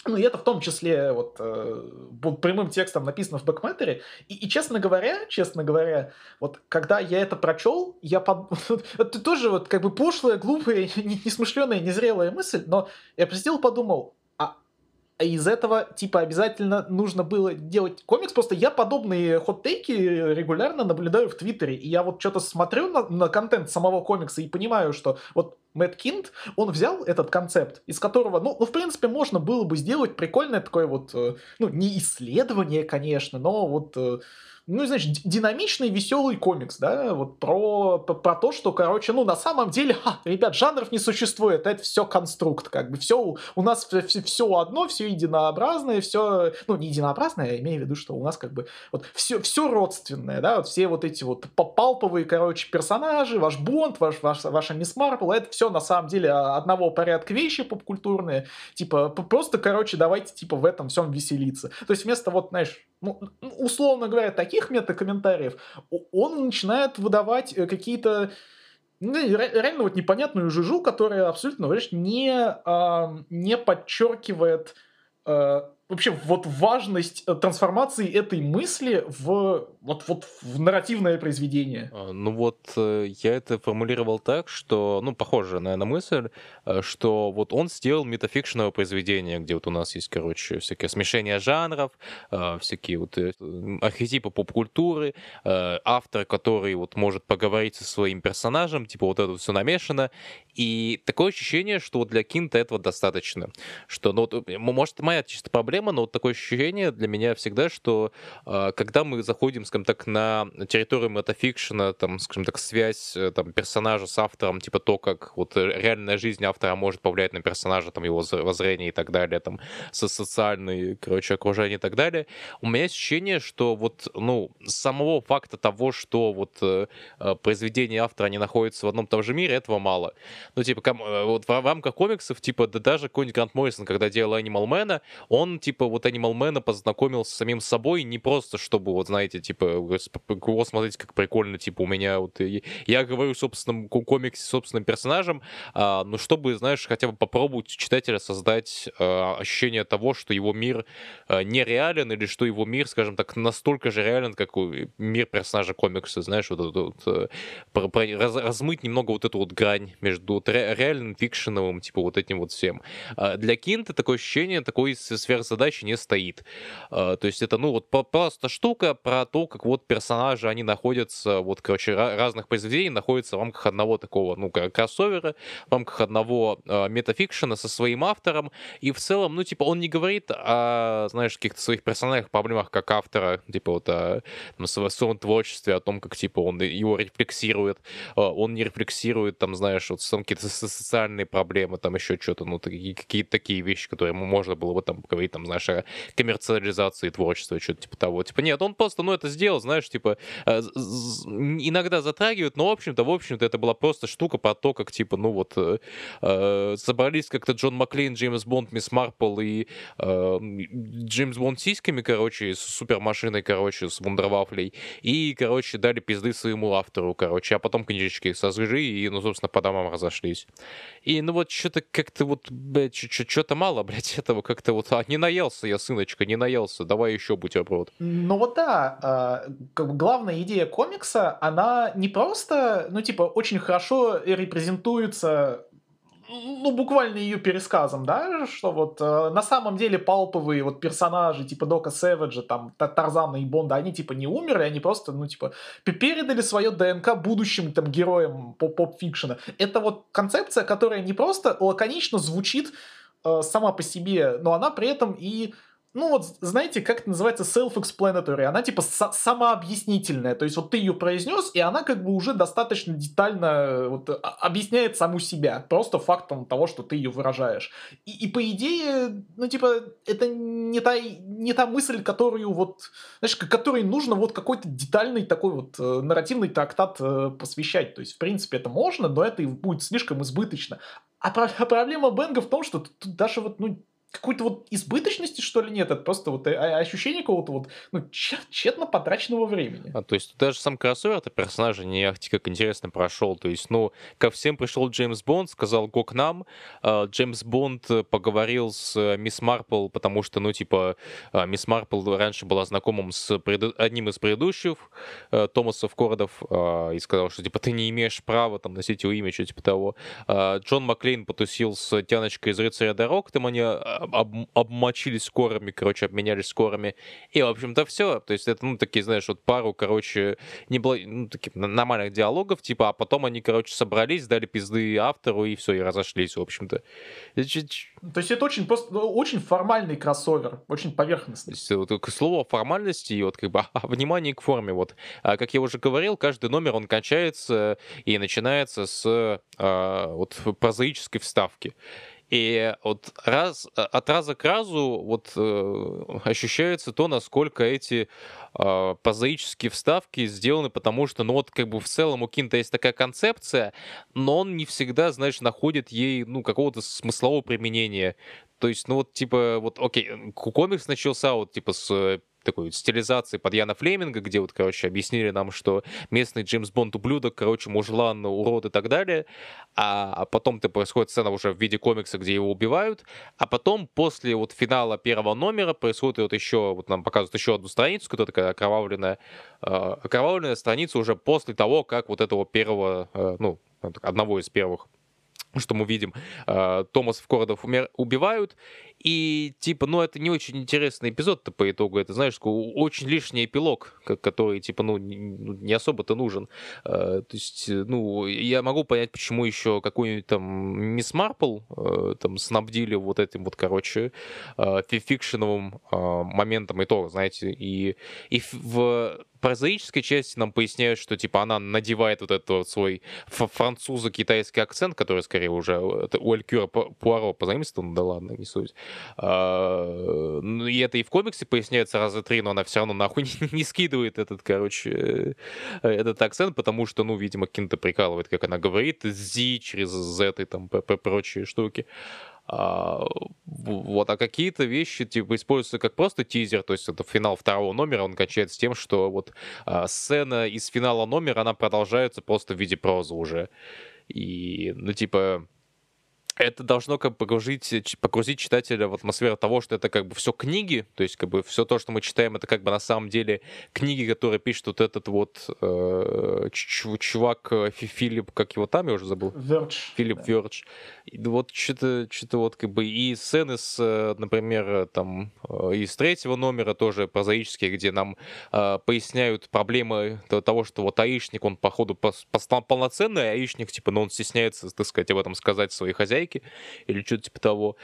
Ну, и это в том числе вот, э, бу прямым текстом написано в бэкмэттере. И и, честно говоря честно говоря, вот когда я это прочел, я под это тоже вот как бы пошлая, глупая, не несмышленая, незрелая мысль, но я посидел, подумал: а а из этого, типа, обязательно нужно было делать комикс? Просто я подобные хот-тейки регулярно наблюдаю в Твиттере, и я вот чё-то смотрю на на контент самого комикса и понимаю, что вот Мэтт Кинд, он взял этот концепт, из которого, ну ну, в принципе, можно было бы сделать прикольное такое вот, э, ну, не исследование, конечно, но вот, э, ну, знаешь, ди динамичный, веселый комикс, да, вот про п про то, что, короче, ну, на самом деле, ха, ребят, жанров не существует, это всё конструкт, как бы всё у у нас вс вс всё одно, всё единообразное, всё, ну, не единообразное, я имею в виду, что у нас как бы вот всё всё родственное, да, вот все вот эти вот па палповые, короче, персонажи, ваш Бонд, ваш ваш ваша Мисс Марпл, это всё на самом деле а одного порядка вещи поп-культурные. Типа, п просто, короче, давайте, типа, в этом всём веселиться. То есть вместо вот, знаешь, ну, ну, условно говоря, таких мета-комментариев, о он начинает выдавать, э, какие-то, ну, ре реально вот непонятную жижу, которая абсолютно, знаешь, не, ам, не подчеркивает, э, вообще вот важность, э, трансформации этой мысли в вот вот в нарративное произведение. А, ну вот, э, я это формулировал так, что, ну, похожая, наверно, мысль, э, что вот он сделал метафикшеновое произведение, где вот у нас есть, короче, всякие смешения жанров, а, всякие вот, э, м, архетипы поп-культуры, э, автор, который вот может поговорить со своим персонажем, типа вот это вот всё намешано. И такое ощущение, что вот для Кинда этого достаточно. Что, ну, вот, м может, моя чисто проблема, но вот такое ощущение для меня всегда, что, а, когда мы заходим, скажем так, на территорию метафикшена, там, скажем так, связь, э, там, персонажа с автором, типа то, как вот, э, реальная жизнь автора может повлиять на персонажа, там, его зр воззрение и так далее, там, со социальные, короче, окружение и так далее. У меня есть ощущение, что вот, ну, с самого факта того, что вот, э, э, произведение автора, они находятся в одном и том же мире, этого мало. Ну, типа, кам э, вот в в рамках комиксов, типа, да даже какой-нибудь Грант Моррисон, когда делал Animal Man'а, он, типа, вот Animal Man'а познакомил с самим собой не просто, чтобы, вот знаете, типа, гос п п о, смотрите, как прикольно, типа, у меня вот и я говорю в собственном ко комиксе с собственным персонажем, а, ну, чтобы, знаешь, хотя бы попробовать у читателя создать, а, ощущение того, что его мир, а, нереален или что его мир, скажем так, настолько же реален, как у мир персонажа комикса. Знаешь, вот это вот, э, про про раз размыть немного вот эту вот грань между вот ре реальным, фикшеновым, типа, вот этим вот всем. А, для Кинда такое ощущение, такой с сверхзадачи не стоит. А, то есть это, ну, вот по просто штука про то, как вот персонажи, они находятся, вот, короче, ра разных произведений находятся в рамках одного такого, ну, ка кроссовера, в рамках одного, а, метафикшена со своим автором. И в целом, ну, типа, он не говорит о, знаешь, каких-то своих персональных проблемах как автора, типа, вот о, ну, сво своем творчестве, о том, как, типа, он его рефлексирует. А, он не рефлексирует, там, знаешь, вот сам какие-то со социальные проблемы, там еще чё-то, ну, такие какие-то такие вещи, которые ему можно было бы там говорить, там, знаешь, о коммерциализации творчества, чё-то типа того. Типа нет, он просто, ну, это сделал, знаешь, типа, а, з з иногда затрагивает, но, в общем-то в общем-то, это была просто штука про то, как, типа, ну, вот, э, а, собрались как-то Джон Маклейн, Джеймс Бонд, Мисс Марпл и, а, м, Джеймс Бонд с сиськами, короче, с супермашиной, короче, с вундервафлей, и, короче, дали пизды своему автору, короче, а потом книжечки сожгли и, ну, собственно, по домам разошлись. И, ну, вот чё-то как-то вот, блядь, чё чё чё-то мало, блядь, этого как-то вот, а, не наелся я, сыночка, не наелся, давай еще бутерброд. Ну вот да, а, как бы главная идея комикса, она не просто, ну, типа, очень хорошо репрезентуется, ну, буквально ее пересказом, да, что вот, э, на самом деле палповые вот персонажи типа Дока Сэвиджа, там, Та Тарзана и Бонда, они, типа, не умерли, они просто, ну, типа, пе передали свое ДНК будущим, там, героям поп поп-фикшена. Это вот концепция, которая не просто лаконично звучит, э, сама по себе, но она при этом и, ну, вот, з знаете, как это называется, self-explanatory, она, типа, са самообъяснительная. То есть вот ты ее произнес, и она как бы уже достаточно детально, э, вот, а объясняет саму себя, просто фактом того, что ты ее выражаешь. И и по идее, ну, типа, это не та и не та мысль, которую вот, знаешь, к которой нужно вот какой-то детальный такой вот, э, нарративный трактат, э, посвящать. То есть, в принципе, это можно, но это и будет слишком избыточно. А про а проблема Бэнга в том, что т тут даже вот, ну, какой-то вот избыточности, что ли, нет. Это просто вот а- ощущение какого-то вот, ну, тщет- тщетно потраченного времени. А, то есть даже сам кроссовер это персонажа не ахти как интересно прошел. То есть, ну, ко всем пришел Джеймс Бонд, сказал «го к нам». А, Джеймс Бонд э, поговорил с э, мисс Марпл, потому что, ну, типа, а, мисс Марпл раньше была знакомым с преду- одним из предыдущих э, Томасов Кордов, а, и сказал, что, типа, ты не имеешь права там носить его имя, что типа того. А, Джон Маклейн потусил с Тяночкой из «Рыцаря дорог», там они а, об- обмочились скорами, короче, обменялись скорами. И, в общем-то, все. То есть это, ну, такие, знаешь, вот пару, короче, не было, ну, таких н- нормальных диалогов, типа, а потом они, короче, собрались, дали пизды автору, и все, и разошлись, в общем-то. Это чуть- чуть- То есть это очень просто, ну, очень формальный кроссовер, очень То поверхностный. есть, вот, к слову о формальности и вот как бы о внимании к форме. Вот, А, как я уже говорил, каждый номер, он кончается и начинается с а, вот прозаической вставки. И вот раз, а, от раза к разу вот э, ощущается то, насколько эти э, прозаические вставки сделаны, потому что, ну вот как бы в целом у Кинта есть такая концепция, но он не всегда, знаешь, находит ей, ну, какого-то смыслового применения. То есть, ну вот, типа, вот, окей, м, ку- комикс начался вот, типа, с э, такой стилизации под Яна Флеминга, где вот, короче, объяснили нам, что местный Джеймс Бонд ублюдок, короче, мужлан, урод и так далее, а а потом-то происходит сцена уже в виде комикса, где его убивают, а потом после вот финала первого номера происходит вот еще, вот нам показывают еще одну страницу, которая такая окровавленная, э, окровавленная страница уже после того, как вот этого первого, э, ну, одного из первых, что мы видим, э, Томасов Кордов умер- убивают, и типа, ну это не очень интересный эпизод-то по итогу, это, знаешь, такой очень лишний эпилог, ко- который, типа, ну не, ну, не особо-то нужен. Э, то есть, э, ну, я могу понять, почему еще какую-нибудь там Мисс Марпл э, там снабдили вот этим вот, короче, э, фи- фикшеновым э, моментом и то, знаете, и, и ф- в прозаической части нам поясняют, что, типа, она надевает вот этот вот свой ф- французо-китайский акцент, который, скорее, уже э, это у Элькюра Пу- Пуаро позаимствован, да ладно, не суть. А, ну, и это и в комиксе поясняется раза три, но она все равно нахуй не, не скидывает этот, короче, э, этот акцент, потому что, ну, видимо, Кинта прикалывает, как она говорит, Z через Z и там п- п- прочие штуки. А, вот, а какие-то вещи, типа, используются как просто тизер, то есть это финал второго номера, он кончается тем, что вот а, сцена из финала номера, она продолжается просто в виде прозы уже. И, ну, типа, это должно как бы погрузить, э, ч- погрузить читателя в атмосферу того, что это как бы все книги, то есть как бы все то, что мы читаем, это как бы на самом деле книги, которые пишет вот этот вот э, ч- чувак э, Фи- Филипп, как его там, я уже забыл. Verge, Филипп да. Вёрдж. И вот что-то, что-то вот как бы и сцены с, э, например, э, там э, из третьего номера тоже прозаические, где нам э, поясняют проблемы то- того, что вот аишник, он походу пос- пос- полноценный аишник, типа, но он стесняется, так сказать, об этом сказать своей хозяйке или что-то типа того.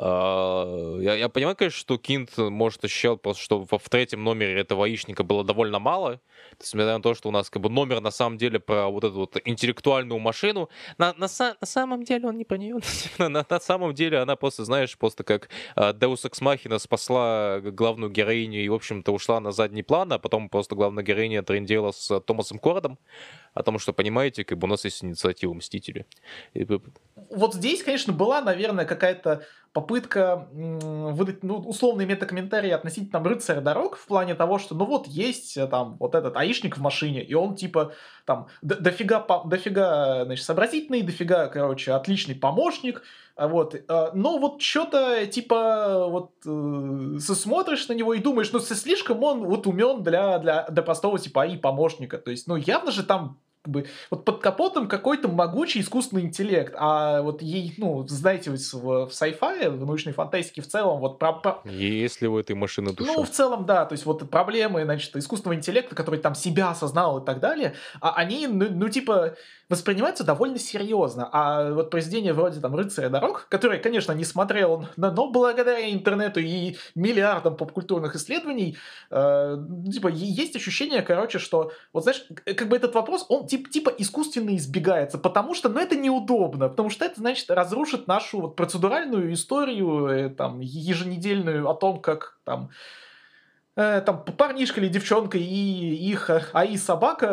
А, Я, я понимаю, конечно, что Кинт может ощущал просто, что во- в третьем номере этого аишника было довольно мало, то есть, несмотря на то, что у нас как бы номер на самом деле про вот эту вот интеллектуальную машину, на, на, са- на самом деле он не про нее. на, на- на самом деле она просто, знаешь, просто как а, Deus Ex Machina спасла г- главную героиню и, в общем-то, ушла на задний план, а потом просто главная героиня трындела с Томасом Кордом о том, что, понимаете, как бы у нас есть инициатива Мстители. И п- Вот здесь, конечно, была, наверное, какая-то попытка м, выдать, ну, условный метакомментарий относительно там рыцаря дорог в плане того, что, ну вот, есть э, там вот этот аишник в машине, и он типа там д- дофига, по- дофига, значит, сообразительный, дофига, короче, отличный помощник, а вот, э, но вот что-то типа вот э, с- смотришь на него и думаешь, ну, с- слишком он вот умен для, для, для простого типа АИ помощника, то есть, ну, явно же там как бы, вот под капотом какой-то могучий искусственный интеллект, а вот ей, ну, знаете, вот в, в sci-fi, в научной фантастике в целом, вот про, про- Есть ли у этой машины ну, душа? в целом, да, то есть вот проблемы, значит, искусственного интеллекта, который там себя осознал и так далее, а они, ну, ну, типа, воспринимаются довольно серьезно. А вот произведение вроде там «Рыцаря дорог», которое, конечно, не смотрел, но, но благодаря интернету и миллиардам попкультурных исследований, э, ну, типа, е- есть ощущение, короче, что, вот знаешь, к- как бы этот вопрос, он тип, типа искусственно избегается, потому что, ну, это неудобно, потому что это, значит, разрушит нашу вот процедуральную историю, э, там, еженедельную о том, как там э, там парнишка или девчонка и их э, а и собака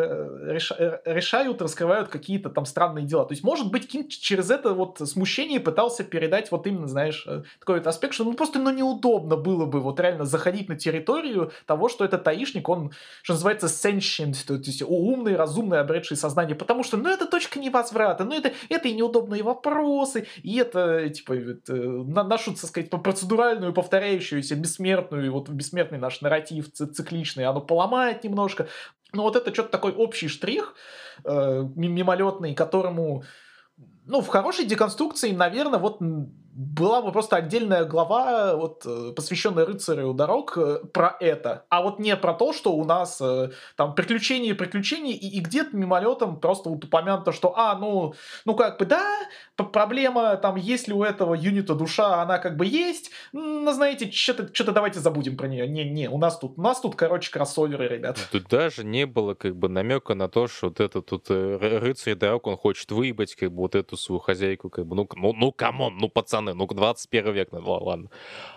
э, реша- э, решают, раскрывают какие-то там странные дела. То есть, может быть, Кинг через это вот смущение пытался передать вот именно, знаешь, э, такой вот аспект, что ну просто ну, неудобно было бы вот реально заходить на территорию того, что этот таишник, он, что называется, sentient, то есть умный, разумный, обретший сознание, потому что, ну, это точка невозврата, ну, это, это и неудобные вопросы, и это, типа, это, на, нашу, так сказать, процедуральную, повторяющуюся, бессмертную, вот бессмертный наш нарратив ци- цикличный, оно поломает немножко. Но вот это что-то такой общий штрих, э, мимолетный, которому ну, в хорошей деконструкции, наверное, вот м, была бы просто отдельная глава, вот, э, посвященная рыцарю дорог, э, про это. А вот не про то, что у нас э, там приключения и приключения, и, и где-то мимолетом просто вот упомянуто, что, а, ну, ну как бы, да, п- проблема, там, есть ли у этого юнита душа, она как бы есть, но, знаете, что-то что-то давайте забудем про нее. Не-не, у нас тут, у нас тут, короче, кроссоверы, ребят. Тут даже не было как бы намека на то, что вот этот тут э, ры- рыцарь дорог, он хочет выебать как бы вот эту свою хозяйку, как бы, ну, к- ну, ну, камон, ну, пацаны, ну, двадцать первый век, ну, ла- ладно.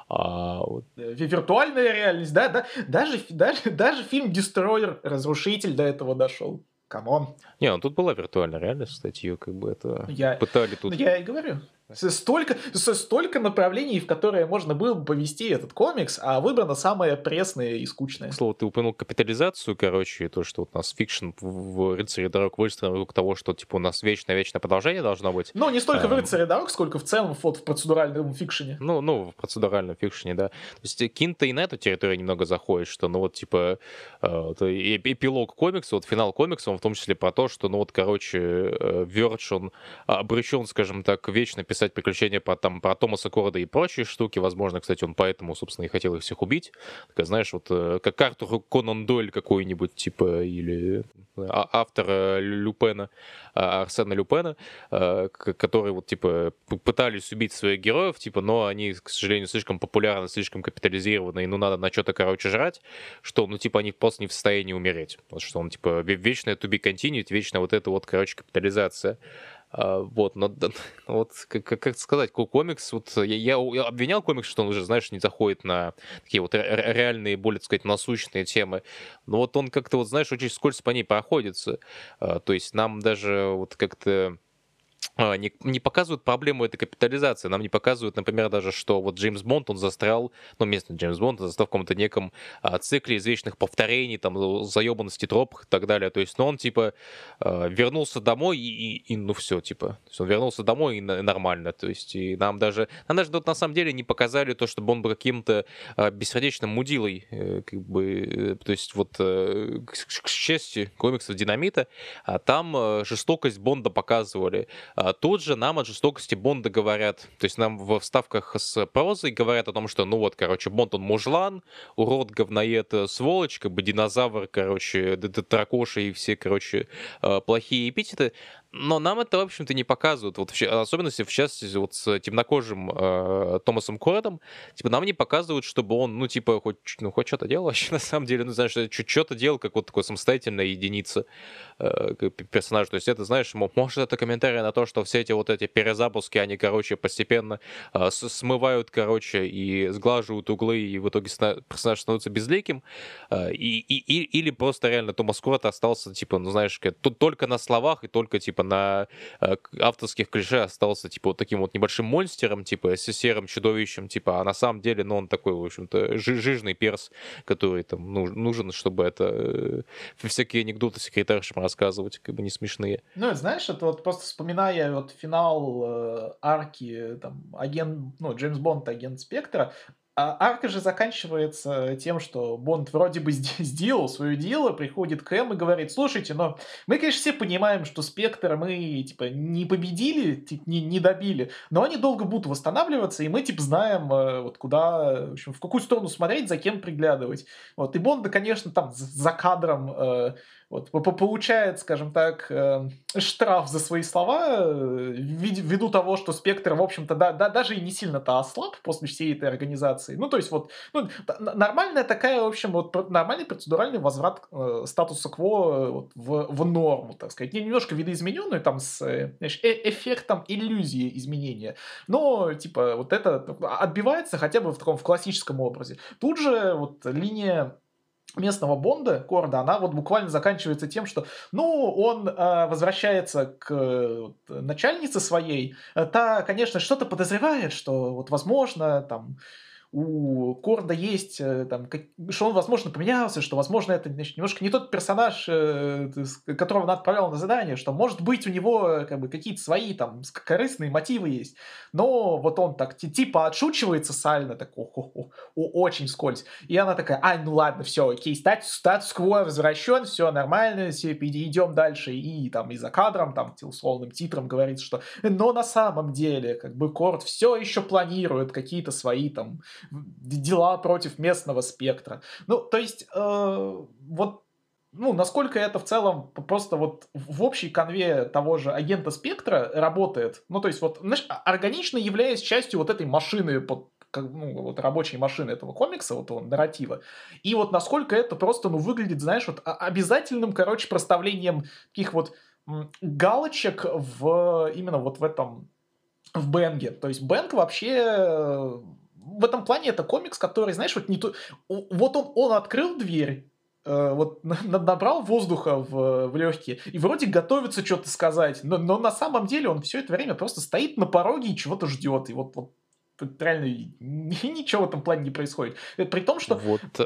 А, вот, Э, ви- Виртуальная реальность, да, да, даже, фи- даже, даже фильм Destroyer, Разрушитель до этого дошел. Камон. не, ну, тут была виртуальная реальность, кстати, ее как бы это Ну, я, пытали ну, тут. я и говорю. С- Столько, с- столько направлений, в которые можно было бы повести этот комикс, а выбрано самое пресное и К скучное. слову, ты упомянул капитализацию, короче, и то, что вот у нас фикшн в, в «Рыцаре дорог» выстроен вокруг того, что, типа, у нас вечное-вечное продолжение должно быть. Но не столько в Эм, «Рыцаре дорог», сколько в целом вот в процедуральном фикшене. Ну, ну, в процедуральном фикшене, да. То есть э, Кинта и на эту территорию немного заходит, что, ну, вот, типа, э, вот, э, эпи- эпилог комикса, вот финал комикса, он в том числе про то, что, ну, вот, короче, э, Вердж, он обречен, скажем так, вечно писать приключения про, там, про Томаса Корда и прочие штуки. Возможно, кстати, он поэтому, собственно, и хотел их всех убить. Такая, знаешь, вот, э, как Артур Конан Дойль какой-нибудь, типа, или а- автор э, Люпена, а, Арсена Люпена, э, к- которые вот, типа, п- пытались убить своих героев, типа, но они, к сожалению, слишком популярны, слишком капитализированы, и ну надо на что-то, короче, жрать, что, ну, типа, они просто не в состоянии умереть. Вот что он, типа, ве- вечная to be continued, вечно вот это вот, короче, капитализация. А, вот, но да, вот, как, как как сказать, ко- комикс, вот, я, я у- я обвинял комикс, что он уже, знаешь, не заходит на такие вот ре- ре- реальные, более, так сказать, насущные темы, но вот он как-то, вот, знаешь, очень скользко по ней проходится. А, то есть нам даже вот как-то а, не, не показывают проблему этой капитализации. Нам не показывают, например, даже, что вот Джеймс Бонд, он застрял, ну, местный Джеймс Бонд, он застрял в каком-то неком а, цикле извечных повторений, там, за- заебанности, тропах и так далее. То есть, ну, он, типа, а, вернулся домой и, и- и, ну, все, типа. То есть он вернулся домой и на- нормально. То есть, и нам даже, нам даже вот, на самом деле не показали то, чтобы он был каким-то а, бессердечным мудилой, э, как бы, э, то есть, вот, э, к, к счастью, комиксов Динамита, а там э, жестокость Бонда показывали. А тут же нам от жестокости Бонда говорят, то есть нам во вставках с прозой говорят о том, что, ну вот, короче, Бонд он мужлан, урод, говноед, э, сволочь, как бы динозавр, короче, д- д- дракоша и все, короче, э, плохие эпитеты. Но нам это, в общем-то, не показывают. Вот в ща- особенности, в частности, вот с темнокожим э, Томасом Кордом, типа, нам не показывают, чтобы он, ну, типа, хоть, ну, хоть что-то делал вообще, на самом деле, ну, знаешь, что-то делал, как вот такой самостоятельная единица э, к- персонаж. То есть это, знаешь, мо- может, это комментарий на то, что все эти вот эти перезапуски, они, короче, постепенно э, с- смывают, короче, и сглаживают углы, и в итоге ста- персонаж становится безликим. Э, и, и, и- или просто реально Томас Кротт остался, типа, ну, знаешь, как, тут только на словах и только, типа, на э, к- авторских клише остался, типа, вот таким вот небольшим монстером, типа, с серым чудовищем, типа, а на самом деле, ну, он такой, в общем-то, жи- жирный перс, который там нуж- нужен, чтобы это э, всякие анекдоты секретаршам рассказывать, как бы не смешные. Ну, это, знаешь, это вот просто вспоминая вот финал э, арки, там, агент, ну, Джеймс Бонд, агент Спектра, а арка же заканчивается тем, что Бонд вроде бы сде- сделал свое дело, приходит к Эм и говорит, слушайте, но мы, конечно, все понимаем, что Спектра мы, типа, не победили, типа, не, не добили, но они долго будут восстанавливаться, и мы, типа, знаем, э, вот куда, в общем, в какую сторону смотреть, за кем приглядывать. Вот, и Бонда, конечно, там за за кадром э, вот, по- по- получает, скажем так, э, штраф за свои слова, э, ввид- ввиду того, что Спектр, в общем-то, да, да, даже и не сильно-то ослаб после всей этой организации. капитализацией. Ну, то есть вот ну, нормальная такая, в общем, вот нормальный процедуральный возврат э, статуса кво вот, в, в норму, так сказать. Немножко видоизмененную, там, с знаешь, э эффектом иллюзии изменения. Но, типа, вот это отбивается хотя бы в таком в классическом образе. Тут же вот линия местного Бонда, Корда, она вот буквально заканчивается тем, что, ну, он э, возвращается к э, начальнице своей, э, та, конечно, что-то подозревает, что вот, возможно, там, у Корда есть, э, там, как, что он, возможно, поменялся, что, возможно, это значит, немножко не тот персонаж, э, которого она отправляла на задание, что, может быть, у него как бы, какие-то свои там корыстные мотивы есть. Но вот он так типа отшучивается сально, так о, о, о, о, очень вскользь. И она такая, а, ну ладно, все, окей, статус, статус-кво возвращен, все нормально, все, идем дальше. И там и за кадром, там, условным титром говорится, что но на самом деле, как бы, Корд все еще планирует какие-то свои там дела против местного спектра. Ну, то есть, э, вот, ну, насколько это в целом просто вот в общей конве того же агента спектра работает, ну, то есть, вот, знаешь, органично являясь частью вот этой машины, под, как, ну, вот рабочей машины этого комикса, вот этого нарратива, и вот насколько это просто, ну, выглядит, знаешь, вот обязательным, короче, проставлением таких вот м, галочек в, именно вот в этом, в Бенге. То есть Бенг вообще в этом плане это комикс, который, знаешь, вот не то... Вот он, он открыл дверь, э, вот набрал воздуха в, в легкие, и вроде готовится что-то сказать, но, но на самом деле он все это время просто стоит на пороге и чего-то ждет. И вот, вот реально ничего в этом плане не происходит. При том, что... Вот э,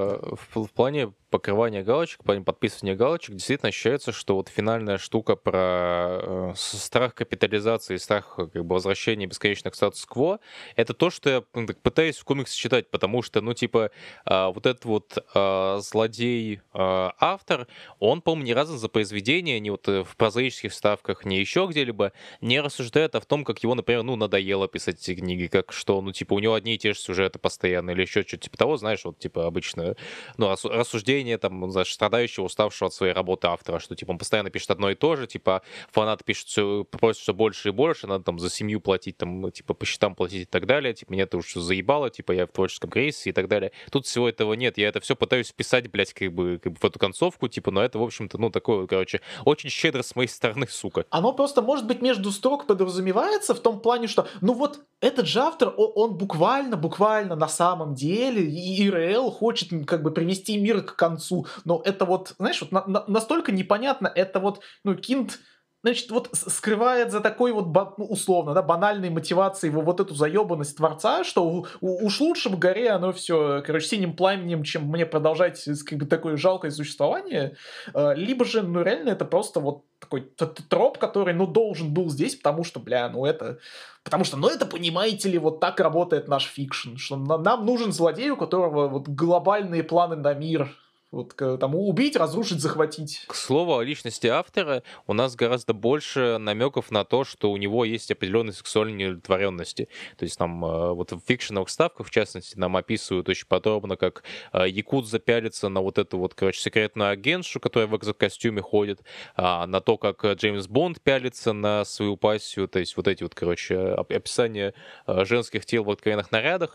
в, в плане покрывания галочек, в плане подписывания галочек, действительно ощущается, что вот финальная штука про э, страх капитализации, страх как бы возвращения бесконечных статус-кво, это то, что я ну, так, пытаюсь в комиксе читать, потому что, ну, типа, э, вот этот вот э, злодей-автор, э, он, по-моему, ни разу за произведение, ни вот в прозаических вставках, ни еще где-либо не рассуждает о том, как его, например, ну, надоело писать эти книги, как что, ну, типа, у него одни и те же сюжеты постоянно, или еще что-то типа того, знаешь, вот, типа, обычно, ну, рассуждение там, знаешь, страдающего, уставшего от своей работы автора, что, типа, он постоянно пишет одно и то же, типа, фанаты пишут все, просят все больше и больше, надо там за семью платить, там, типа, по счетам платить и так далее, типа, меня это уж заебало, типа, я в творческом кризисе и так далее. Тут всего этого нет, я это все пытаюсь вписать, блядь, как бы, как бы в эту концовку, типа, но это, в общем-то, ну, такое, короче, очень щедро с моей стороны, сука. Оно просто, может быть, между строк подразумевается в том плане, что, ну, вот, этот же автор, он, он буквально, буквально на самом деле, и ИРЛ хочет, как бы, привести мир к концу, но это вот, знаешь, вот на, на, настолько непонятно, это вот, ну, Кинт, значит, вот скрывает за такой вот, ну, условно, да, банальной мотивацией его вот эту заебанность творца, что у, у, уж лучше в горе оно все, короче, синим пламенем, чем мне продолжать как бы такое жалкое существование, либо же, ну, реально это просто вот такой троп, который, ну, должен был здесь, потому что, бля, ну, это... Потому что, ну, это, понимаете ли, вот так работает наш фикшн, что нам нужен злодей, у которого вот глобальные планы на мир, вот, там, убить, разрушить, захватить. К слову о личности автора, у нас гораздо больше намеков на то, что у него есть определенные сексуальные неудовлетворенности. То есть там вот в фикшеновых ставках, в частности, нам описывают очень подробно, как якудза пялится на вот эту вот, короче, секретную агентшу, которая в экзокостюме ходит, на то, как Джеймс Бонд пялится на свою пассию, то есть вот эти вот, короче, описания женских тел в откровенных нарядах,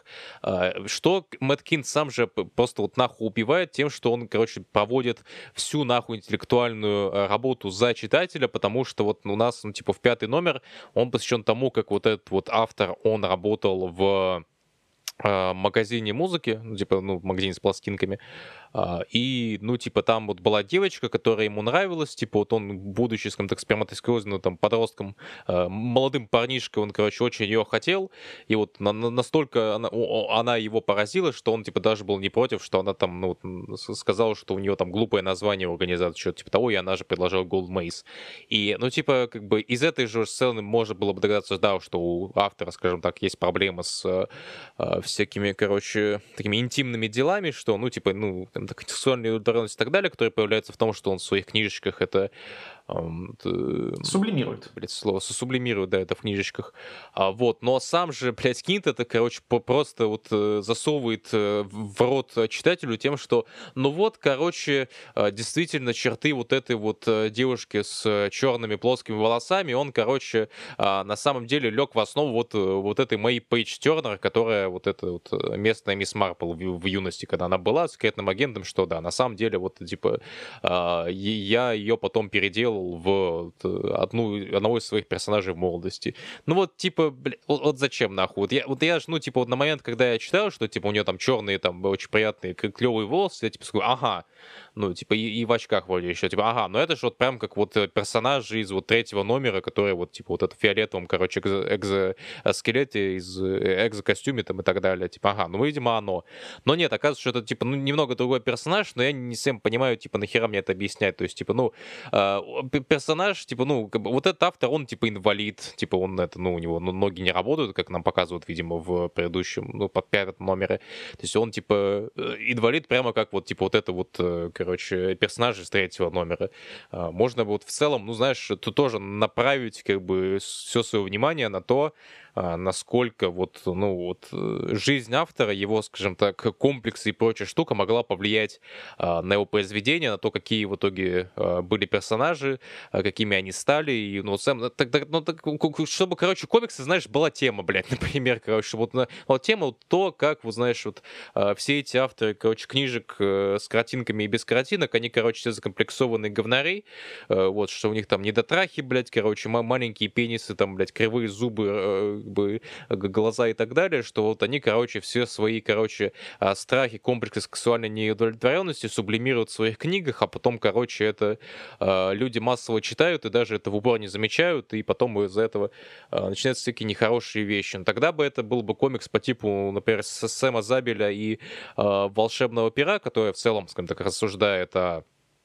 что Мэтт Кинт сам же просто вот нахуй убивает тем, что он, короче, проводит всю нахуй интеллектуальную работу за читателя, потому что вот у нас, ну, типа, в пятый номер он посвящен тому, как вот этот вот автор, он работал в э, магазине музыки, ну, типа, ну, в магазине с пластинками, и, ну, типа, там вот была девочка, которая ему нравилась, типа, вот он, будучи, скажем так, сперматозоидным, там, подростком, молодым парнишкой, он, короче, очень ее хотел, и вот на, на, настолько она, она его поразила, что он, типа, даже был не против, что она там, ну, сказала, что у нее там глупое название у организации, что-то типа того, и она же предложила Gold Maze. И, ну, типа, как бы из этой же сцены можно было бы догадаться, да, что у автора, скажем так, есть проблемы с э, всякими, короче, такими интимными делами, что, ну, типа, ну, скажем так, сексуальной удовлетворенности и так далее, которая появляется в том, что он в своих книжечках это... эм, т- Сублимирует. блядь, слово сублимирует, да, это в книжечках. А, вот, но сам же, блядь, Кинт это, короче, по- просто вот э, засовывает э, в рот э, читателю тем, что, ну вот, короче, э, действительно, черты вот этой вот э, девушки с э, черными плоскими волосами, он, короче, а, на самом деле лег в основу вот, э, вот этой Мэй Пейдж Тернер, которая вот эта вот э, местная мисс Марпл в, в юности, когда она была секретным агентом, что да, на самом деле вот, типа, а, е- я ее потом переделал в вот, э, одну, одного из своих персонажей в молодости. Ну вот, типа, бля, вот, вот зачем нахуй? Вот я, вот я ж, ну, типа, вот на момент, когда я читал, что, типа, у нее там черные, там, очень приятные, клевые волосы, я, типа, скажу, ага, ну, типа, и, и в очках вроде еще, типа, ага, ну это же вот прям как вот э, персонажи из вот третьего номера, которые вот, типа, вот это в фиолетовом, короче, экзо- экзоскелете, из э, экзокостюме там и так далее, типа, ага, ну, видимо, оно. Но нет, оказывается, что это, типа, ну, немного другой персонаж, но я не совсем понимаю, типа, нахера мне это объяснять, то есть, типа, ну, э, п- персонаж, типа, ну, как бы, вот этот автор, он, типа, инвалид, типа, он, это, ну, у него ну, ноги не работают, как нам показывают, видимо, в предыдущем, ну, под пятом номере, то есть он, типа, э, инвалид прямо как вот, типа, вот это вот, э, короче, персонаж из третьего номера. А, Можно вот в целом, ну, знаешь, тут тоже направить, как бы, все свое внимание на то, а, насколько вот, ну, вот, э, жизнь автора, его, скажем так, комплексы и прочая штука могла повлиять а, на его произведение, на то, какие в итоге а, были персонажи, а, какими они стали, и, ну, сам, ну, так, так- ну, так, ку- ку- чтобы, короче, комиксы, знаешь, была тема, блядь, например, короче, вот, на- вот тема, вот то, как, вот, знаешь, вот а, все эти авторы, короче, книжек э, с картинками и без картинок, они, короче, все закомплексованные говнарей, э, вот, что у них там недотрахи, блядь, короче, ма- маленькие пенисы, там, блядь, кривые зубы, э, как бы, г- глаза и так далее, что вот они, короче, все свои, короче, а, страхи, комплексы сексуальной неудовлетворенности сублимируют в своих книгах, а потом, короче, это а, люди массово читают и даже это в упор не замечают, и потом из-за этого а, начинаются всякие нехорошие вещи. Но тогда бы это был бы комикс по типу, например, С- Сэма Забеля и а, «Волшебного пера», который в целом, скажем так, рассуждает о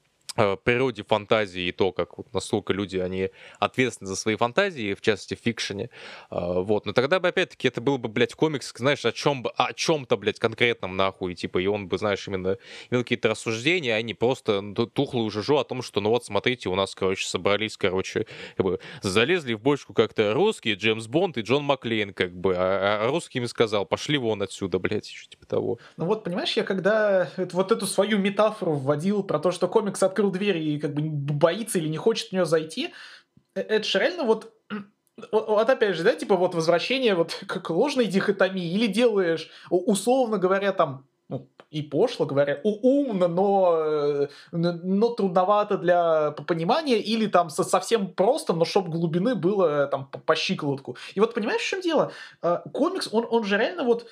э, природе фантазии и то, как вот насколько люди, они ответственны за свои фантазии, в частности, в фикшене. А, Вот. Но тогда бы, опять-таки, это был бы, блядь, комикс, знаешь, о чем бы, о чем-то, блядь, конкретном, нахуй, типа, и он бы, знаешь, именно имел какие-то рассуждения, а не просто ну, тухлую жужу о том, что, ну вот, смотрите, у нас, короче, собрались, короче, как бы, залезли в бочку как-то русские, Джеймс Бонд и Джон Маклейн, как бы, а, а русским сказал, пошли вон отсюда, блядь, что типа того. Ну вот, понимаешь, я когда это- вот эту свою метафору вводил про то, что комикс открыл дверь и как бы боится или не хочет в нее зайти, э- это же реально вот вот вот опять же, да, типа вот возвращение вот к к ложной дихотомии или делаешь, у- условно говоря, там, ну, и пошло говоря, у- умно, но, э, н- но трудновато для п- понимания, или там со- совсем просто, но чтоб глубины было э, там по, по щиколотку. И вот понимаешь, в чем дело? А, Комикс, он, он же реально вот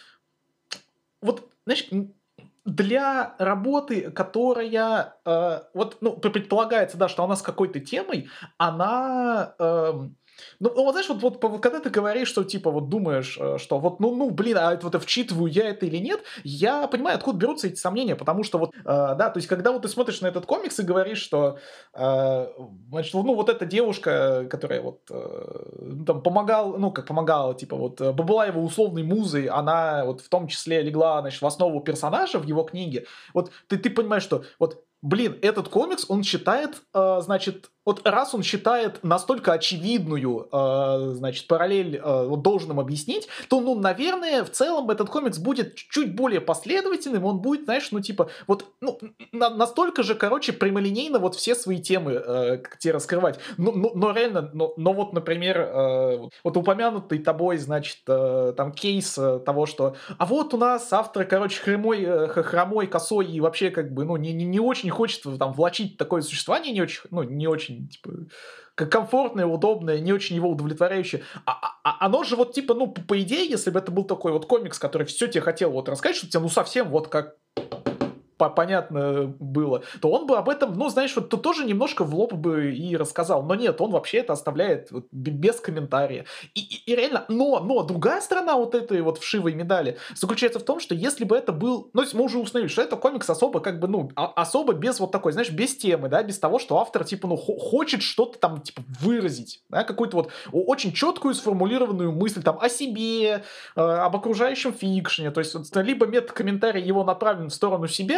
вот, знаешь, м, для работы, которая, э, вот, ну, п предполагается, да, что она с какой-то темой, она, эм, ну, ну, вот знаешь, вот вот п когда ты говоришь, что типа вот думаешь, э, что вот, ну ну, блин, а это вот, э, вчитываю я это или нет, я понимаю, откуда берутся эти сомнения, потому что вот, э, да, то есть когда вот ты смотришь на этот комикс и говоришь, что, э, значит, ну, вот эта девушка, которая вот, э, ну, там помогала, ну, как помогала, типа вот, э, была его условной музой, она вот в том числе легла, значит, в основу персонажа в его книге. Вот ты, ты понимаешь, что вот, блин, этот комикс, он считает, э, значит, вот раз он считает настолько очевидную, э, значит, параллель э, вот должным объяснить, то, ну, наверное, в целом этот комикс будет чуть более последовательным, он будет, знаешь, ну, типа, вот, ну, на- настолько же, короче, прямолинейно вот все свои темы э, к тебе раскрывать. Но, но- но реально, но, но вот, например, э, вот вот упомянутый тобой, значит, э, там кейс э, того, что а вот у нас автор, короче, хромой, э, х- хромой, косой и вообще как бы, ну, не, не, не очень хочет там влачить такое существование, не очень, ну, не очень, типа, к- комфортное, удобное, не очень его удовлетворяющее. А, а- а оно же вот, типа, ну, по, по идее, если бы это был такой вот комикс, который все тебе хотел вот рассказать, что тебе, ну, совсем вот как по- понятно было, то он бы об этом, ну, знаешь, вот то тоже немножко в лоб бы и рассказал. Но нет, он вообще это оставляет вот б- без комментария. И, и- и реально, но, но другая сторона вот этой вот вшивой медали заключается в том, что если бы это был, ну, мы уже установили, что это комикс особо как бы, ну, а- особо без вот такой, знаешь, без темы, да, без того, что автор, типа, ну, хо- хочет что-то там, типа, выразить, да, какую-то вот о- очень четкую сформулированную мысль там о себе, э, об окружающем фикшене, то есть вот, либо метакомментарий его направлен в сторону себя,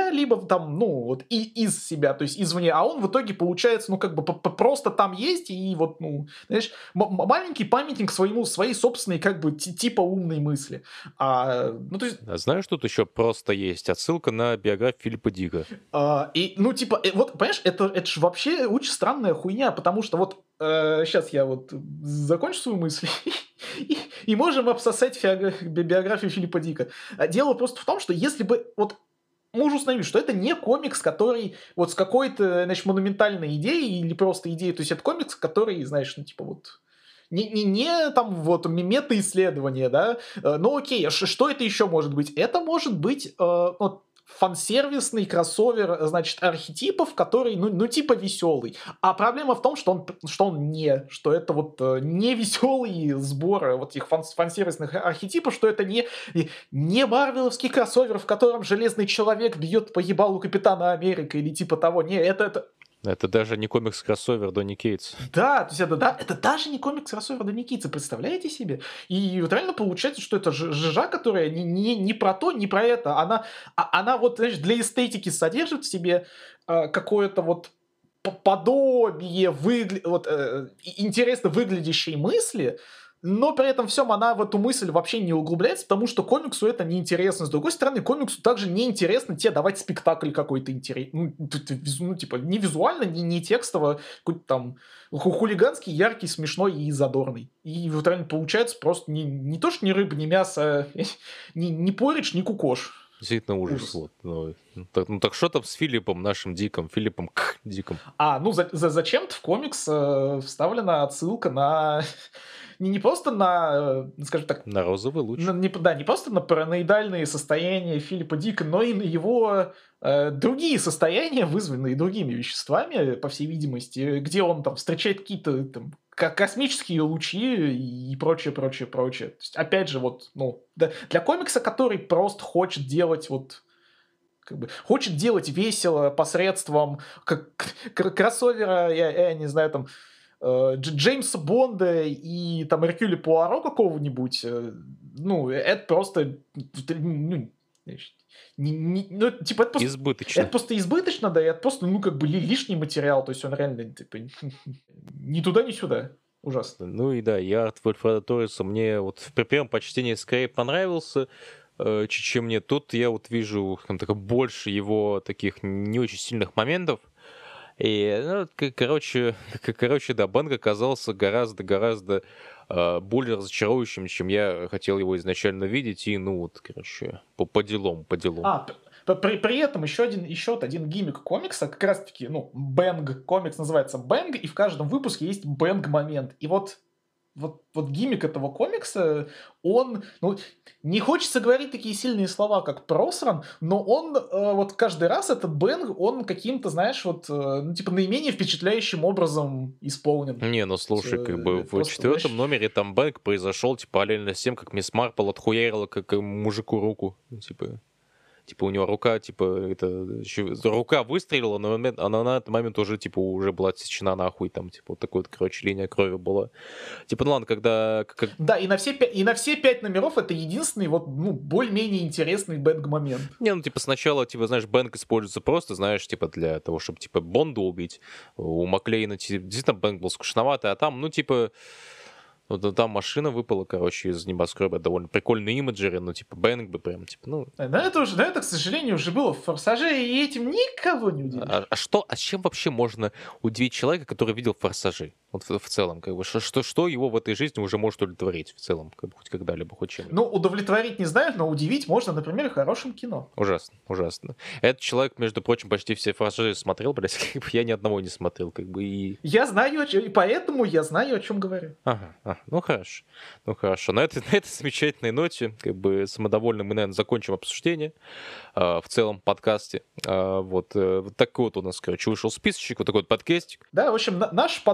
себя, либо там, ну, вот и из себя, то есть извне, а он в итоге получается, ну, как бы просто там есть, и вот, ну, знаешь, маленький памятник своему, своей собственной, как бы, типа умной мысли. А, ну, то есть... А знаешь, тут еще просто есть отсылка на биографию Филиппа Дика. А, и, ну, типа, вот, понимаешь, это, это же вообще очень странная хуйня, потому что вот, э, сейчас я вот закончу свою мысль, и, и можем обсосать фиаг... биографию Филиппа Дика. Дело просто в том, что если бы, вот, мы уже установили, что это не комикс, который вот с какой-то, значит, монументальной идеей или просто идеей, то есть это комикс, который, знаешь, ну, типа, вот... Не, не, не там вот мета-исследование, да, ну окей, а что это еще может быть? Это может быть э, вот, фан-сервисный кроссовер, значит, архетипов, который, ну, ну типа веселый. А проблема в том, что он, что он не, что это вот э, не веселый сбор вот этих фан- фан-сервисных архетипов, что это не, не марвеловский кроссовер, в котором Железный Человек бьет по ебалу Капитана Америка или типа того. Не, это... это... Это даже не комикс-кроссовер Донни Кейтс. Да, то есть это, да, это даже не комикс-кроссовер Донни Кейтса, представляете себе? И вот реально получается, что это жижа, которая не, не, не про то, не про это. Она, она вот, знаешь, для эстетики содержит в себе э, какое-то вот подобие выгля... вот, э, интересно выглядящей мысли, но при этом всем она в эту мысль вообще не углубляется, потому что комиксу это неинтересно. С другой стороны, комиксу также неинтересно тебе давать спектакль какой-то интересный. Ну, ну, типа, не визуально, не, не текстово, какой-то там хулиганский, яркий, смешной и задорный. И вот реально получается просто не, не то, что ни рыба, ни мясо, ни, ни поридж, ни кукош. Действительно ужас. ужас. Вот, ну, так, ну так что там с Филиппом, нашим Диком, Филиппом К. Диком? А, ну за, за, зачем-то в комикс э, вставлена отсылка на... Не, не просто на, скажем так... На розовый луч. На, не, да, не просто на параноидальные состояния Филиппа Дика, но и на его э, другие состояния, вызванные другими веществами, по всей видимости, где он там встречает какие-то там космические лучи и прочее, прочее, прочее. То есть, опять же, вот, ну, да, для комикса, который просто хочет делать вот... Как бы, хочет делать весело посредством как, кроссовера, я, я не знаю, там, э, Джеймса Бонда и там Эркюля Пуаро какого-нибудь, э, ну, это просто, ну, не, не, ну, типа, это просто, избыточно. Это просто избыточно, да, и это просто, ну, как бы лишний материал, то есть он реально, типа, ни туда, ни сюда. Ужасно. Ну и да, я от Вольфреда Торреса мне вот в первом почтении скорее понравился, чем мне. Тут я вот вижу так, больше его таких не очень сильных моментов. И, ну, короче, короче, да, Бэнг оказался гораздо-гораздо э, более разочарующим, чем я хотел его изначально видеть. И, ну, вот, короче, по, по делам, по делам. А, при, при этом еще один, еще один гиммик комикса, как раз-таки, ну, Бэнг, комикс называется Бэнг, и в каждом выпуске есть Бэнг-момент. И вот Вот, вот гиммик этого комикса, он, ну, не хочется говорить такие сильные слова, как просран, но он, э, вот каждый раз этот бэнг, он каким-то, знаешь, вот, э, ну, типа, наименее впечатляющим образом исполнен. Не, ну, слушай, как бы в четвертом вообще... номере там бэнг произошел, типа, параллельно с тем, как Мисс Марпл отхуярила как мужику руку, типа... Типа у него рука, типа, это, рука выстрелила, но момент, она на этот момент уже, типа, уже была отсечена нахуй, там, типа, вот такой вот, короче, линия крови была. Типа, ну ладно, когда... Как... Да, и на, все, и на все пять номеров это единственный, вот, ну, более-менее интересный бэнг-момент. Не, ну, типа, сначала, типа, знаешь, бэнг используется просто, знаешь, типа, для того, чтобы, типа, Бонда убить. У Маклейна, типа, действительно, бэнг был скучноватый, а там, ну, типа... Вот там машина выпала, короче, из небоскреба. Довольно прикольные имиджеры, ну, типа, бэнг бы прям, типа, ну... Да, это уже, да, это, к сожалению, уже было в «Форсаже», и этим никого не удивишь. А, а что, а чем вообще можно удивить человека, который видел «Форсажи»? Вот в, в целом, как бы, что, что, что его в этой жизни уже может удовлетворить в целом, как бы, хоть когда-либо, хоть чем-то? Ну, удовлетворить не знаю, но удивить можно, например, хорошим кино. Ужасно, ужасно. Этот человек, между прочим, почти все «Форсажи» смотрел, блядь, как бы я ни одного не смотрел, как бы, и... Я знаю, и поэтому я знаю, о чем говорю. Ага, ага, ну хорошо, ну хорошо. На этой, на этой замечательной ноте, как бы, самодовольно мы, наверное, закончим обсуждение э, в целом подкасте. Э, вот, э, вот такой вот у нас, короче, вышел списочек, вот такой вот подкастик. Да, в общем, на, наша подборочка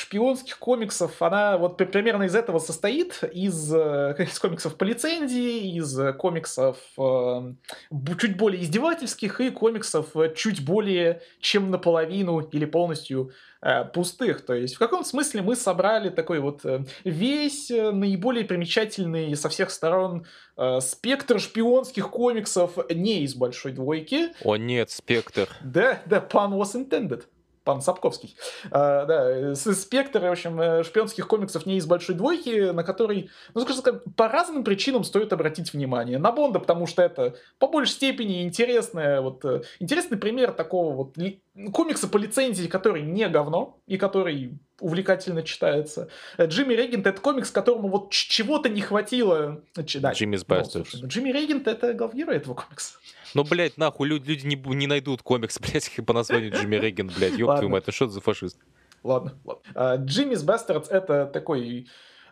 шпионских комиксов, она вот примерно из этого состоит, из, из комиксов по лицензии, из комиксов э, чуть более издевательских и комиксов чуть более чем наполовину или полностью э, пустых. То есть в каком смысле мы собрали такой вот весь наиболее примечательный со всех сторон э, спектр шпионских комиксов не из большой двойки. О нет, спектр. Да, да, pun was intended. Пан Сапковский. А, да, спектр, в общем, шпионских комиксов не из большой двойки, на который, ну, скажем так, по разным причинам стоит обратить внимание. На Бонда, потому что это по большей степени интересная, вот, интересный пример такого вот комикса по лицензии, который не говно и который увлекательно читается. Джимми Регент — это комикс, которому вот чего-то не хватило. Да, Джиммис Бастердс. Ну, Джимми Регент — это главгерой этого комикса. Ну, блядь, нахуй, люди, люди не, не найдут комикс, блядь, по названию Джимми Регент, блядь, ёб твою мать, это что за фашист? Ладно, ладно. Джиммис Бастердс — это такой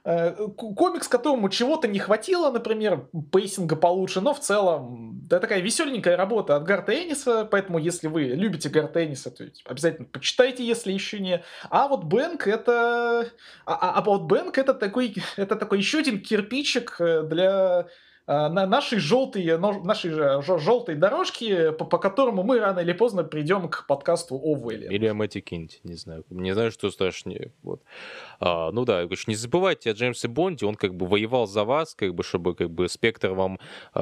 комикс, которому чего-то не хватило, например, пейсинга получше, но в целом это такая веселенькая работа от Гарта Энниса, поэтому если вы любите Гарта Энниса, то обязательно почитайте, если еще не. А вот Бэнк это... А, а вот Бэнк это такой, это такой еще один кирпичик для... на нашей желтой, нашей же желтой дорожке, по, по которому мы рано или поздно придем к подкасту о Вэле. Или о Мэтте Кинте, не знаю. Не знаю, что страшнее. Вот. А, ну да, не забывайте о Джеймсе Бонде, он как бы воевал за вас, как бы, чтобы как бы Спектр вам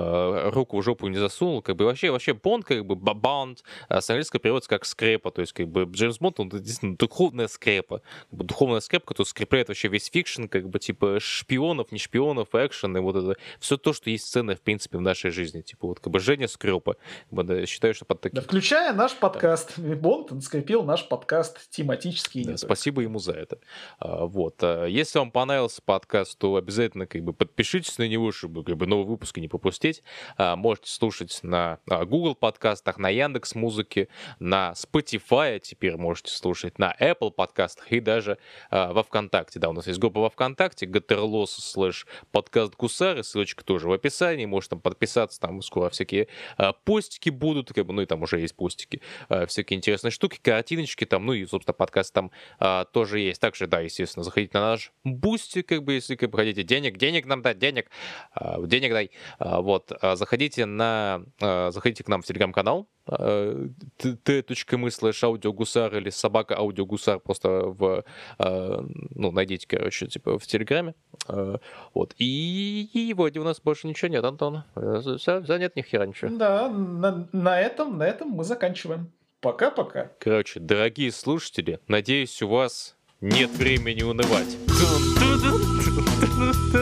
э, руку в жопу не засунул. Как бы вообще, вообще Бонд, как бы Бонд, с английского переводится как скрепа. То есть как бы Джеймс Бонд, он действительно духовная скрепа. Как бы, духовная скрепа, которая скрепляет вообще весь фикшн, как бы типа шпионов, не шпионов, экшен и вот это. Все то, что есть сцены, в принципе, в нашей жизни. Типа вот как бы Женя Скрёпа. Как бы, да, считаю, что под таким... Да, включая наш подкаст. Да. Бонд скрепил наш подкаст тематический. Да, спасибо ему за это. А, вот. Если вам понравился подкаст, то обязательно как бы подпишитесь на него, чтобы как бы новые выпуски не пропустить. А, можете слушать на Google подкастах, на Яндекс.Музыке, на Spotify теперь можете слушать, на Apple подкастах и даже а, во ВКонтакте. Да, у нас есть группа во ВКонтакте, gtrlos слэш подкаст Гусары, ссылочка тоже в описании, можете там подписаться, там скоро всякие а, постики будут, как бы, ну и там уже есть постики, а, всякие интересные штуки, картиночки там, ну и, собственно, подкаст там а, тоже есть. Также, да, естественно, заходите на наш Бусти, как бы, если как бы хотите денег, денег нам дать, денег, а, денег дай, а, вот, а, заходите на, а, заходите к нам в Телеграм-канал, т.мы слэш аудиогусар или собака аудиогусар, просто в, ну, найдите, короче, типа в Телеграме, вот, и, и вроде у нас больше ничего нет, Антон, все, все нет, ни хера ничего. Да, на, на этом, на этом мы заканчиваем. Пока-пока. Короче, дорогие слушатели, надеюсь, у вас нет времени унывать.